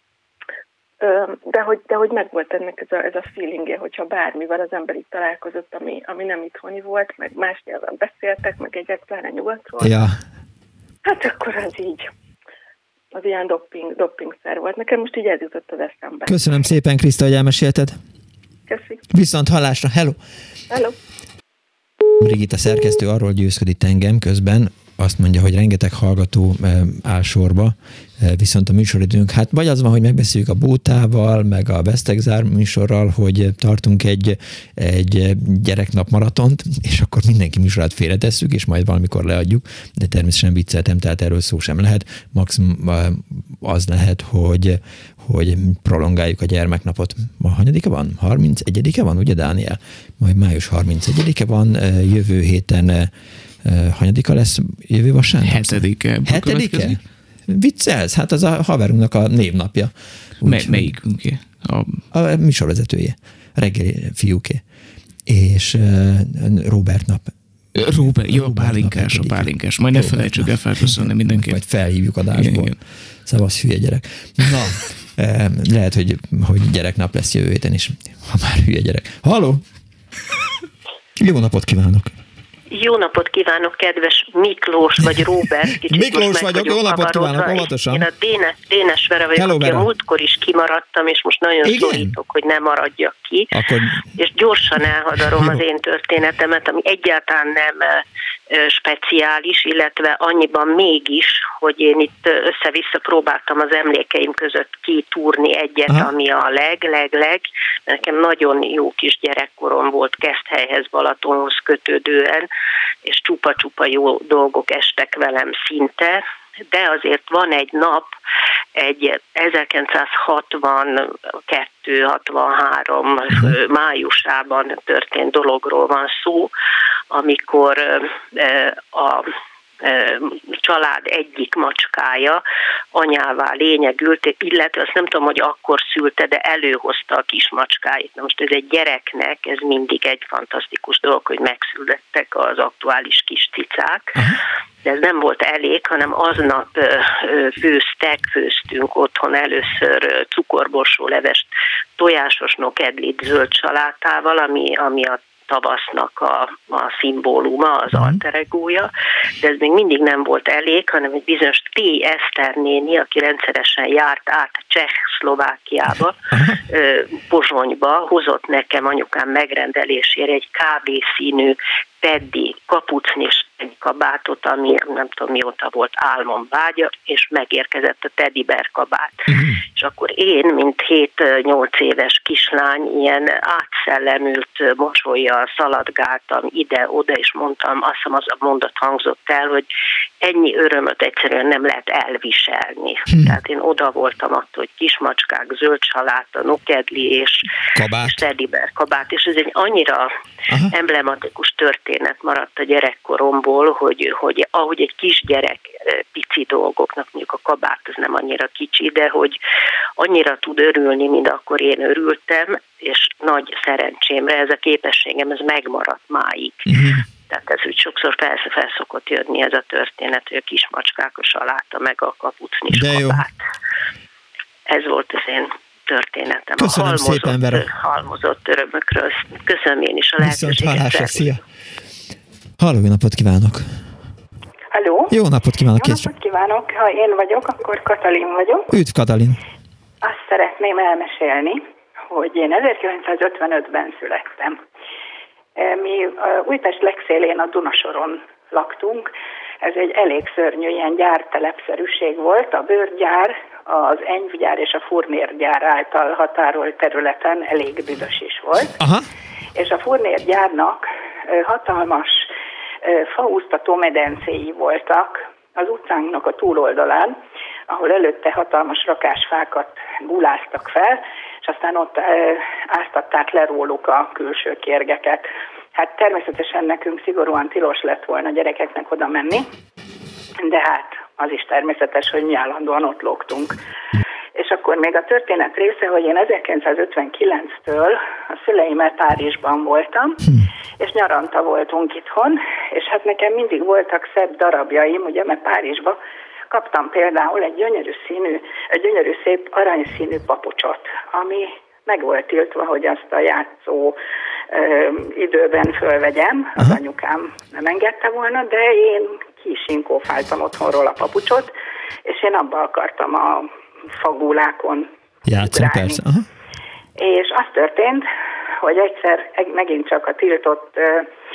de hogy, de hogy megvolt ennek ez a, ez a feelingje, hogyha bármivel az ember itt találkozott, ami, ami nem itthoni volt, meg más nyelven beszéltek, meg egyáltalán nyugatról. Ja. Hát akkor az így, az ilyen dopping, doppingszer volt. Nekem most így ez jutott az eszembe. Köszönöm szépen, Kriszta, hogy elmesélted. Köszi. Viszont hallásra, hello! Hello! Brigitta szerkesztő arról győzködít engem közben, azt mondja, hogy rengeteg hallgató áll sorba, viszont a műsoridőnk, hát vagy az van, hogy megbeszéljük a Bótával, meg a Vesztegzár műsorral, hogy tartunk egy, egy gyereknap maratont, és akkor mindenki műsorát félretesszük, és majd valamikor leadjuk, de természetesen vicceltem, tehát erről szó sem lehet. Maximum az lehet, hogy, hogy prolongáljuk a gyermeknapot. Ma hanyadika van? harmincegyedike van, ugye Dániel? Majd május harmincegyedike van, jövő héten hanyadika lesz jövő vasárnap? Hetedike. Hetedike? Viccelsz? Hát az a haverunknak a névnapja. Mely, melyikünké? A... a műsorvezetője. Reggeli fiúké. És uh, Robert nap. Robert, jó, Robert pálinkás, a pálinkás. Majd ne felejtsük el felköszönni mindenkit. Majd felhívjuk adásból. Szavasz, hülye gyerek. Na, lehet, hogy, hogy gyereknap lesz jövő héten is, ha már hülye gyerek. Halló! Jó napot kívánok! Jó napot kívánok, kedves Miklós vagy Róbert. Kicsit Miklós vagyok, jó napot kívánok, óvatosan. Én a Dénes, Dénes Vera vagyok, aki a múltkor is kimaradtam, és most nagyon Igen? szorítok, hogy ne maradjak ki. Akkor... És gyorsan elhadarom az én történetemet, ami egyáltalán nem speciális, illetve annyiban mégis, hogy én itt össze-vissza próbáltam az emlékeim között kitúrni egyet, Aha. ami a leg-leg-leg. Nekem nagyon jó kis gyerekkorom volt Keszthelyhez, Balatonhoz kötődően, és csupa-csupa jó dolgok estek velem szinte, de azért van egy nap, egy ezerkilencszázhatvankettő hatvanhárom májusában történt dologról van szó, amikor a család egyik macskája anyává lényegült, illetve azt nem tudom, hogy akkor szülte, de előhozta a kis macskáit. Na most ez egy gyereknek, ez mindig egy fantasztikus dolog, hogy megszülettek az aktuális kis cicák, de ez nem volt elég, hanem aznap főztek, főztünk otthon először cukorborsólevest, tojásos nokedlit zöld salátával, ami, ami a tavasznak a, a szimbóluma, az alteregója, de ez még mindig nem volt elég, hanem egy bizonyos T. Eszter néni, aki rendszeresen járt át Csehszlovákiába, Pozsonyba, hozott nekem anyukám megrendelésére egy kávészínű teddy kapucnis kabátot, ami nem tudom mióta volt álmom vágya, és megérkezett a teddybear kabát. Uh-huh. És akkor én, mint hét-nyolc éves kislány, ilyen átszellemült mosollyal szaladgáltam ide-oda, és mondtam, azt hiszem az a mondat hangzott el, hogy ennyi örömöt egyszerűen nem lehet elviselni. Uh-huh. Tehát én oda voltam attól, hogy kismacskák, zöld saláta, nokedli és, és teddybear kabát, és ez egy annyira Aha. emblematikus történet maradt a gyerekkoromból, hogy, hogy ahogy egy kisgyerek pici dolgoknak, mondjuk a kabát az nem annyira kicsi, de hogy annyira tud örülni, mint akkor én örültem, és nagy szerencsémre ez a képességem, ez megmaradt máig. Uh-huh. Tehát ez úgy sokszor fel, fel szokott jönni ez a történet, hogy a kismacskák, a saláta, meg a kapucnis kabát. Jó. Ez volt az én történetem. Köszönöm a halmozott, szépen, Vera. halmozott örömökről. Köszönöm én is a lehetőséget. Viszont hallásra, szia! Halló, jó napot kívánok! Halló! Jó napot kívánok! Jó napot kívánok! Ha én vagyok, akkor Katalin vagyok. Üdv, Katalin! Azt szeretném elmesélni, hogy én ezerkilencszázötvenötben születtem. Mi Újpest legszélén a Dunasoron laktunk. Ez egy elég szörnyű ilyen gyártelepszerűség volt. A bőrgyár, az enyvgyár és a furnérgyár által határolt területen elég büdös is volt. Aha. És a furnérgyárnak hatalmas faúztató medencéi voltak az utcánknak a túloldalán, ahol előtte hatalmas rakásfákat guláztak fel, és aztán ott áztatták le róluk a külső kérgeket. Hát természetesen nekünk szigorúan tilos lett volna gyerekeknek oda menni, de hát az is természetes, hogy mi állandóan ott lógtunk. És akkor még a történet része, hogy én ezerkilencszázötvenkilenctől a szüleimmel Párizsban voltam, és nyaranta voltunk itthon, és hát nekem mindig voltak szebb darabjaim, ugye, mert Párizsba kaptam például egy gyönyörű színű, egy gyönyörű szép aranyszínű papucsot, ami meg volt tiltva, hogy azt a játszó ö, időben fölvegyem, az anyukám nem engedte volna, de én kisinkófáltam otthonról a papucsot, és én abba akartam a fagulákon játszani, persze. Aha. És az történt, hogy egyszer megint csak a tiltott ö,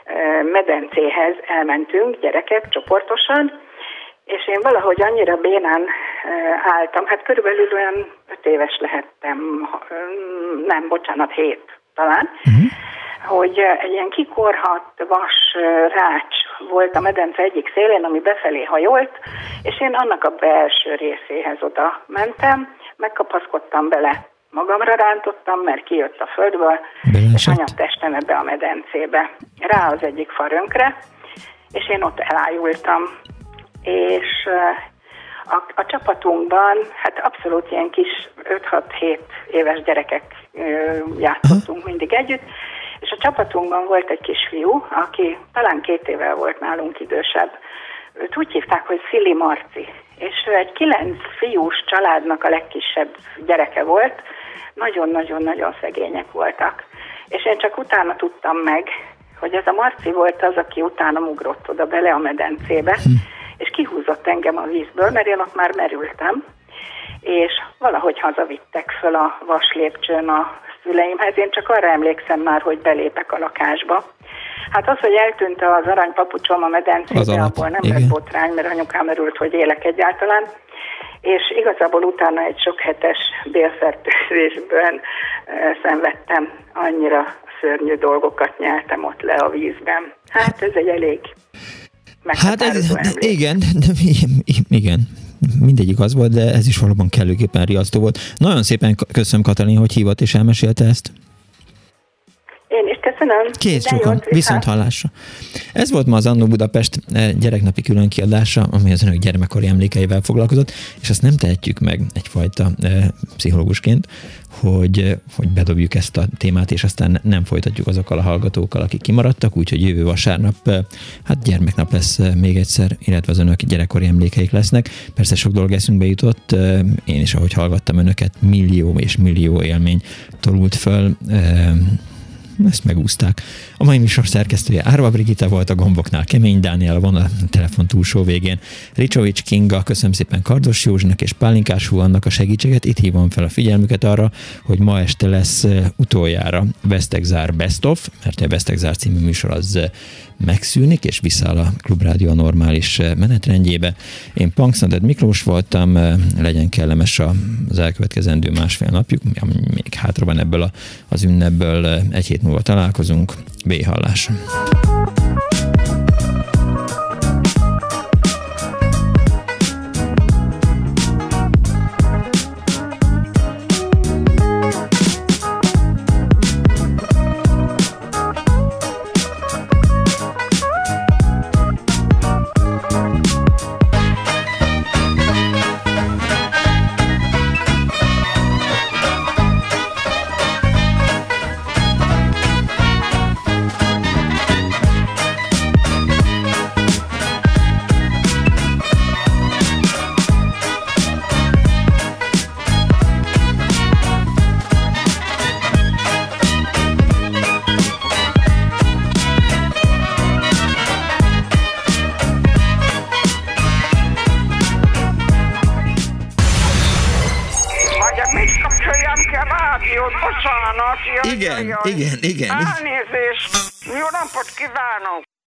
medencéhez elmentünk gyerekek csoportosan, és én valahogy annyira bénán álltam, hát körülbelül olyan öt éves lehettem, nem, bocsánat, hét talán, uh-huh. hogy egy ilyen kikorhadt vas rács volt a medence egyik szélén, ami befelé hajolt, és én annak a belső részéhez oda mentem, megkapaszkodtam bele, magamra rántottam, mert kijött a földből, Belesett. és anyagtestem ebbe a medencébe, rá az egyik farönkre, és én ott elájultam. És a, a csapatunkban, hát abszolút ilyen kis öt-hat-hét éves gyerekek játszottunk mindig együtt, és a csapatunkban volt egy kisfiú, aki talán két évvel volt nálunk idősebb. Őt úgy hívták, hogy Szili Marci, és ő egy kilenc fiús családnak a legkisebb gyereke volt, nagyon-nagyon-nagyon szegények voltak. És én csak utána tudtam meg, hogy ez a Marci volt az, aki utána ugrott oda bele a medencébe, és kihúzott engem a vízből, mert én ott már merültem, és valahogy hazavittek föl a vaslépcsőn a szüleimhez. Én csak arra emlékszem már, hogy belépek a lakásba. Hát az, hogy eltűnt az aranypapucsom a medencébe, abból nem lett botrány, mert anyukám örült, hogy élek egyáltalán. És igazából utána egy sok hetes bélfertőzésben szenvedtem, annyira szörnyű dolgokat nyeltem ott le a vízben. Hát ez egy elég Hát ez, igen, igen, mindegyik az volt, de ez is valóban kellőképpen riasztó volt. Nagyon szépen köszönöm, Katalin, hogy hívott és elmesélte ezt. Én is köszönöm. Kész csukon, viszont hallásra. Ez volt ma az Annó Budapest gyereknapi különkiadása, ami az önök gyermekkori emlékeivel foglalkozott, és azt nem tehetjük meg egyfajta e, pszichológusként, hogy, hogy bedobjuk ezt a témát, és aztán nem folytatjuk azokkal a hallgatókkal, akik kimaradtak, úgyhogy jövő vasárnap, hát gyermeknap lesz még egyszer, illetve az önök gyerekkori emlékeik lesznek. Persze sok dolog eszünkbe jutott, én is, ahogy hallgattam önöket, millió és millió élmény tolult föl, ezt megúzták. A mai műsor szerkesztője Árva Brigitta volt, a gomboknál Kemény Dániel van a telefon túlsó végén. Ricsovics Kinga, köszönöm szépen Kardos Józsnak és Pálinkás Húannak a segítséget. Itt hívom fel a figyelmüket arra, hogy ma este lesz utoljára Vesztegzár Best of, mert a Vesztegzár című műsor az megszűnik, és visszaáll a Klubrádió a normális menetrendjébe. Én Punksnoded Miklós voltam, legyen kellemes az elkövetkezendő másfél napjuk, még hátra van ebből az ünnepből, egy hét múlva találkozunk. B-hallás. Igen, igen, igen. Elnézést! Jó napot kívánok!